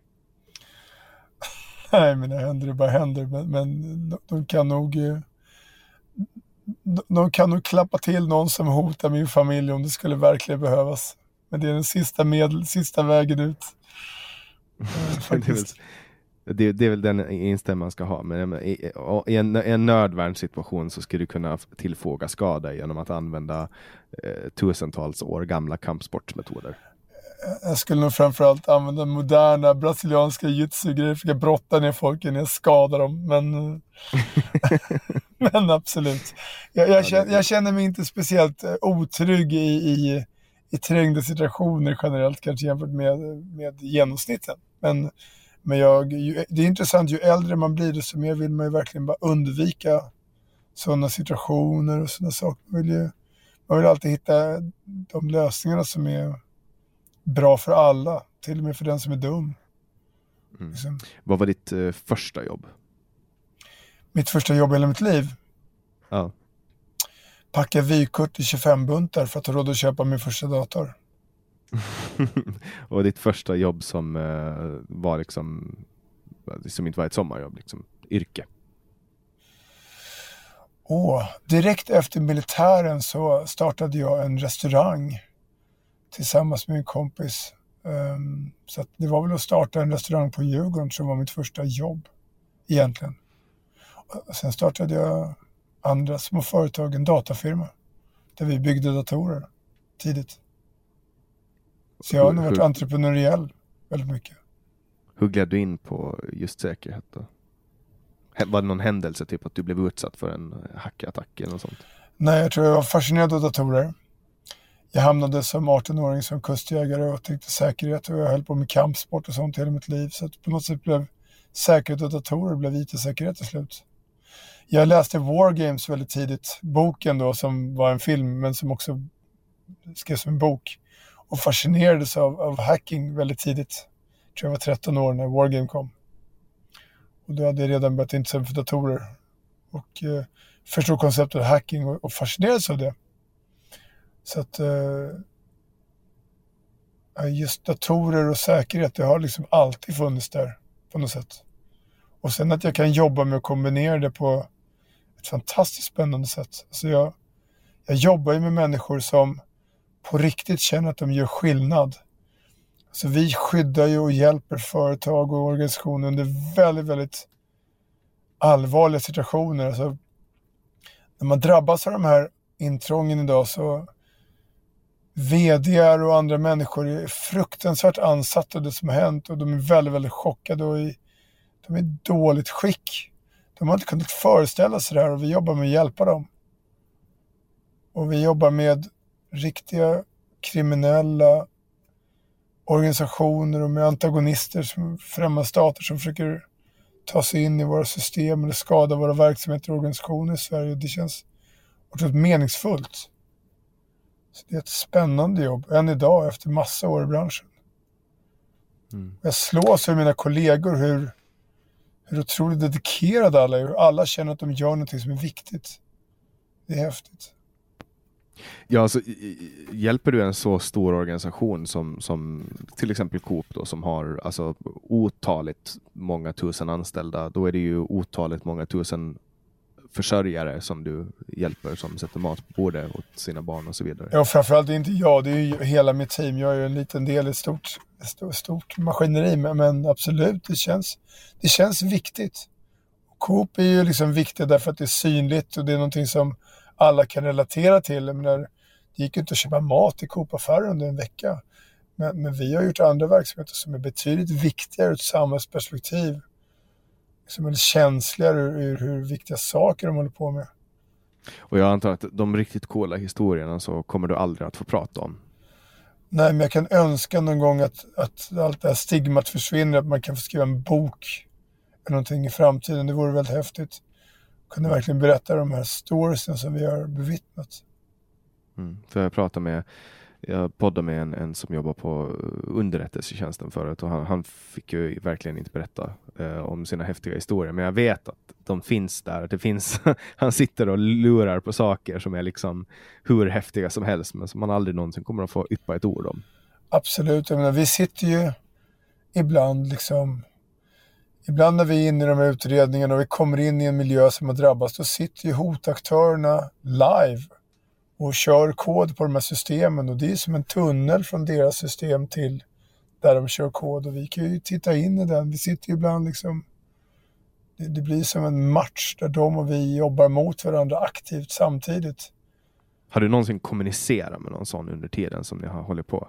Nej, mina händer är bara händer. Men, men de, de kan nog... Uh, de, de kan nog klappa till någon som hotar min familj om det skulle verkligen behövas. Men det är den sista, medel, sista vägen ut. Uh, faktiskt. Det, det är väl den inställning man ska ha. Men i, i, en, i en nödvärnssituation så ska du kunna tillfoga skada genom att använda eh, tusentals år gamla kampsportsmetoder. Jag skulle nog framförallt använda moderna brasilianska jitsu-grejer för att brotta ner folk när jag skadar dem. Men, men absolut. Jag, jag, känner, jag känner mig inte speciellt otrygg i, i, i trängda situationer generellt, kanske jämfört med, med genomsnitten. Men Men jag, ju, det är intressant, ju äldre man blir desto mer vill man ju verkligen bara undvika sådana situationer och sådana saker. Man vill, ju, man vill alltid hitta de lösningarna som är bra för alla, till och med för den som är dum. Mm. Liksom. Vad var ditt eh, första jobb? Mitt första jobb i hela mitt liv? Ja. Packa vykort i tjugofem buntar för att ha råd att köpa min första dator. Och ditt första jobb som uh, var liksom som inte var ett sommarjobb, liksom yrke? Åh, direkt efter militären så startade jag en restaurang tillsammans med en kompis. Um, så att det var väl att starta en restaurang på Djurgården som var mitt första jobb egentligen. Och sen startade jag andra små företag, en datafirma där vi byggde datorer tidigt. Så jag har nog varit entreprenöriell väldigt mycket. Hur gled du in på just säkerhet då? Var det någon händelse, typ att du blev utsatt för en hackattack eller något sånt? Nej, jag tror jag var fascinerad av datorer. Jag hamnade som arton-åring som kustjägare och tänkte säkerhet, och jag höll på med kampsport och sånt hela mitt liv. Så att på något sätt blev säkerhet och datorer blev I T-säkerhet till slut. Jag läste War Games väldigt tidigt. Boken då, som var en film men som också skrevs som en bok. Och fascinerades av, av hacking väldigt tidigt. Jag tror jag var tretton år när Wargame kom. Och då hade jag redan börjat intressera mig för datorer. Och eh, förstod konceptet hacking och, och fascinerades av det. Så att eh, just datorer och säkerhet, det har liksom alltid funnits där på något sätt. Och sen att jag kan jobba med att kombinera det på ett fantastiskt spännande sätt. Alltså jag, jag jobbar ju med människor som på riktigt känner att de gör skillnad. Så vi skyddar ju och hjälper företag och organisationer under väldigt, väldigt allvarliga situationer. Alltså, när man drabbas av de här intrången idag så vd:ar och andra människor är fruktansvärt ansatta av det som har hänt, och de är väldigt, väldigt chockade och i, de är i dåligt skick. De har inte kunnat föreställa sig det här, och vi jobbar med att hjälpa dem. Och vi jobbar med riktiga kriminella organisationer och med antagonister som främmande stater som försöker ta sig in i våra system eller skada våra verksamheter och organisationer i Sverige. Det känns otroligt meningsfullt. Så det är ett spännande jobb, än idag efter massa år i branschen. Mm. Jag slås av mina kollegor hur, hur otroligt dedikerade alla är, hur alla känner att de gör något som är viktigt. Det är häftigt. Ja, alltså, hjälper du en så stor organisation som, som till exempel Coop då, som har alltså otaligt många tusen anställda, då är det ju otaligt många tusen försörjare som du hjälper, som sätter mat på bordet åt sina barn och så vidare. Ja, framförallt det är inte jag, det är ju hela mitt team. Jag är ju en liten del i ett stort, stort, stort maskineri, men absolut, det känns, det känns viktigt. Coop är ju liksom viktigt därför att det är synligt och det är någonting som alla kan relatera till. Jag menar, det gick ju inte att köpa mat i Coop-affärer under en vecka. Men, men vi har gjort andra verksamheter som är betydligt viktigare ur ett samhällsperspektiv. Som är känsligare ur, ur hur viktiga saker de håller på med. Och jag antar att de riktigt coola historierna så kommer du aldrig att få prata om. Nej, men jag kan önska någon gång att, att allt det här stigmat försvinner. Att man kan få skriva en bok eller någonting i framtiden. Det vore väldigt häftigt. Kunde verkligen berätta de här storiesen som vi har bevittnat. Mm, för jag pratade med Jag poddade med en, en som jobbar på underrättelsetjänsten förut och han, han fick ju verkligen inte berätta eh, om sina häftiga historier. Men jag vet att de finns där. Det finns, han sitter och lurar på saker som är liksom hur häftiga som helst men som man aldrig någonsin kommer att få yppa ett ord om. Absolut. Jag menar, vi sitter ju ibland liksom ibland när vi är inne i de här utredningarna och vi kommer in i en miljö som har drabbats, då sitter ju hotaktörerna live och kör kod på de här systemen och det är som en tunnel från deras system till där de kör kod och vi kan ju titta in i den. Vi sitter ju ibland liksom, det, det blir som en match där de och vi jobbar mot varandra aktivt samtidigt. Har du någonsin kommunicerat med någon sån under tiden som ni har hållit på?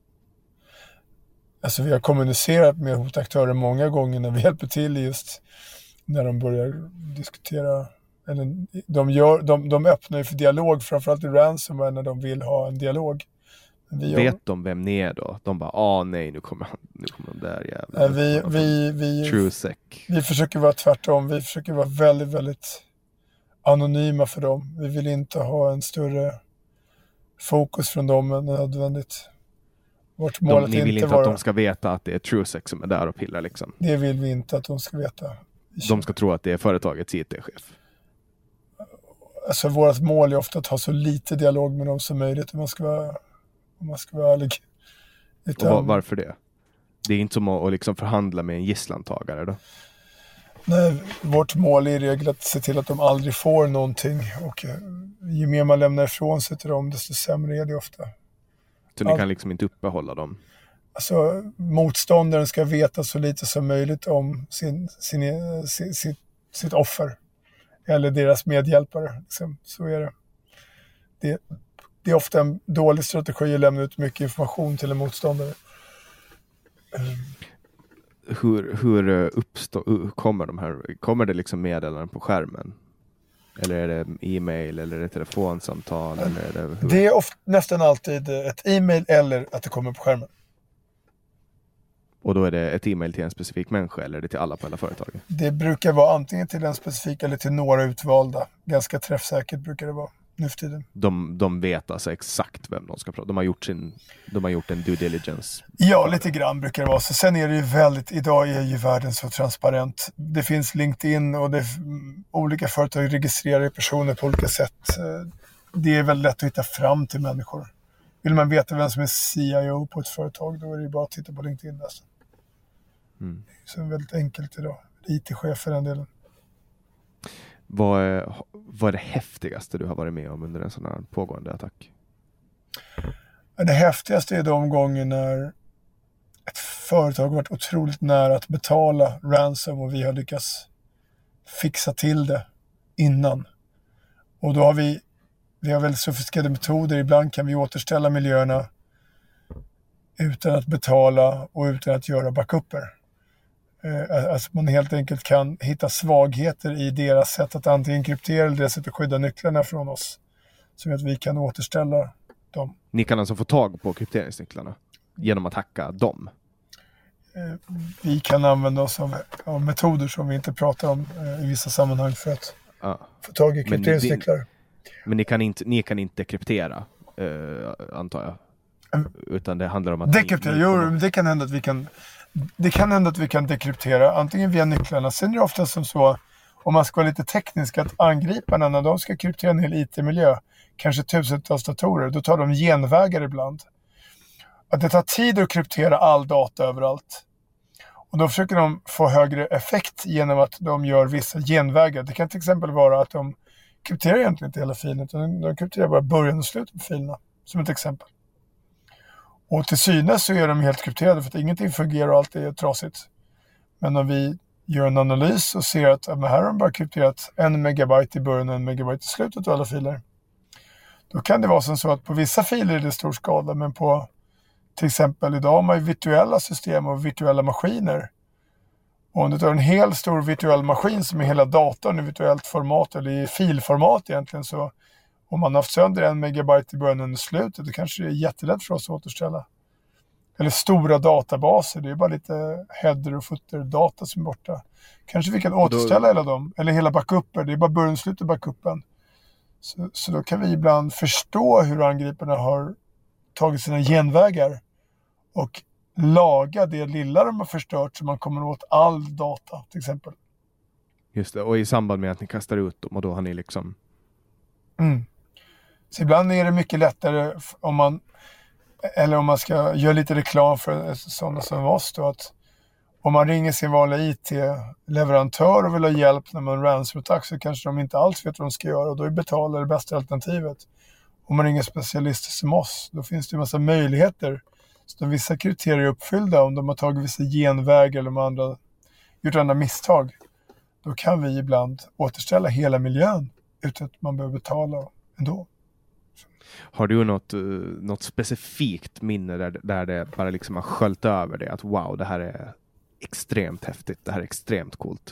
Alltså vi har kommunicerat med hotaktörer många gånger när vi hjälper till just när de börjar diskutera. Eller de, gör, de, de öppnar ju för dialog, framförallt i ransomware när de vill ha en dialog. Men vi Vet gör... de vem ni är då? De bara, ah nej, nu kommer, han, nu kommer de där jävla. Vi, vi, vi, TrueSec. Vi försöker vara tvärtom. Vi försöker vara väldigt, väldigt anonyma för dem. Vi vill inte ha en större fokus från dem än nödvändigt. Vårt mål de, ni vill inte inte vara... att de ska veta att det är TrueSec som är där och pillar liksom? Det vill vi inte att de ska veta. De ska tro att det är företagets I T-chef. Alltså vårt mål är ofta att ha så lite dialog med dem som möjligt om man ska vara, om man ska vara ärlig. Utan, och varför det? Det är inte som att liksom förhandla med en gisslantagare då? Nej, vårt mål är i regel att se till att de aldrig får någonting och ju mer man lämnar ifrån sig till dem desto sämre är det ofta. Så ni All... kan liksom inte uppehålla dem? Alltså motståndaren ska veta så lite som möjligt om sin, sin, sin, sitt, sitt offer. Eller deras medhjälpare. Liksom. Så är det. det. Det är ofta en dålig strategi att lämna ut mycket information till en motståndare. Hur, hur uppstår, kommer de här, kommer det liksom meddelanden på skärmen? Eller är det e-mail eller är det telefonsamtal? Eller är det, hur? Det är ofta, nästan alltid ett e-mail eller att det kommer på skärmen. Och då är det ett e-mail till en specifik människa eller är det till alla på hela företaget? Det brukar vara antingen till en specifik eller till några utvalda. Ganska träffsäkert brukar det vara nu för tiden. De, de vet alltså exakt vem de ska prata. De har gjort sin, de har gjort en due diligence. Ja, lite grann brukar det vara. Så sen är det ju väldigt, idag är ju världen så transparent. Det finns LinkedIn och det, olika företag registrerar personer på olika sätt. Det är väldigt lätt att hitta fram till människor. Vill man veta vem som är C I O på ett företag, då är det bara att titta på LinkedIn. Alltså. Mm. Så väldigt enkelt idag. I T-chef för den delen. Vad är, vad är det häftigaste du har varit med om under en sån här pågående attack? Det häftigaste är de gånger när ett företag har varit otroligt nära att betala ransom och vi har lyckats fixa till det innan. Och då har vi vi har väldigt sofistikerade metoder. Ibland kan vi återställa miljöerna utan att betala och utan att göra backuper. Alltså man helt enkelt kan hitta svagheter i deras sätt att antingen kryptera eller deras sätt att skydda nycklarna från oss. Så att vi kan återställa dem. Ni kan alltså få tag på krypteringsnycklarna genom att hacka dem? Vi kan använda oss av, av metoder som vi inte pratar om i vissa sammanhang för att ja. få tag i krypteringsnycklar. Men, men ni, kan inte, ni kan inte kryptera, eh, antar jag? Utan det handlar om att... Dekryptera, ni, ni... jo, det kan hända att vi kan... Det kan hända att vi kan dekryptera antingen via nycklarna. Sen är det ofta som så, om man ska vara lite teknisk, att angriparna när de ska kryptera en hel I T-miljö, kanske tusentals datorer, då tar de genvägar ibland. Att det tar tid att kryptera all data överallt. Och då försöker de få högre effekt genom att de gör vissa genvägar. Det kan till exempel vara att de krypterar egentligen inte hela filen, utan de krypterar bara början och slutet på filerna, som ett exempel. Och till synes så är de helt krypterade för att ingenting fungerar och allt är trasigt. Men om vi gör en analys och ser att men här har de bara krypterat en megabyte i början och en megabyte i slutet av alla filer. Då kan det vara som så att på vissa filer är det stor skada, men på till exempel idag har man ju virtuella system och virtuella maskiner. Och om du tar en hel stor virtuell maskin som är hela datorn i virtuellt format eller i filformat egentligen, så om man har haft sönder en megabyte i början och i slutet, då kanske det är jättelätt för oss att återställa. Eller stora databaser, det är bara lite header och footer data som är borta. Kanske vi kan återställa då hela dem, eller hela backuper, det är bara början och slutet av backupen. Så, så då kan vi ibland förstå hur angriparna har tagit sina genvägar och laga det lilla de har förstört så man kommer åt all data till exempel. Just det, och i samband med att ni kastar ut dem och då har ni liksom... Mm. Så ibland är det mycket lättare om man, eller om man ska göra lite reklam för sådana som oss då, att om man ringer sin vanliga I T-leverantör och vill ha hjälp när man ransomware-attack, så kanske de inte alls vet vad de ska göra, och då är betala det bästa alternativet. Om man ringer specialister som oss, då finns det en massa möjligheter. Så om vissa kriterier är uppfyllda, om de har tagit vissa genvägar eller om andra gjort andra misstag, då kan vi ibland återställa hela miljön utan att man behöver betala ändå. Har du något, något specifikt minne där, där det bara liksom har sköljt över det? Att wow, det här är extremt häftigt, det här är extremt coolt.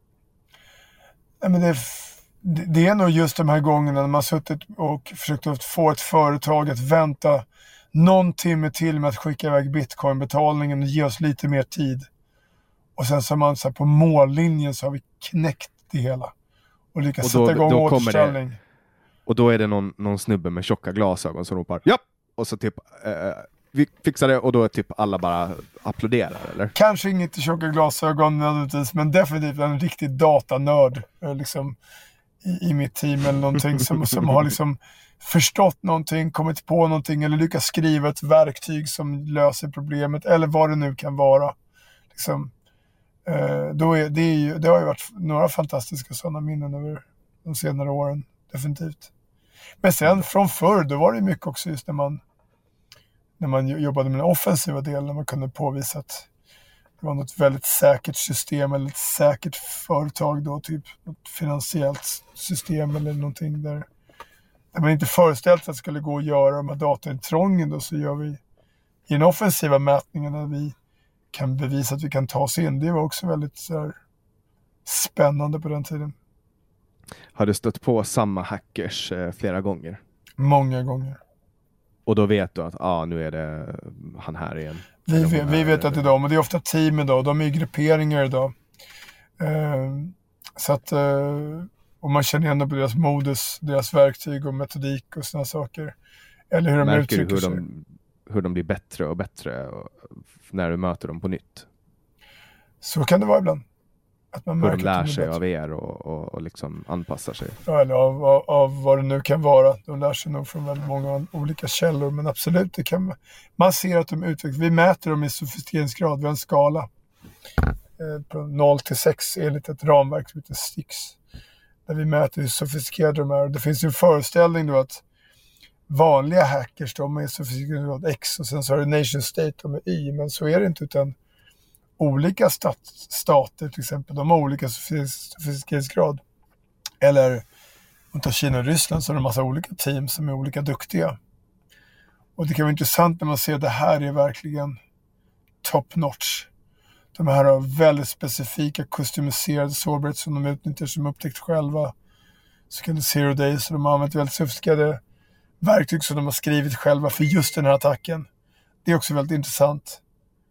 Ja, men det, det är nog just de här gångerna när man suttit och försökt att få ett företag att vänta någon timme till med att skicka iväg bitcoinbetalningen och ge oss lite mer tid. Och sen så man så här, på mållinjen så har vi knäckt det hela. Och lyckas och då, sätta igång då återställning. Det, och då är det någon, någon snubbe med tjocka glasögon som ropar ja! Och så typ eh, vi fixar det, och då är typ alla bara applåderar, eller? Kanske inget tjocka glasögon naturligtvis, men definitivt en riktig datanörd liksom, i, i mitt team eller någonting som, som har liksom förstått någonting, kommit på någonting eller lyckats skriva ett verktyg som löser problemet eller vad det nu kan vara. Liksom, eh, då är, det, är ju, det har ju varit några fantastiska sådana minnen över de senare åren, definitivt. Men sen från förr, då var det mycket också just när man när man jobbade med den offensiva delen, när man kunde påvisa att det var något väldigt säkert system eller ett säkert företag då, typ något finansiellt system eller någonting där, där man inte föreställt att det skulle gå att göra de här dataintrången då, så gör vi i den offensiva mätningen där vi kan bevisa att vi kan ta oss in. Det var också väldigt så här, spännande på den tiden. Har du stött på samma hackers eh, flera gånger? Många gånger. Och då vet du att ah, nu är det han här igen. Vi vet, vi vet att det är de, och det är ofta team idag. De är i grupperingar idag. Uh, så att, uh, och man känner igen på deras modus, deras verktyg och metodik och sådana saker. Eller hur de Märker uttrycker du hur sig. de, hur de blir bättre och bättre och, när du möter dem på nytt? Så kan det vara ibland. Att man hur de lär sig av er och, och, och liksom anpassar sig. Ja, eller av, av, av vad det nu kan vara. De lär sig nog från väldigt många olika källor. Men absolut, det kan man. Man ser att de utvecklas. Vi mäter dem i sofistikeringsgrad. Vi har en skala eh, på noll till sex enligt ett ramverk som heter Stix. Där vi mäter hur sofistikerade de är. Det finns ju en föreställning då att vanliga hackers, de är sofistikeringsgrad X. Och sen så har du nation state, de är Y. Men så är det inte, utan olika stat, stater till exempel, de har olika sofistikeringsgrad. Eller om tar Kina och Ryssland så är det en massa olika team som är olika duktiga. Och det kan vara intressant när man ser att det här är verkligen top notch. De här har väldigt specifika customiserade sårbarhet som de utnyttjar som upptäckt själva. Så kan det zero days, så de har använt väldigt sofistikerade verktyg som de har skrivit själva för just den här attacken. Det är också väldigt intressant.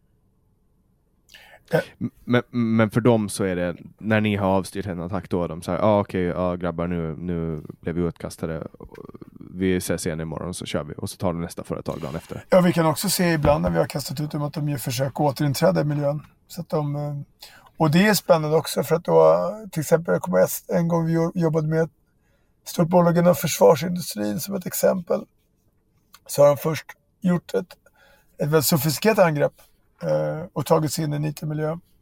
Men, men för dem så är det, när ni har avstyrt en attack då, de säger, ja ah, okej, okay, ah, grabbar, nu, nu blev vi utkastade, vi ses igen imorgon så kör vi, och så tar det nästa företag dagen efter. Ja, vi kan också se ibland när vi har kastat ut dem att de gör försök återinträda i miljön. Så att de, och det är spännande också, för att då, till exempel, jag kommer en gång vi jobbade med ett stort bolag inom försvarsindustrin som ett exempel, så har de först gjort ett, ett väldigt sofistikerat angrepp och tagit sig in i en I T-miljö.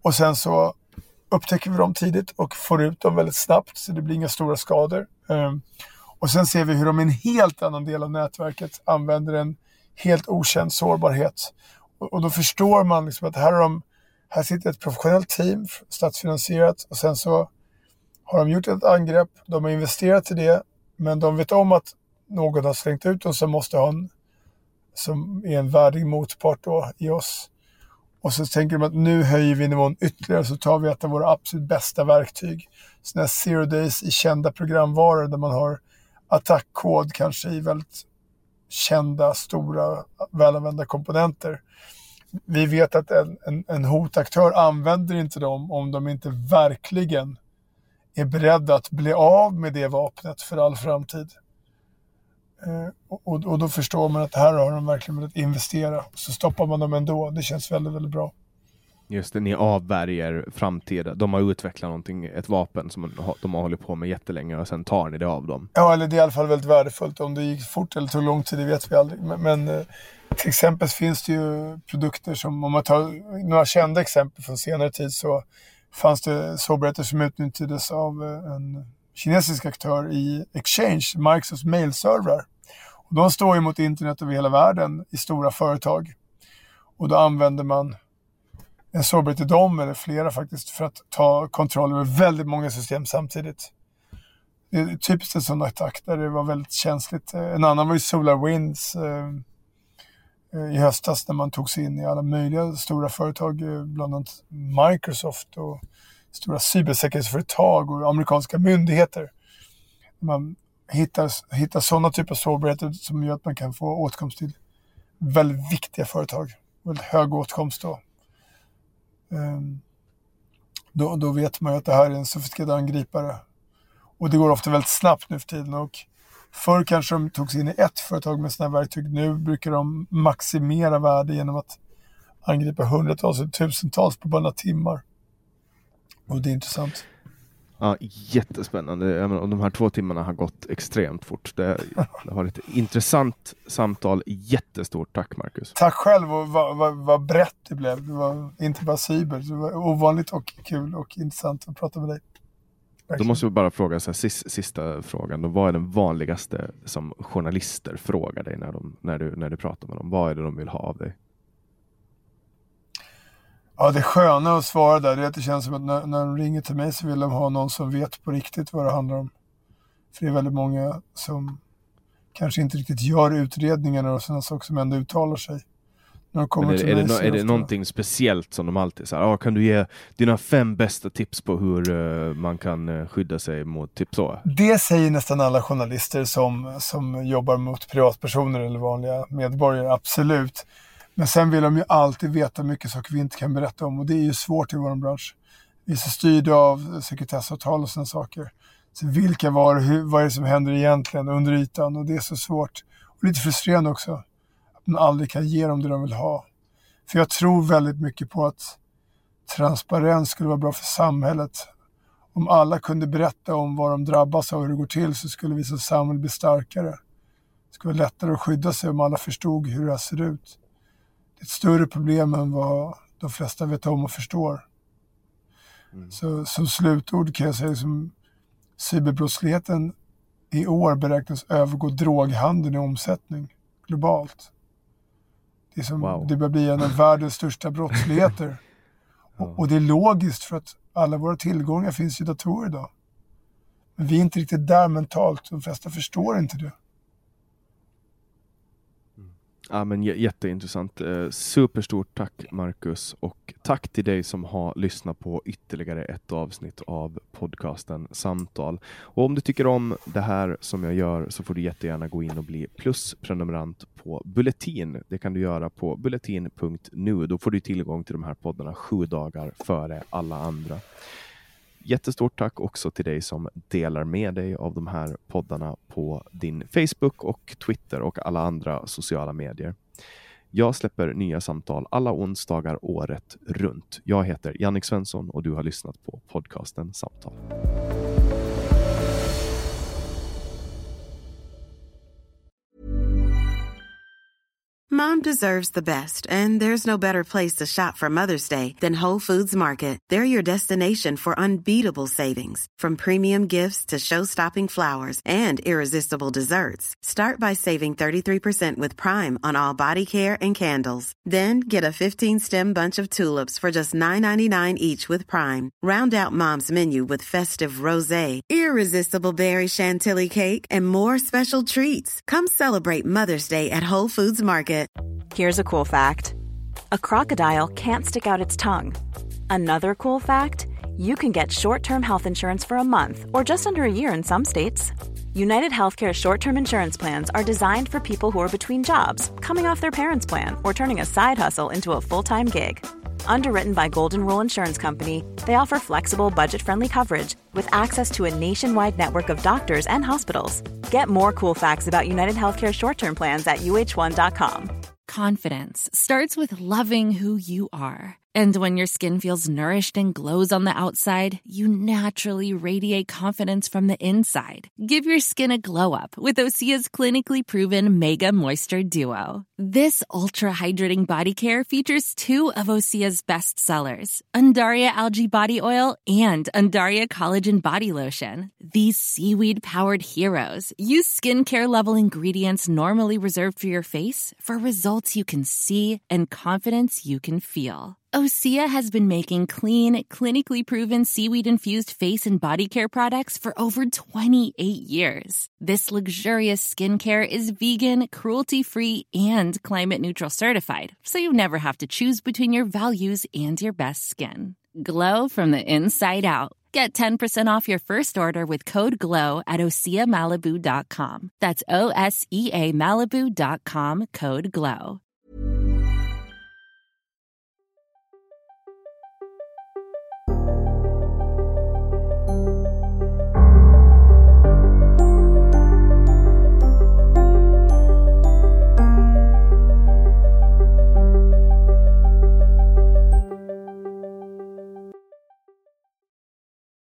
Och sen så upptäcker vi dem tidigt och får ut dem väldigt snabbt så det blir inga stora skador. Um, och sen ser vi hur de i en helt annan del av nätverket använder en helt okänd sårbarhet. Och, och då förstår man liksom att här, har de, här sitter ett professionellt team, statsfinansierat, och sen så har de gjort ett angrepp, de har investerat i det, men de vet om att någon har slängt ut dem som måste ha en, som är en värdig motpart då i oss. Och så tänker de att nu höjer vi nivån ytterligare, så tar vi ett av våra absolut bästa verktyg. Sådana här zero days i kända programvaror där man har attackkod kanske i väldigt kända, stora, välanvända komponenter. Vi vet att en, en, en hotaktör använder inte dem om de inte verkligen är beredda att bli av med det vapnet för all framtid. Eh, och, och då förstår man att här har de verkligen velat investera. Så stoppar man dem ändå. Det känns väldigt, väldigt bra. Just det, ni avvärjer framtida. De har utvecklat någonting, ett vapen som de har hållit på med jättelänge och sen tar ni det av dem. Ja, eller det är i alla fall väldigt värdefullt. Om det gick fort eller tog lång tid, det vet vi aldrig. Men, men eh, till exempel finns det ju produkter som, om man tar några kända exempel från senare tid, så fanns det sårbarheter som utnyttjades av en kinesisk aktör i Exchange, Microsofts mailservrar. Och de står ju mot internet över hela världen i stora företag. Och då använder man en sårbarhet i dem, eller flera faktiskt, för att ta kontroll över väldigt många system samtidigt. Det är typiskt en sån attack där det var väldigt känsligt. En annan var ju SolarWinds eh, i höstas när man tog sig in i alla möjliga stora företag, bland annat Microsoft och stora cybersäkerhetsföretag och amerikanska myndigheter. Man hittar, hittar sådana typer av sårbarheter som gör att man kan få åtkomst till väldigt viktiga företag. Väldigt hög åtkomst då. Um, då. Då vet man ju att det här är en sofistikerad angripare. Och det går ofta väldigt snabbt nu för tiden. Och förr kanske de tog sig in i ett företag med sådana verktyg. Nu brukar de maximera värde genom att angripa hundratals och tusentals på bara några timmar. Och det är intressant. Ja, jättespännande. Jag menar, de här två timmarna har gått extremt fort. Det, det har ett intressant samtal. Jättestort tack, Marcus. Tack själv, och vad, vad, vad brett det blev. Det var inte bara cyber. Det var ovanligt och kul och intressant att prata med dig. Då måste vi bara fråga så här, sista, sista frågan. Då, vad är den vanligaste som journalister frågar dig när, de, när, du, när du pratar med dem? Vad är det de vill ha av dig? Ja, det sköna att svara där är att det känns som att när, när de ringer till mig så vill de ha någon som vet på riktigt vad det handlar om. För det är väldigt många som kanske inte riktigt gör utredningarna och sådana saker som ändå uttalar sig. När de kommer Men är, till är, mig det, no, är det ofta någonting speciellt som de alltid säger? Ah, kan du ge dina fem bästa tips på hur uh, man kan uh, skydda sig mot typ så? Det säger nästan alla journalister som, som jobbar mot privatpersoner eller vanliga medborgare, absolut. Men sen vill de ju alltid veta mycket saker vi inte kan berätta om. Och det är ju svårt i vår bransch. Vi är så styrda av sekretessavtal och sådana saker. Så vilka var det, hur, vad är det som händer egentligen under ytan? Och det är så svårt. Och lite frustrerande också. Att man aldrig kan ge dem det de vill ha. För jag tror väldigt mycket på att transparens skulle vara bra för samhället. Om alla kunde berätta om vad de drabbas av och hur det går till, så skulle vi som samhälle bli starkare. Det skulle vara lättare att skydda sig om alla förstod hur det här ser ut. Det är ett större problem än vad de flesta vet om och förstår. Mm. Så som slutord kan jag säga som cyberbrottsligheten i år beräknas övergå droghandeln i omsättning globalt. Det, är som, wow. det börjar bli en av världens största brottsligheter. ja. och, och det är logiskt för att alla våra tillgångar finns i datorer idag. Men vi är inte riktigt där mentalt. De flesta förstår inte det. Ja, men j- jätteintressant. Eh, superstort tack, Marcus, och tack till dig som har lyssnat på ytterligare ett avsnitt av podcasten Samtal. Och om du tycker om det här som jag gör så får du jättegärna gå in och bli plusprenumerant på Bulletin. Det kan du göra på bulletin punkt nu. Då får du tillgång till de här poddarna sju dagar före alla andra. Jättestort tack också till dig som delar med dig av de här poddarna på din Facebook och Twitter och alla andra sociala medier. Jag släpper nya samtal alla onsdagar året runt. Jag heter Jannik Svensson och du har lyssnat på podcasten Samtal. Mom deserves the best, and there's no better place to shop for Mother's Day than Whole Foods Market. They're your destination for unbeatable savings, from premium gifts to show-stopping flowers and irresistible desserts. Start by saving thirty-three percent with Prime on all body care and candles. Then get a fifteen-stem bunch of tulips for just nine ninety-nine each with Prime. Round out Mom's menu with festive rosé, irresistible berry chantilly cake, and more special treats. Come celebrate Mother's Day at Whole Foods Market. Here's a cool fact. A crocodile can't stick out its tongue. Another cool fact, you can get short-term health insurance for a month or just under a year in some states. United Healthcare short-term insurance plans are designed for people who are between jobs, coming off their parents' plan, or turning a side hustle into a full-time gig. Underwritten by Golden Rule Insurance Company, they offer flexible, budget-friendly coverage with access to a nationwide network of doctors and hospitals. Get more cool facts about United Healthcare short-term plans at U H one dot com. Confidence starts with loving who you are. And when your skin feels nourished and glows on the outside, you naturally radiate confidence from the inside. Give your skin a glow up with Osea's clinically proven Mega Moisture Duo. This ultra-hydrating body care features two of Osea's best sellers, Undaria Algae Body Oil and Undaria Collagen Body Lotion. These seaweed-powered heroes use skincare-level ingredients normally reserved for your face for results you can see and confidence you can feel. Osea has been making clean, clinically proven seaweed-infused face and body care products for over twenty-eight years. This luxurious skincare is vegan, cruelty-free, and climate-neutral certified, so you never have to choose between your values and your best skin. Glow from the inside out. Get ten percent off your first order with code GLOW at Osea Malibu dot com. That's O S E A Malibu dot com, code GLOW.